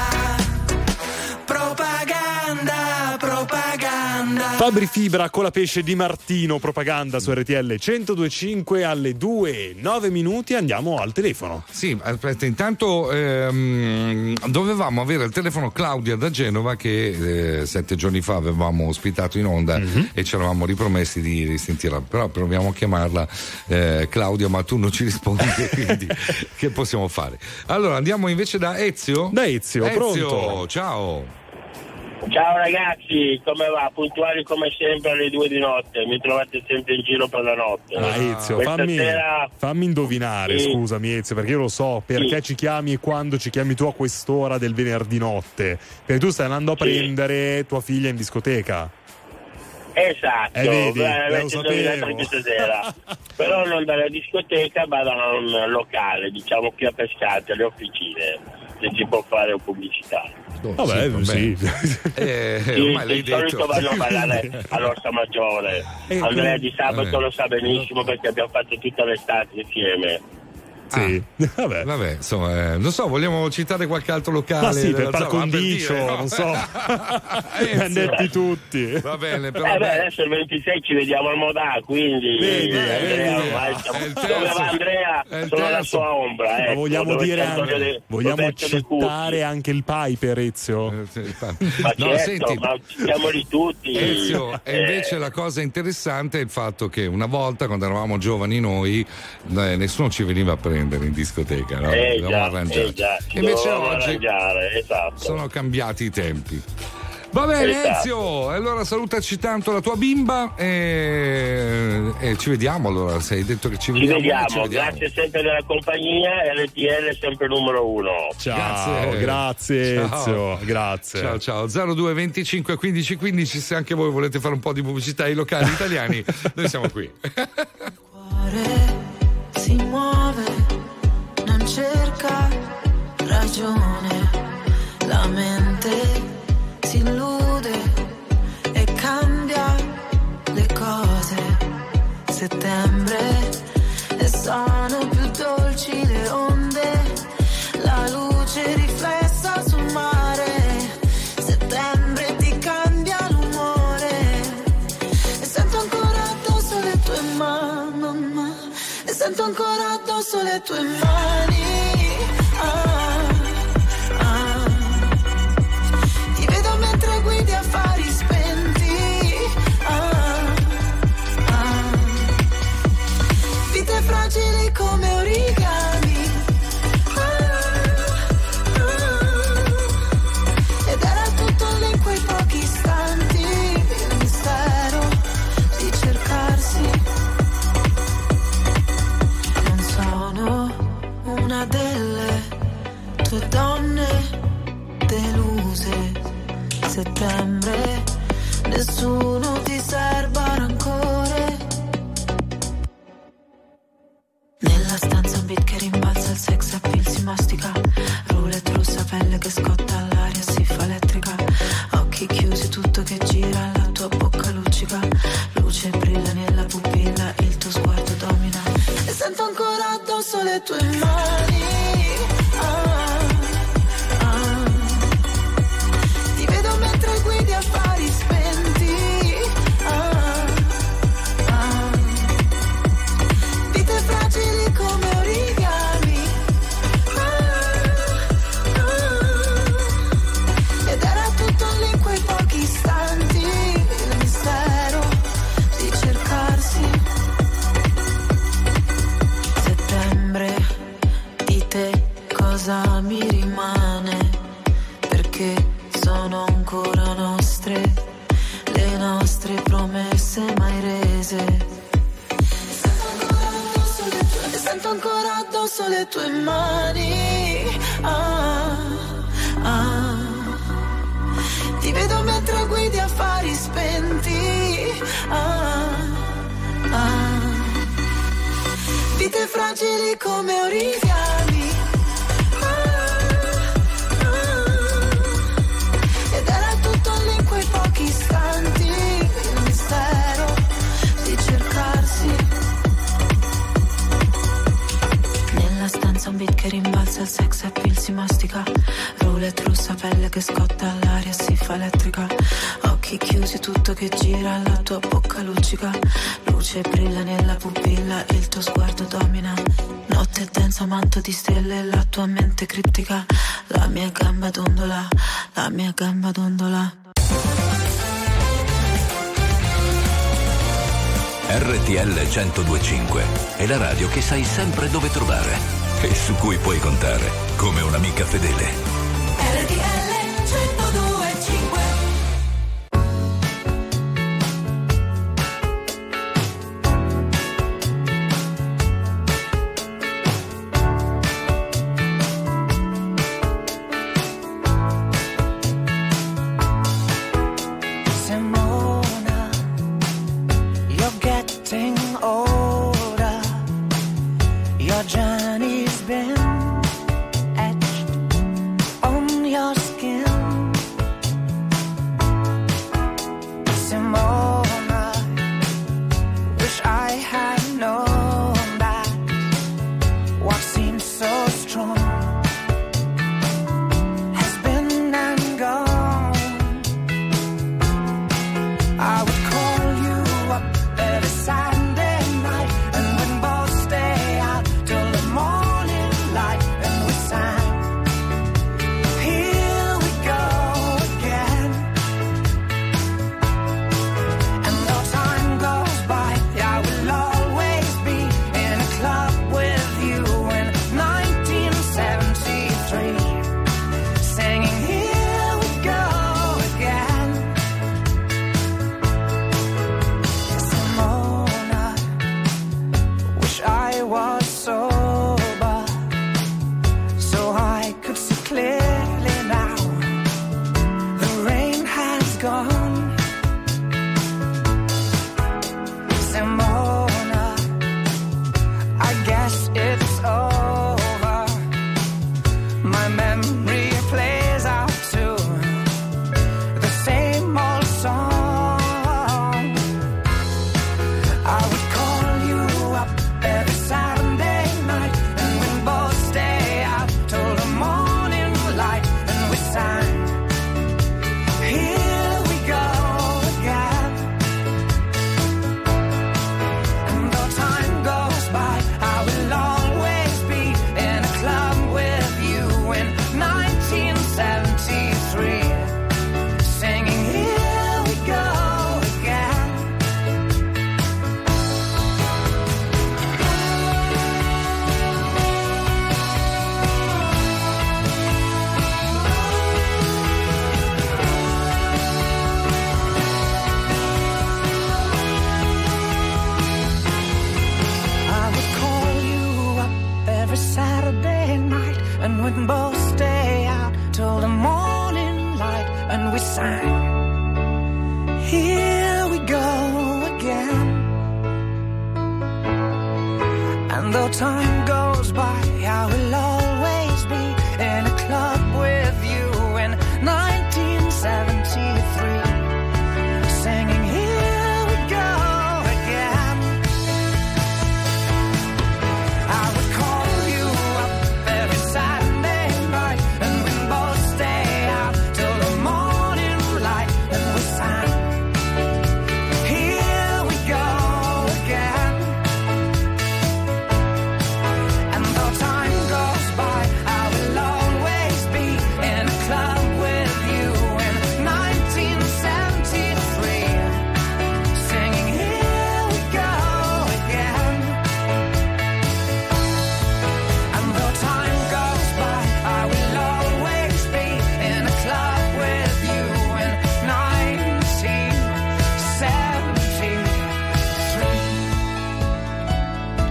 propaganda, propaganda. Fabri Fibra con la pesce di Martino, propaganda su RTL 102.5 alle 2:09. Andiamo al telefono. Sì, aspetta, intanto dovevamo avere al telefono Claudia da Genova che 7 giorni fa avevamo ospitato in onda e ci eravamo ripromessi di risentirla, però proviamo a chiamarla Claudia, ma tu non ci rispondi, quindi che possiamo fare? Allora andiamo invece da Ezio. Da Ezio, pronto? Ciao. Ciao ragazzi, come va? Puntuali come sempre alle 2 di notte, mi trovate sempre in giro per la notte. Ezio, fammi indovinare, Sì. scusami Ezio, perché io lo so perché ci chiami e quando ci chiami tu a quest'ora del venerdì notte, perché tu stai andando a prendere tua figlia in discoteca. Esatto, Vedi, avete lo indovinato sapevo. anche stasera. Però non dalla discoteca, ma da un locale, diciamo qui a Pescate, alle officine, se si può fare pubblicità. Vabbè, sì. Ormai l'hai di solito detto. vanno a ballare all'Orsa Maggiore. Andrea di sabato lo sa benissimo perché abbiamo fatto tutta l'estate insieme. Sì, vabbè, insomma, non so, vogliamo citare qualche altro locale? Ma sì, per della par zona, condicio, per dire, no? non so. Ezio. Andetti tutti. Va bene, però Adesso il 26 ci vediamo al Modà, quindi Andrea, ormai dove va Andrea sono la sua ombra. Ma Ecco, vogliamo dove dire c'è Antonio vogliamo Roberto De Cucchi. citare anche il Piper, Ezio? Ma No, certo, senti, ma siamo lì tutti. Ezio, e invece la cosa interessante è il fatto che una volta, quando eravamo giovani noi, nessuno ci veniva a prendere in discoteca, no? Dovevamo arrangiare. ci Invece dovevamo oggi arrangiare, esatto. sono cambiati i tempi. Va bene, Esatto. Ezio, allora salutaci tanto la tua bimba e ci vediamo. Allora, se hai detto che ci Ci vediamo, vediamo, grazie sempre della compagnia, RTL è sempre numero 1. Ciao, grazie Ezio, grazie. Ciao 02 25 15 15, se anche voi volete fare un po' di pubblicità ai locali italiani, noi siamo qui. Si muove, non cerca ragione, la mente si illude e cambia le cose. Settembre e sono più dolci le onde, la luce riflessa sul mare. Settembre ti cambia l'umore e sento ancora addosso le tue mani, e sento ancora addosso le tue mani. Ti vedo mentre guidi affari spenti. Vite fragili come origami. Ed era tutto lì in quei pochi istanti, il mistero di cercarsi. Non sono una delle tue donne deluse. Settembre, nessuno ti serba rancore. Nella stanza un beat che rimbalza, il sex appeal si mastica. Roulette rossa, pelle che scotta, l'aria si fa elettrica. Occhi chiusi, tutto che gira, la tua bocca luccica. Luce brilla nella pupilla, il tuo sguardo domina. E sento ancora addosso le tue mani. Ti vedo mentre guidi affari spenti. Vite fragili come origami. Ed era tutto lì in quei pochi istanti, il mistero di cercarsi. Settembre nostre promesse mai rese. Sento ancora addosso le tue mani. Ti vedo mentre guidi affari spenti. Vite fragili come origami. Ed era tutto lì in quei pochi istanti. Il mistero di cercarsi. Nella stanza un beat che rimbalza, il sex appeal si mastica. Roulette russa, pelle che scotta, l'aria si fa elettrica. Occhi chiusi, tutto che gira, la tua bocca luccica. Luce brilla nella pupilla, il tuo sguardo domina. Notte densa, manto di stelle, la tua mente criptica. La mia gamba dondola, la mia gamba dondola. RTL 102.5 è la radio che sai sempre dove trovare e su cui puoi contare come un'amica fedele. RTL 102.5. Simona, you're getting older. Your journey's been etched on your skin. Simona, wish I had known that what seemed so strong has been and gone. I would call you up every Sunday night, and we'd both stay out till the morning light, and we sang, here we go again. And though time goes by, I will always be in a club with you in 1973, singing, here we go again. Simona, wish I was sober so I could see clearly now. The rain has gone. Simona, I guess it's over. My memory plays out to the same old song. I would call you up every Saturday night, and we'd both stay out till the morning light, and we sang, here we go again. And though time goes by, I will always be in a club with you in 1973, singing, here we go again. I would call you up every Saturday night, and we'd both stay out till the morning light, and we sang, here we go again. And though time goes by, I will always be in a club with you in 1973, singing, here we go again. I would call you up every Saturday night, and we'd both stay out till the morning light, and we sang, here we go again.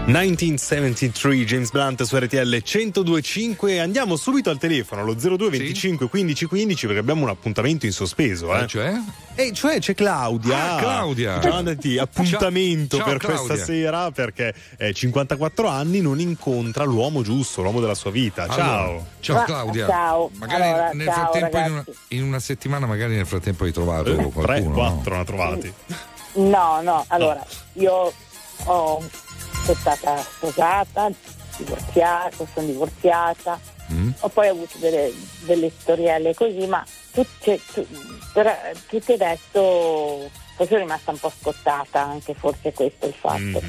1973, James Blunt su RTL 102.5. Andiamo subito al telefono allo 02 25 15 15 perché abbiamo un appuntamento in sospeso. Cioè c'è Claudia. Claudia. Andati, appuntamento Ciao, per Claudia. questa sera perché 54 anni non incontra l'uomo giusto, l'uomo della sua vita. Ciao. Ciao Claudia. Ciao. Magari Allora, nel ciao, frattempo in una settimana magari nel frattempo hai trovato qualcuno. 3, 4 no? ne ha trovati. No, allora, io sono stata sposata, sono divorziata, ho poi avuto delle storielle così, ma tutte adesso poi sono rimasta un po' scottata, anche forse questo è il fatto.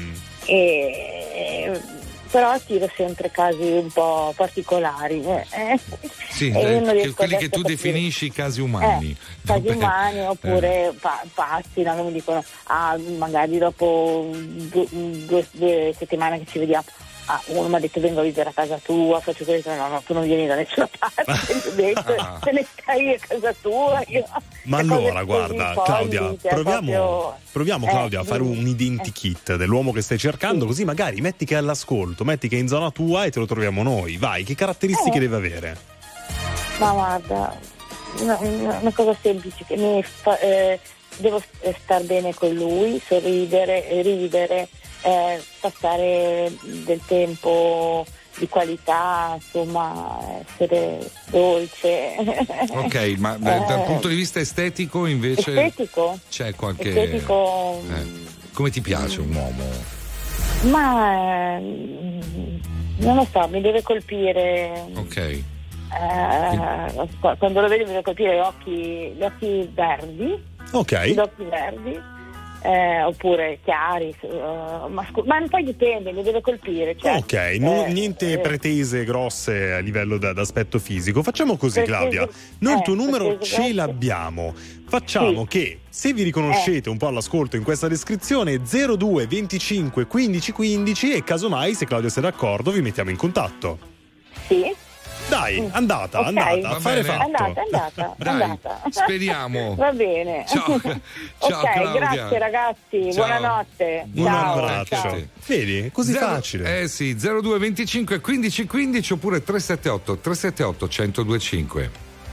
Però tiro sempre casi un po' particolari. Sì, e non riesco quelli adesso che tu a capire. definisci casi umani. Casi umani oppure pazzi, no? Che mi dicono magari dopo due settimane che ci vediamo, uno mi ha detto vengo a vivere a casa tua, faccio questo, no, tu non vieni da nessuna parte, ho detto, te ne stai a casa tua. Ma allora guarda Claudia, proviamo Claudia a fare un identikit dell'uomo che stai cercando, così magari metti che è all'ascolto, metti che è in zona tua e te lo troviamo noi. Vai, che caratteristiche deve avere? Ma guarda, una cosa semplice, che devo star bene con lui, sorridere, ridere, passare del tempo di qualità, insomma, essere dolce. Ok, ma dal punto di vista estetico invece c'è qualche estetico, come ti piace un uomo? Ma non lo so, mi deve colpire. Ok. Quando lo vedo mi deve colpire gli occhi verdi. Ok. Gli occhi verdi. Oppure chiari, ma poi dipende, mi deve colpire. Cioè, ok, niente pretese grosse a livello d'aspetto fisico. Facciamo così, Claudia. Noi il tuo numero ce l'abbiamo. Facciamo che se vi riconoscete un po' all'ascolto in questa descrizione, 02 25 15 15 e casomai, se Claudia sei d'accordo, vi mettiamo in contatto. Sì. Dai, andata, affare fatto. Andata. Speriamo. Va bene. Ciao ok, Claudia. Grazie ragazzi, Ciao. buonanotte. Un abbraccio. Ciao. Vedi, è così facile. Sì, 02 25 15 15 oppure 378 1025.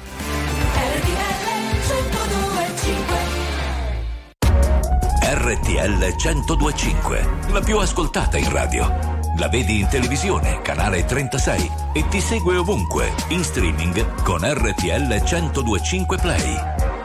RTL 1025, la più ascoltata in radio. La vedi in televisione, canale 36 e ti segue ovunque, in streaming con RTL 1025 Play.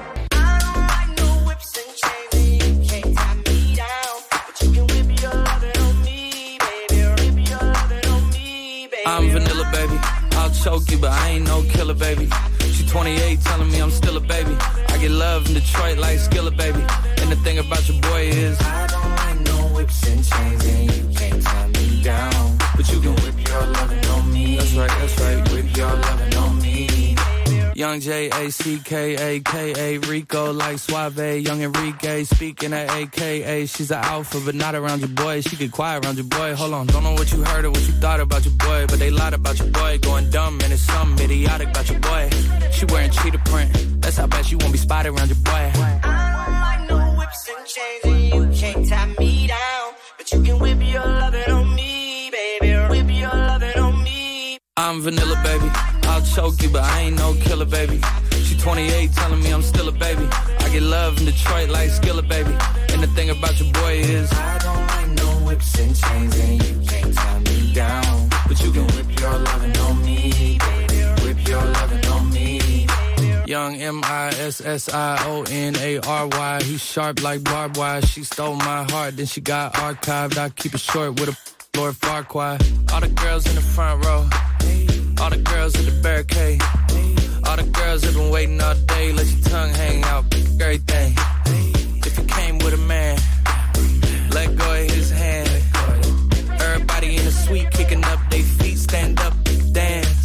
I'm vanilla, baby. I'll choke you, but I ain't no killer, baby. She 28, telling me I'm still a baby. I get love in Detroit like Skillet, baby. And the thing about your boy is I don't like no whips and chains, and you can't tie me down. But you can whip your lovin' on me. That's right, whip your lovin' on me. Young J-A-C-K-A-K-A, Rico like Suave, young Enrique, speaking at AKA. She's an alpha, but not around your boy. She get quiet around your boy. Hold on, don't know what you heard or what you thought about your boy, but they lied about your boy. Going dumb, and it's something idiotic about your boy. She wearing cheetah print, that's how bad she won't be spotted around your boy. I don't like no whips and chains, and you can't tie me down. But you can whip your lovin' on me, baby. Whip your lovin' on me. I'm vanilla, baby. I'll choke you, but I ain't no killer, baby. She 28, telling me I'm still a baby. I get love in Detroit like Skillet, baby. And the thing about your boy is I don't like no whips and chains, and you can't tie me down. But you can whip your lovin' on me, baby. Whip your lovin' on me. Young M-I-S-S-I-O-N-A-R-Y. He's sharp like barbed wire. She stole my heart, then she got archived. I keep it short with a Lord Farquaad. All the girls in the front row, all the girls in the barricade, all the girls have been waiting all day. Let your tongue hang out, everything. If you came with a man, let go of his hand. Everybody in the suite kicking up their feet, stand up, dance.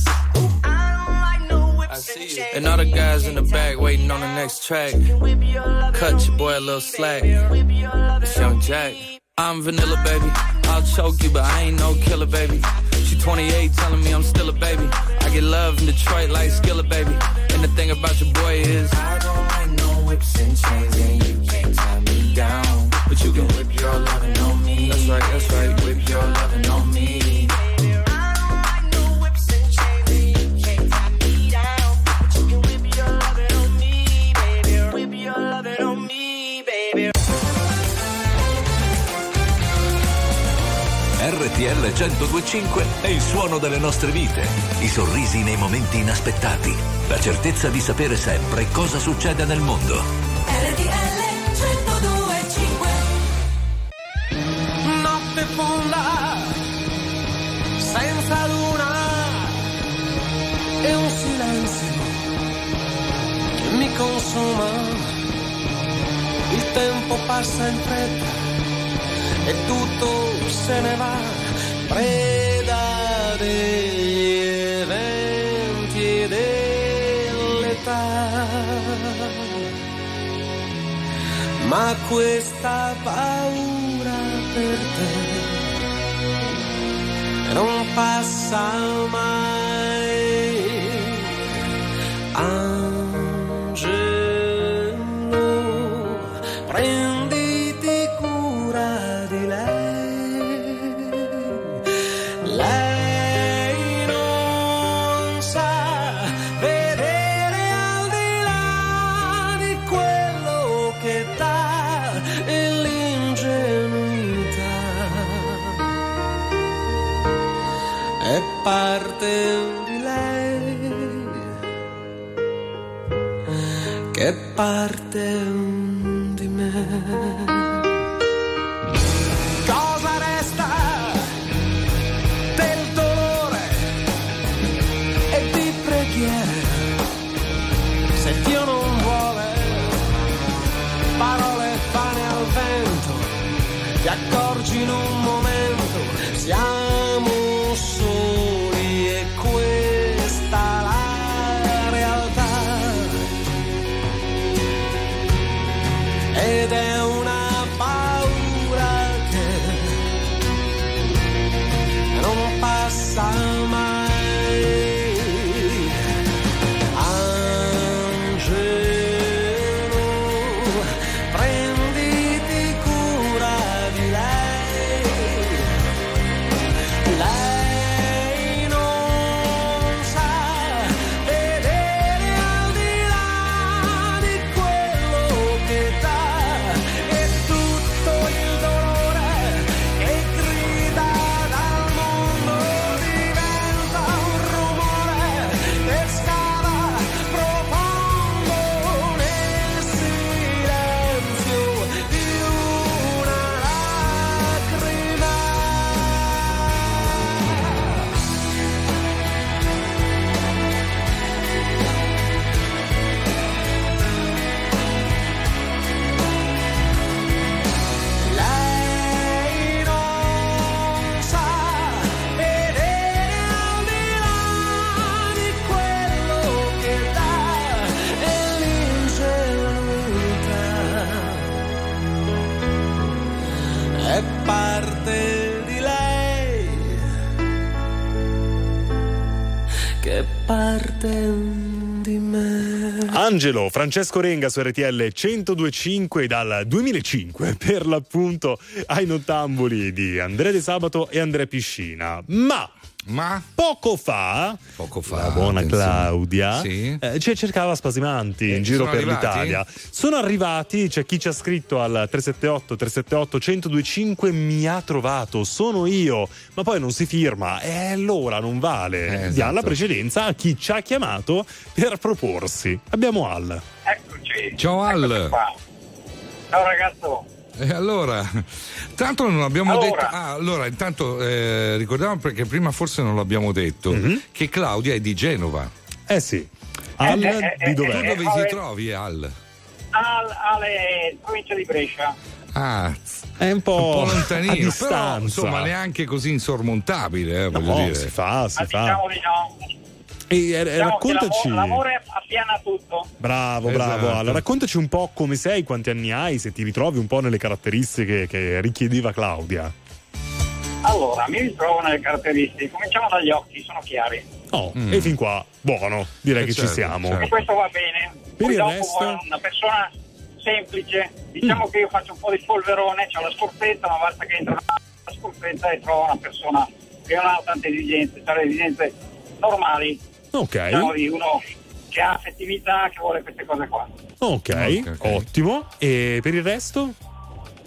I see you. And all the guys in the back waiting on the next track. Cut your boy a little slack. It's Young Jack. I'm vanilla, baby. I'll choke you, but I ain't no killer, baby. She 28, telling me I'm still a baby. I get love in Detroit like Skillet, baby. And the thing about your boy is I don't like no whips and chains, and you can't tie me down. But you can whip your lovin' on me. That's right, whip your lovin' on me. RTL 102.5 è il suono delle nostre vite, i sorrisi nei momenti inaspettati, la certezza di sapere sempre cosa succede nel mondo. RTL 102.5. Notte fonda, senza luna, e un silenzio che mi consuma. Il tempo passa in fretta e tutto se ne va, preda degli eventi e dell'età. Ma questa paura per te non passa mai. Angelo, prenditi cura di lei. Lei non sa vedere al di là di quello che dà e l'ingenuità è parte di lei, che è parte di me. Cosa resta del dolore e di preghiere se Dio non vuole? Parole vane al vento, ti accorgi in un momento, siamo soli e questa la realtà. Ed è una paura che non passa mai. Angelo, prenditi cura di lei. Lei non sa vedere al di là di quello che dà, e tutto il dolore che grida dal mondo diventa un rumore che scava profondo nel silenzio di una lacrima. Lei non sa vedere al di là di quello che dà e l'ingenuità è parte di lei, che è parte di me. Angelo, Francesco Renga su RTL 102.5 dal 2005, per l'appunto ai Nottamboli di Andrea De Sabato e Andrea Piscina. Ma poco fa la buona attenzione. Claudia Sì. cercava spasimanti in giro sono per arrivati? l'Italia. Sono arrivati, c'è chi ci ha scritto al 378-378-1025, mi ha trovato, sono io, ma poi non si firma e allora non vale. Esatto. Diamo la precedenza a chi ci ha chiamato per proporsi. Abbiamo Al. Eccoci. Ciao Al. Qua. Ciao ragazzo. E allora, tanto non abbiamo detto. Allora, intanto ricordiamo, perché prima forse non l'abbiamo detto, che Claudia è di Genova. Eh sì. Al di dov'è? Tu dove ti trovi, Al? Alle provincia di Brescia. Ah, è un po' lontanino, a però distanza. insomma neanche così insormontabile, voglio dire. Si fa. Diciamo di no. E raccontaci. L'amore appiana tutto. Bravo, Esatto. Allora, raccontaci un po' come sei, quanti anni hai, se ti ritrovi un po' nelle caratteristiche che richiedeva Claudia. Allora, mi ritrovo nelle caratteristiche. Cominciamo dagli occhi, sono chiari. E fin qua, buono, direi che ci certo, siamo. certo. E questo va bene. Per Poi il dopo resto? vuole una persona semplice. Diciamo che io faccio un po' di polverone, c'ho la scorpetta, ma basta che entro la scorpetta e trovo una persona che non ha tante esigenze, ha le esigenze normali. Ok. Diciamo di uno che ha affettività, che vuole queste cose qua. Ok, ottimo. E per il resto?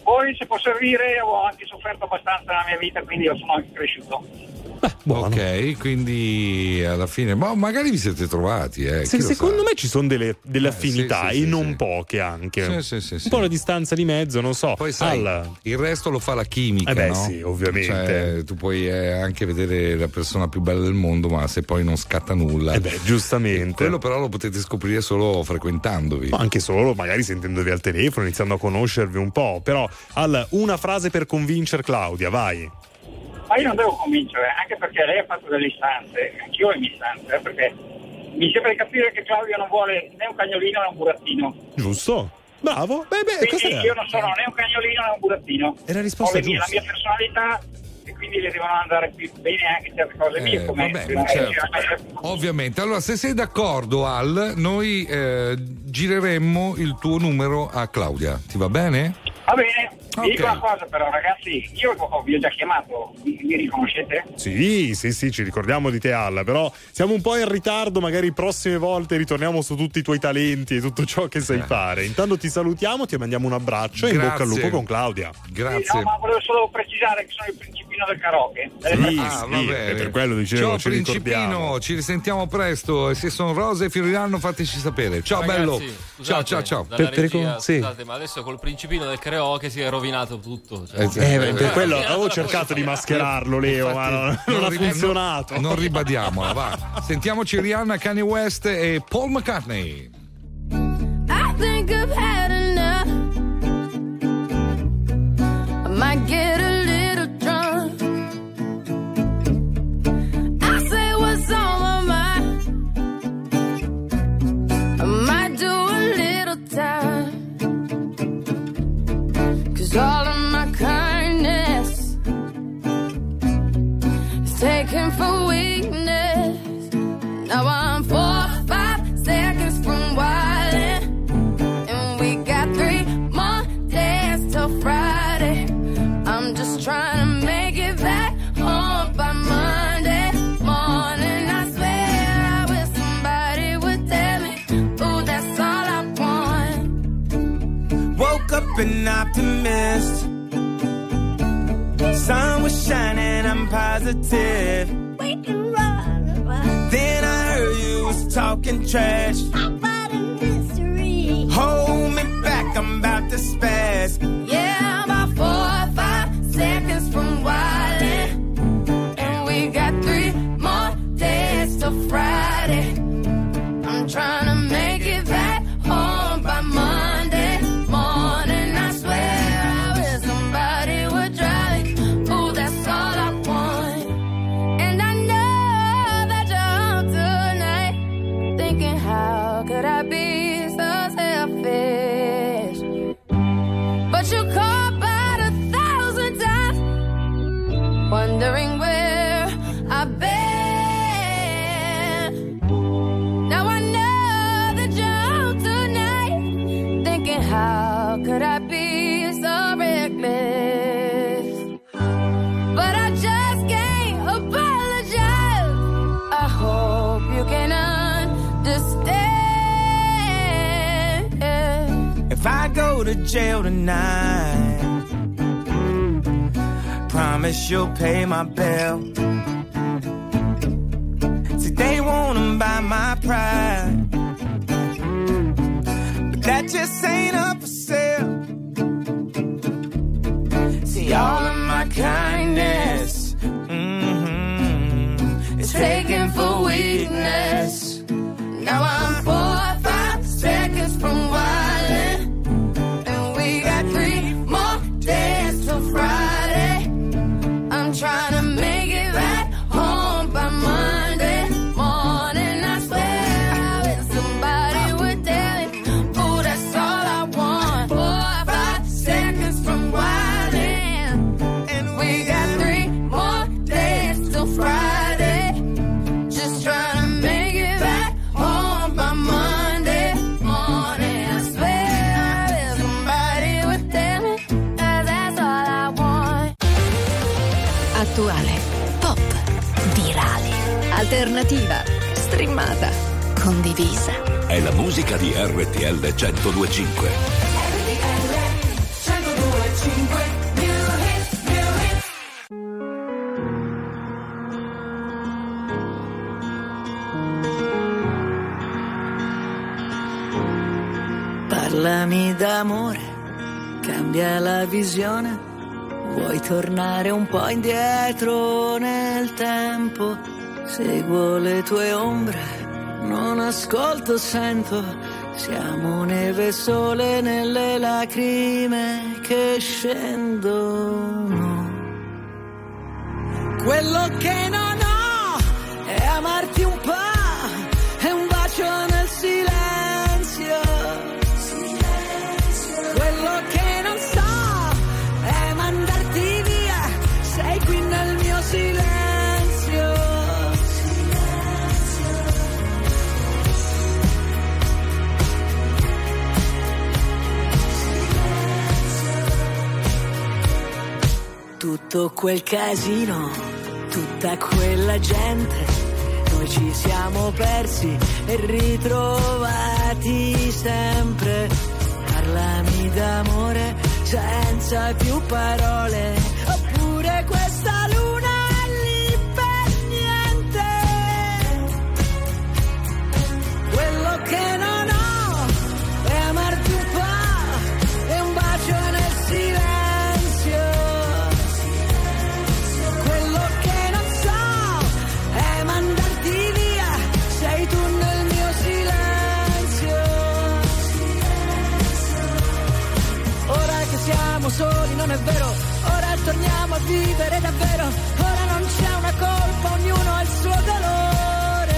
Poi se può servire, ho anche sofferto abbastanza nella mia vita, quindi io sono anche cresciuto. Ok, quindi alla fine magari vi siete trovati. Secondo me ci sono delle affinità, sì, e non poche anche. Sì, un po' la distanza di mezzo, non so. Poi sai, il resto lo fa la chimica, no? Sì, ovviamente. Cioè, tu puoi anche vedere la persona più bella del mondo, ma se poi non scatta nulla. Giustamente. Quello però lo potete scoprire solo frequentandovi. Anche solo, magari sentendovi al telefono, iniziando a conoscervi un po'. Però, una frase per convincere Claudia, vai. Ma io non devo convincere, anche perché lei ha fatto delle istanze, anch'io ho le mie istanze, perché mi sembra di capire che Claudia non vuole né un cagnolino né un burattino. Giusto? Bravo. Quindi io non sono né un cagnolino né un burattino. È la risposta ho la mia personalità e quindi le devono andare più bene anche certe cose mie. Ovviamente. Allora, se sei d'accordo, noi gireremmo il tuo numero a Claudia. Ti va bene? Va bene. Vi dico una cosa però, ragazzi, io vi ho già chiamato, mi riconoscete? Sì, ci ricordiamo di te, Alla, però siamo un po' in ritardo, magari prossime volte ritorniamo su tutti i tuoi talenti e tutto ciò che sai fare. Intanto ti salutiamo, ti mandiamo un abbraccio e in bocca al lupo con Claudia. Grazie. No, ma volevo solo precisare che sono il principino del karaoke. Vabbè, per quello dicevo, ciao ci principino, ricordiamo. ci risentiamo presto e se sono rose e fioriranno fateci sapere. Ciao, ragazzi, bello. Scusate, Ciao. Scusate, ma adesso col principino del karaoke si è rovinato tutto. Per quello avevo cercato di mascherarlo, Leo, ma non ha funzionato. Non ribadiamola, va. Sentiamoci Rihanna, Kanye West e Paul McCartney. I think I've had enough. I might get a little drunk. I say what's on my mind. I might do a little time. 'Cause all of my kindness is taken for weakness. Now I'm 4 or 5 seconds from wildin', and we got 3 more days till Friday. I'm just trying to make it back home by Monday morning. I swear I wish somebody would tell me, ooh, that's all I want. Woke up an optimist. Sun was shining, I'm positive. Then I heard you was talking trash. Hold me back, I'm about to spaz. Yeah, about 4 or 5 seconds from wildin', and we got 3 more days till Friday. I'm trying to make it back home by Monday morning. I swear I wish somebody would drive me. Ooh, that's all I want. And I know that you're home tonight, thinking how could I be so selfish? But you called about 1,000 times, wondering where I've been. Now I know that you're home tonight, thinking how could I be so reckless? But I just can't apologize. I hope you can understand. If I go to jail tonight, promise you'll pay my bill. See, they wanna buy my pride, but that just ain't up for sale. See, all of my kindness is taken for weakness. Now I'm 4 or 5 seconds from wildin', and we got 3 more days till Friday. I'm trying to make it back home by Monday morning. I swear I wish somebody would tell me, ooh, that's all I want. 4 or 5 seconds from wildin', and we got 3 more days till Friday. Just trying to make it back home by Monday morning. I swear I wish somebody would tell me, that's all I want. Attuale, pop, virale, alternativa, streamata, condivisa. È la musica di RTL 102.5. RTL 102.5. Parlami d'amore, cambia la visione. Vuoi tornare un po' indietro nel tempo? Seguo le tue ombre, non ascolto, sento. Siamo neve e sole nelle lacrime che scendono. Quello che non ho è amarti un po', è un bacio nel silenzio. Quello che non so è mandarti via, sei qui nel mio silenzio. Tutto quel casino, tutta quella gente, noi ci siamo persi e ritrovati sempre. Parlami d'amore senza più parole, oppure questa luna è lì per niente. Quello che non ho è amarti un po', è un bacio nel silenzio. Quello che non so è mandarti via, sei tu nel mio silenzio. Ora che siamo soli non è vero, ora torniamo a vivere davvero. Ora non c'è una colpa, ognuno ha il suo dolore.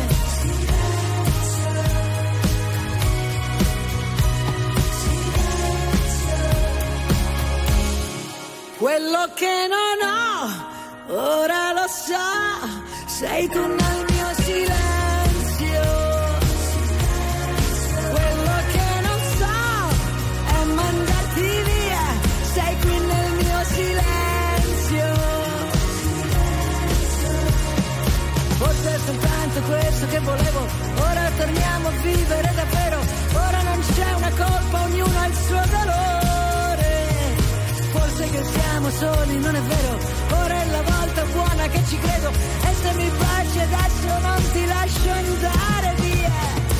Quello che non ho, ora lo so, sei tu nel mio silenzio. Quello che non so è mandarti via, sei qui nel mio silenzio. Forse è soltanto questo che volevo, ora torniamo a vivere davvero. Ora non c'è una colpa, ognuno ha il suo dolore. Forse che siamo soli, non è vero, ora è la volta buona che ci credo. E se mi baci adesso non ti lascio andare via.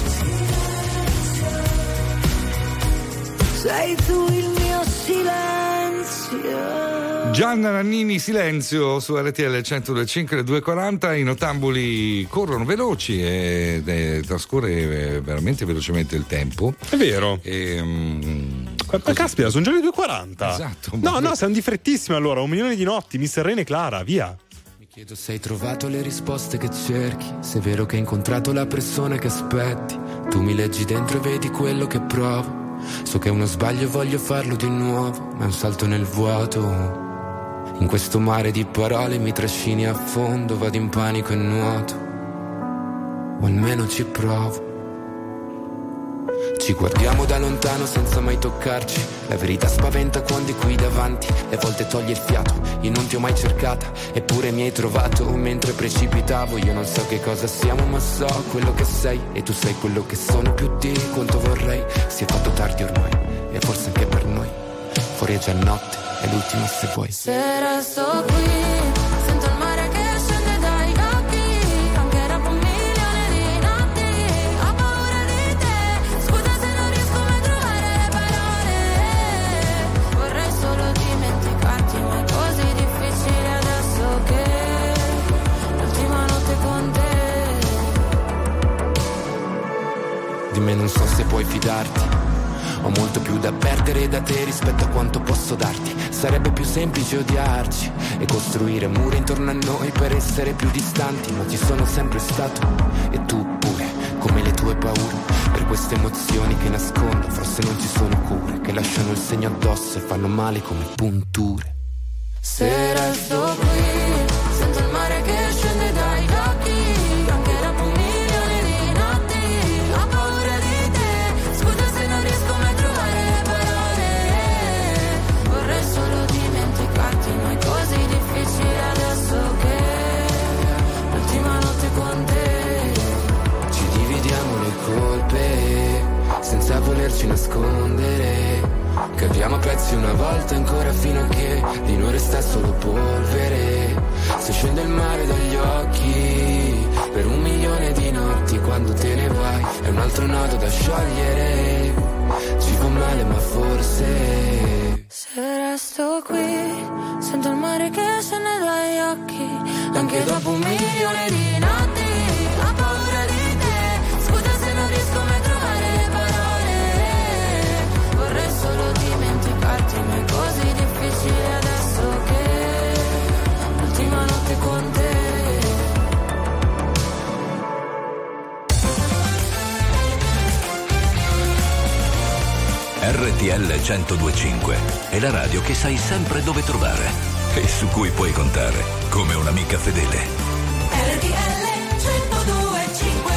Sei tu il mio silenzio. Gianna Nannini, Silenzio su RTL 102.5, le 2.40. I nottambuli corrono veloci e trascorre veramente velocemente il tempo. È vero. Ma caspita, sono già le 2.40. Esatto. No, siamo di frettissimo allora. 1 milione di notti, Miss Rene Clara, via. Mi chiedo se hai trovato le risposte che cerchi, se è vero che hai incontrato la persona che aspetti. Tu mi leggi dentro e vedi quello che provo. So che è uno sbaglio e voglio farlo di nuovo, ma è un salto nel vuoto. In questo mare di parole mi trascini a fondo, vado in panico e nuoto, o almeno ci provo. Ci guardiamo da lontano senza mai toccarci. La verità spaventa quando è qui davanti, e a volte toglie il fiato. Io non ti ho mai cercata, eppure mi hai trovato mentre precipitavo. Io non so che cosa siamo, ma so quello che sei, e tu sei quello che sono più di quanto vorrei. Si è fatto tardi ormai, e forse anche per noi. Fuori è già notte, è l'ultima se vuoi. Se resto qui, sento il mare che scende dai occhi, anche dopo 1 milione di notti. Ho paura di te, scusa se non riesco mai a trovare le parole. Vorrei solo dimenticarti, ma è così difficile adesso che l'ultima notte con te. Di me non so se puoi fidarti, ho molto più da perdere da te rispetto a quanto posso darti. Sarebbe più semplice odiarci e costruire mura intorno a noi per essere più distanti, ma ci sono sempre stato, e tu pure, come le tue paure. Per queste emozioni che nascondo forse non ci sono cure, che lasciano il segno addosso e fanno male come punture. Se resto qui, sento il mare che scende dai occhi, anche dopo 1 milione di notti. Ho paura di te, scusa se non riesco mai a trovare le parole. Vorrei solo dimenticarti, ma è così difficile adesso che l'ultima notte con te. Ci dividiamo le colpe senza volerci nascondere. Capiamo a pezzi una volta ancora fino a che di noi resta solo polvere. Se scende il mare dagli occhi per 1 milione di notti, quando te ne vai è un altro nodo da sciogliere. Ci fa male ma forse se resto qui, sento il mare che se ne dagli occhi, anche dopo 1 milione di notti, ho paura di te, scusa se non riesco mai a trovare le parole, vorrei solo dimenticarti, ma è così difficile adesso che l'ultima notte con te. RTL 102.5 è la radio che sai sempre dove trovare e su cui puoi contare come un'amica fedele. RTL 102.5.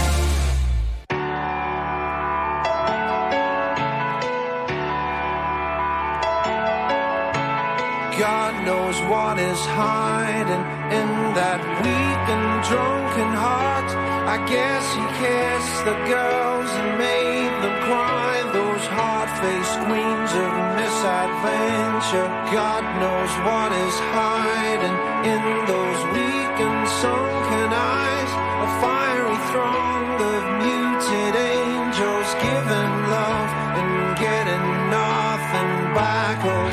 God knows what is hiding in that weak and drunken heart. I guess he kissed the girls and made them cry, those hard-faced queens of misadventure. God knows what is hiding in those weak and sunken eyes, a fiery throng of muted angels giving love and getting nothing back. Oh,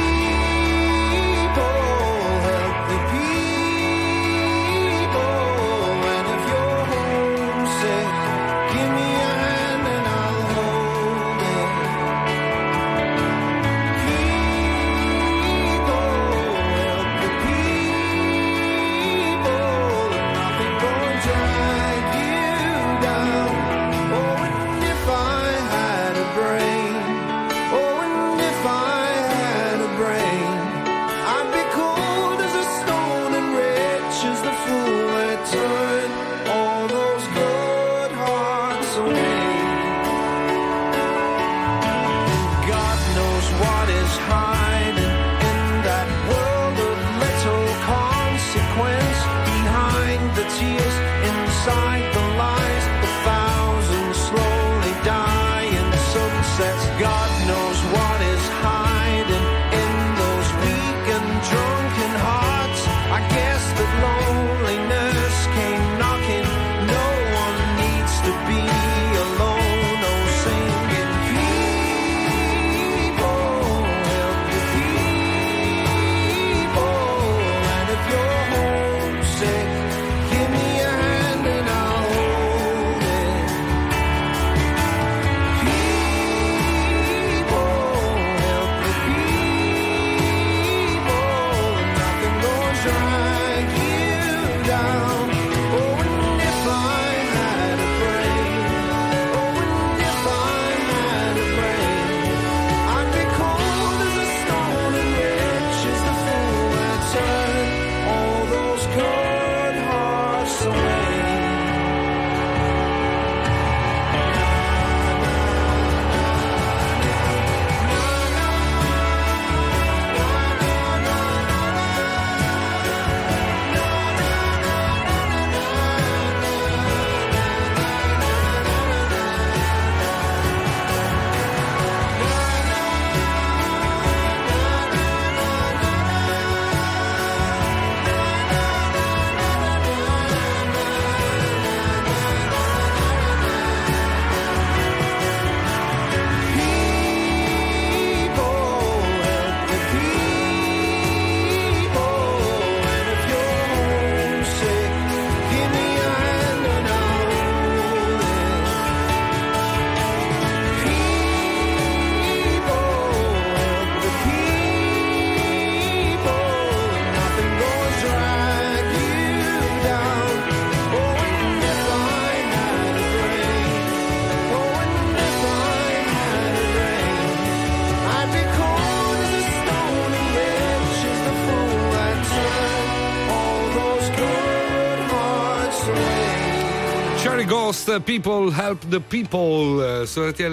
Ghost, People Help the People su RTL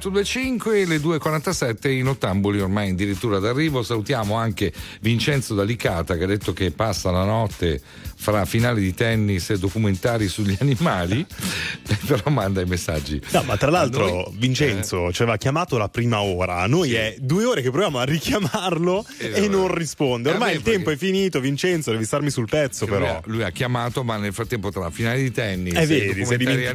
102.5, le 2.47 in Ottamboli ormai addirittura d'arrivo. Salutiamo anche Vincenzo da Licata che ha detto che passa la notte fra finali di tennis e documentari sugli animali, però manda i messaggi. No, ma tra l'altro Vincenzo ci aveva chiamato la prima ora, noi è 2 ore che proviamo a richiamarlo e non risponde. Ormai il tempo è finito, Vincenzo, devi starmi sul pezzo però. Lui ha chiamato, ma nel frattempo tra finali di tennis vedi, si è dimenticato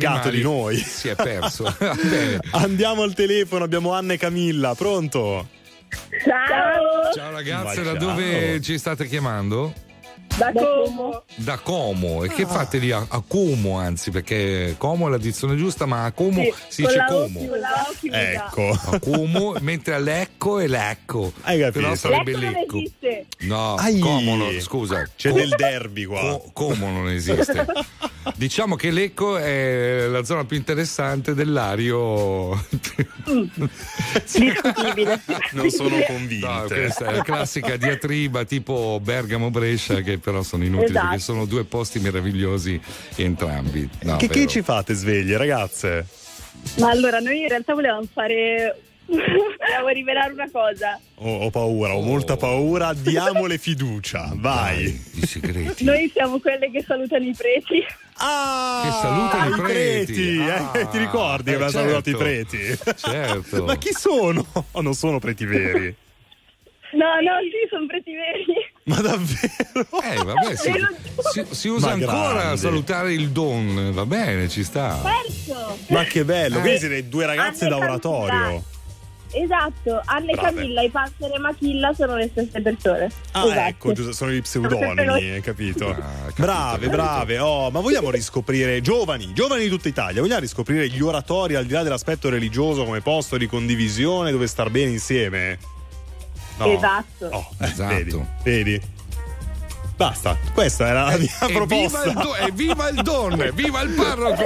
dimenticato di noi. Si è perso. Bene. Andiamo al telefono, abbiamo Anna e Camilla, pronto? Ciao. Ciao ragazze, Ma da ciao. dove ci state chiamando? Da Como. Da Como. E che fate lì a Como, anzi, perché Como è la dizione giusta, ma a Como si dice Como. Ecco. A Como, mentre a Lecco è Lecco. Hai capito? Però sarebbe Lecco non Lecco. esiste. No, Ai. Como no, scusa. C'è del derby qua. Como non esiste. Diciamo che Lecco è la zona più interessante dell'Ario. Discutibile. Non sono convinto. No, questa è la classica diatriba tipo Bergamo-Brescia, che però sono inutili, Esatto. perché sono due posti meravigliosi entrambi. No, Che vero. ci fate sveglie, ragazze? Ma allora, noi in realtà volevamo fare. Volevo rivelare una cosa. Ho paura, ho molta paura. Diamole fiducia, vai. I segreti. Noi siamo quelle che salutano i preti. Ah, Che salutano i preti. Ti ricordi che abbiamo salutato i preti? Certo. Ma chi sono? Oh, non sono preti veri. No, sì, sono preti veri. Ma davvero? Vabbè, si usa Ma ancora grandi. salutare il don, va bene, ci sta. Certo. Ma che bello, quindi siete due ragazze Anne da oratorio. Esatto, Anne Brave. Camilla e Panzer e Machilla sono le stesse persone. Ah, Esatto. ecco, giusto, sono gli pseudonimi, hai capito? capito, Brave. Oh, ma vogliamo riscoprire giovani di tutta Italia, vogliamo riscoprire gli oratori al di là dell'aspetto religioso come posto di condivisione dove star bene insieme? No. Esatto. Oh, Esatto. Vedi? Basta, questa era la mia proposta. Viva il don, viva il parroco.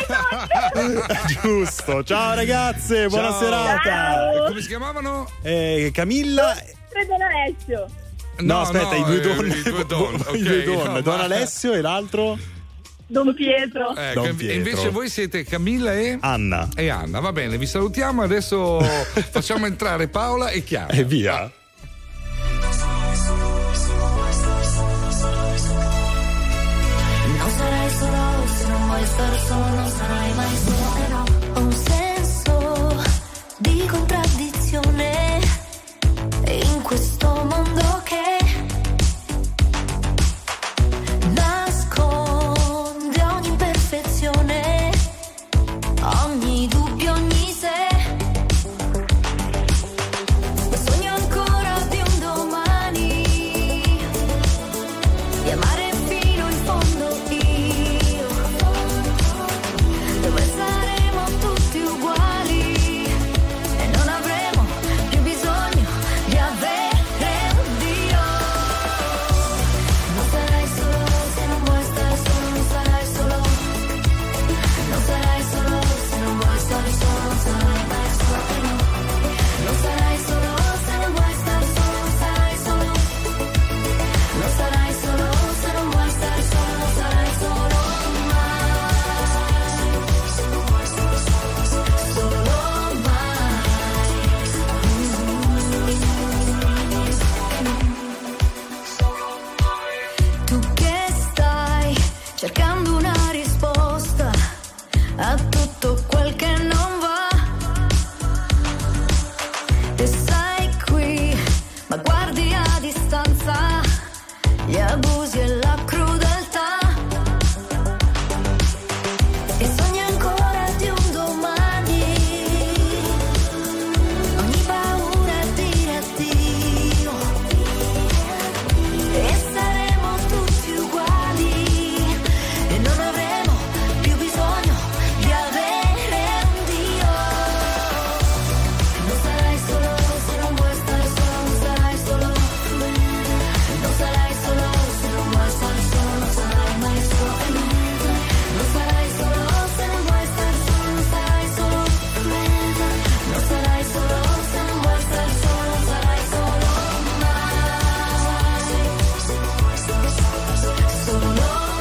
Giusto. Ciao ragazze, buona Ciao. serata. Come si chiamavano? Camilla. Credo Alessio. No, aspetta, i due don. I due don, ok, I due don. no, Don ma- Alessio e l'altro? Don Pietro. Ecco, Don Pietro. e invece voi siete Camilla e Anna. E Anna, va bene, vi salutiamo. Adesso facciamo entrare Paola e Chiara. E via. Non sarai solo se non vuoi stare solo, non sarai mai solo, no. Ho un senso di contraddizione in questo mondo che nasconde ogni imperfezione, ogni dubbio, ogni se. Sogno ancora di un domani, di amare fino in fondo io, dove saremo tutti uguali e non avremo più bisogno di avere un Dio. Non sarai solo se non vuoi stare solo, non sarai solo. Non sarai solo se non vuoi stare solo, non sarai mai solo, no. Non sarai solo se non vuoi stare solo, non sarai solo. Non sarai solo se non vuoi stare solo, non sarai solo mai. Tu che stai cercando una risposta a tutto quel che non va, e sei qui ma guardi a distanza gli abusi e la crudeltà, e sogni ancora di un domani, ogni paura è dire addio, e saremo tutti uguali e non avremo più bisogno di avere un Dio. Non sarai solo se non vuoi stare solo, non sarai solo. Non sarai solo se non vuoi stare solo, non sarai mai solo. Non sarai solo se non vuoi stare solo, non sarai solo. Non sarai solo se non vuoi stare solo, non sarai solo mai. Solo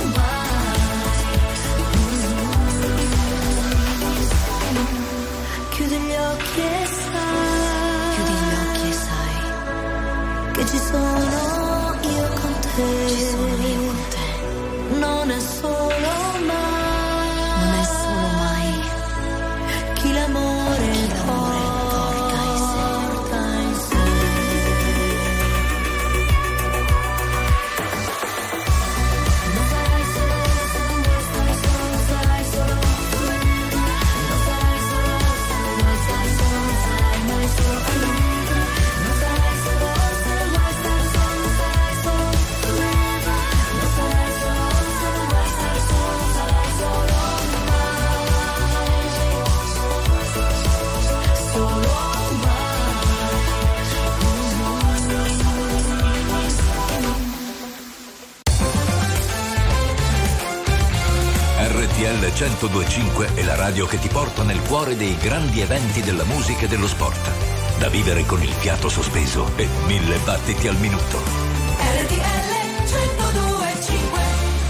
mai. Chiudi gli occhi e sai. Chiudi gli occhi e sai che ci sono io con te. Ci sono io con te. Non è solo mai. Non è solo mai. Chi l'amore porta in sé. Non sarai solo se non vuoi stare solo, non sarai solo. 102.5 è la radio che ti porta nel cuore dei grandi eventi della musica e dello sport. Da vivere con il fiato sospeso e 1000 battiti al minuto. RTL 102.5.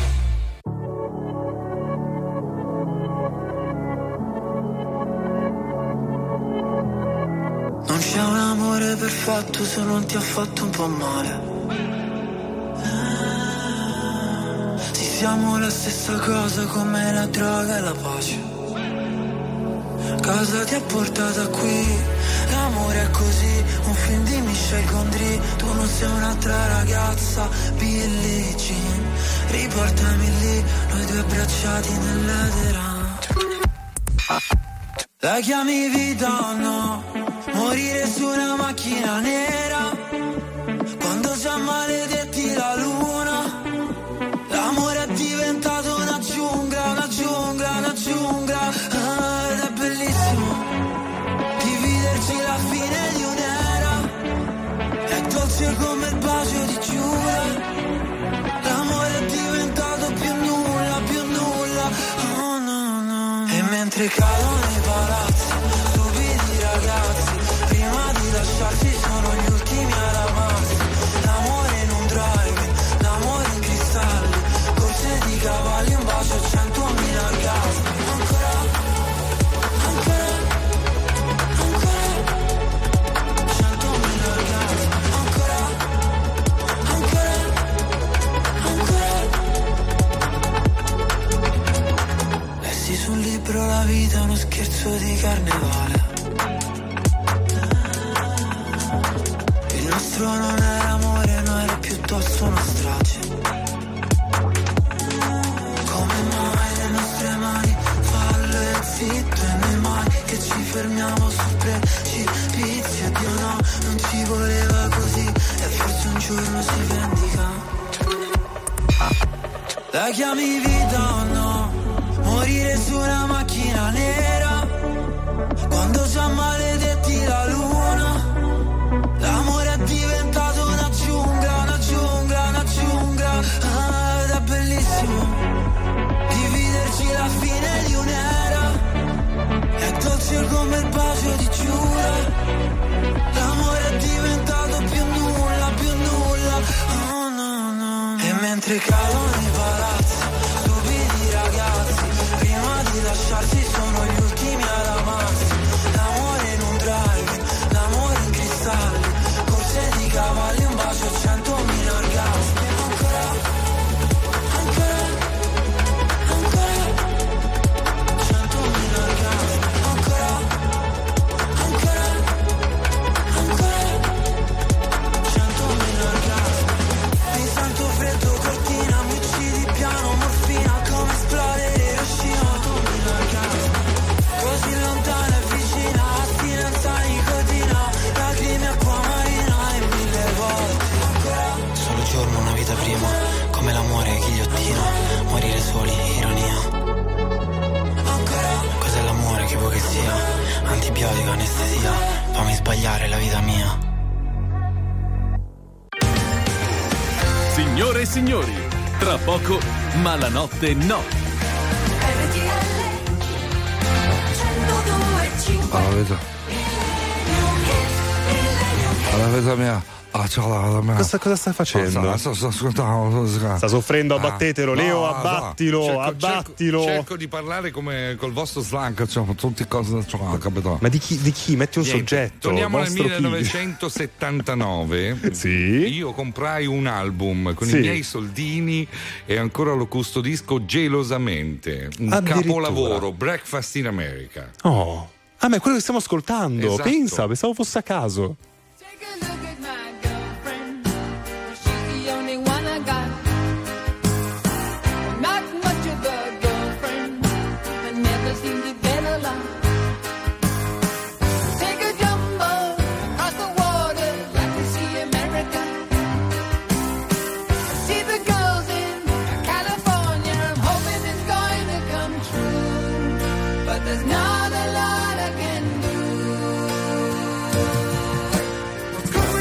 Non c'è un amore perfetto se non ti ha fatto un po' male. Siamo la stessa cosa come la droga e la pace. Cosa ti ha portata qui? L'amore è così, un film di Michel Gondry. Tu non sei un'altra ragazza, Billie Jean. Riportami lì, noi due abbracciati nell'edera. La chiami vita o no? Morire su una macchina nera quando già maledetti la luna. L'amore è diventato una giungla, una giungla, una giungla. Ed è bellissimo dividerci la fine di un'era. È dolce come il bacio di Giura. L'amore è diventato più nulla, più nulla. Oh no, no. E mentre cadono i palazzi, stupidi ragazzi, prima di lasciarsi sono gli ultimi a ramarsi. L'amore in un drive, l'amore in cristalli, corse di cavalli, un bacio, 100.000 orgasmi. Ancora, ancora, ancora, 100.000 orgasmi. Ancora, ancora, ancora. Lessi sul libro La vita è uno scherzo di carnevale. Il nostro non era amore, no, era piuttosto una strage. Come mai le nostre mani fallo e zitto e noi mai che ci fermiamo sul precipizio. Dio no, non ci voleva così e forse un giorno si vendica. La chiami vita o no? Morire su una macchina nera quando già maledetti la luna. L'amore è diventato una giungla, una giungla, una giungla. Ed è bellissimo dividerci la fine di un'era. È dolce come il bacio di Giura. L'amore è diventato più nulla, più nulla. Oh no, no. E mentre cadono i palazzi, stupidi ragazzi, prima di lasciarsi sono gli ultimi a ramarsi. L'amore in un drive, l'amore in cristalli, corse di cavalli, un bacio, 100.000 orgasmi. Ancora, ancora, ancora, 100.000 orgasmi. Ancora, ancora, ancora, 100.000 orgasmi. Mi sento freddo, cortina, mi uccidi piano, morfina, come esplodere Hiroshima. 100.000 orgasmi. Così lontana e vicina, astinenza, nicotina, lacrime, acqua marina e 1000 volte. Solo giorno, una vita prima, come l'amore, ghigliottina, morire soli, ironia. Ancora. Cos'è l'amore, che vuoi che sia? Antibiotico, anestesia, fammi sbagliare la vita mia. Signore e signori, tra poco Malanotte no. Alla vita mia. Cosa stai facendo? Sto ascoltando la musica. Sta soffrendo, abbattetelo, Leo, abbattilo, abbattilo. Cerco di parlare come col vostro slang, cioè, tutte cose, capito? Ma di chi? Metti un soggetto. Torniamo nel 1979. Sì. Io comprai un album con i miei soldini e ancora lo custodisco gelosamente. Un capolavoro, Breakfast in America. Oh. Ah, ma è quello che stiamo ascoltando. Esatto. Pensavo fosse a caso. There's not a lot I can do.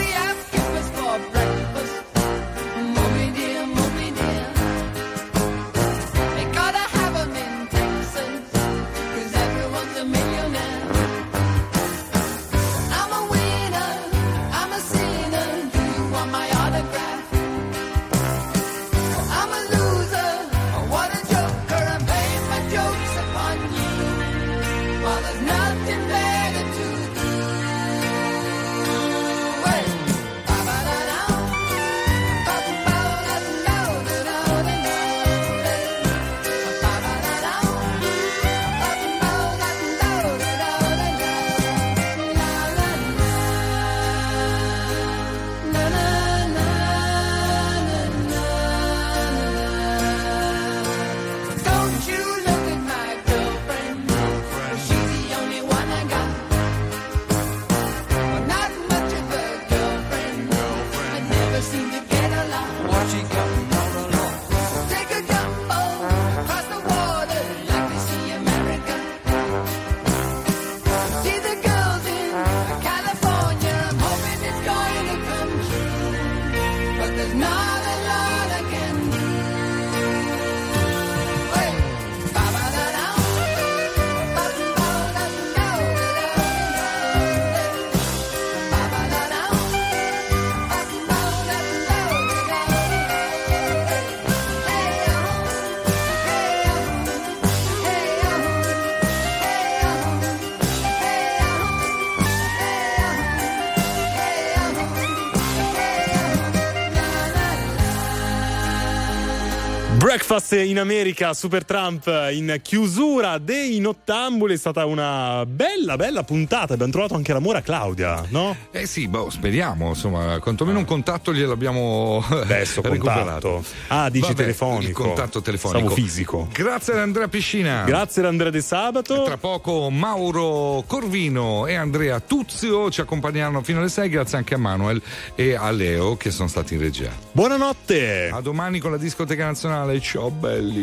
not alone again. Breakfast in America, Supertramp in chiusura dei Nottambuli. È stata una bella puntata. Abbiamo trovato anche l'amore a Claudia, no? Sì, speriamo, insomma, quantomeno un contatto gliel'abbiamo adesso recuperato. Dici telefonico. Il contatto telefonico. Stavo fisico. Grazie ad Andrea Piscina. Grazie ad Andrea De Sabato. Tra poco Mauro Corvino e Andrea Tuzio ci accompagneranno fino alle 6. Grazie anche a Manuel e a Leo che sono stati in regia. Buonanotte. A domani con la discoteca nazionale. Ciao belli.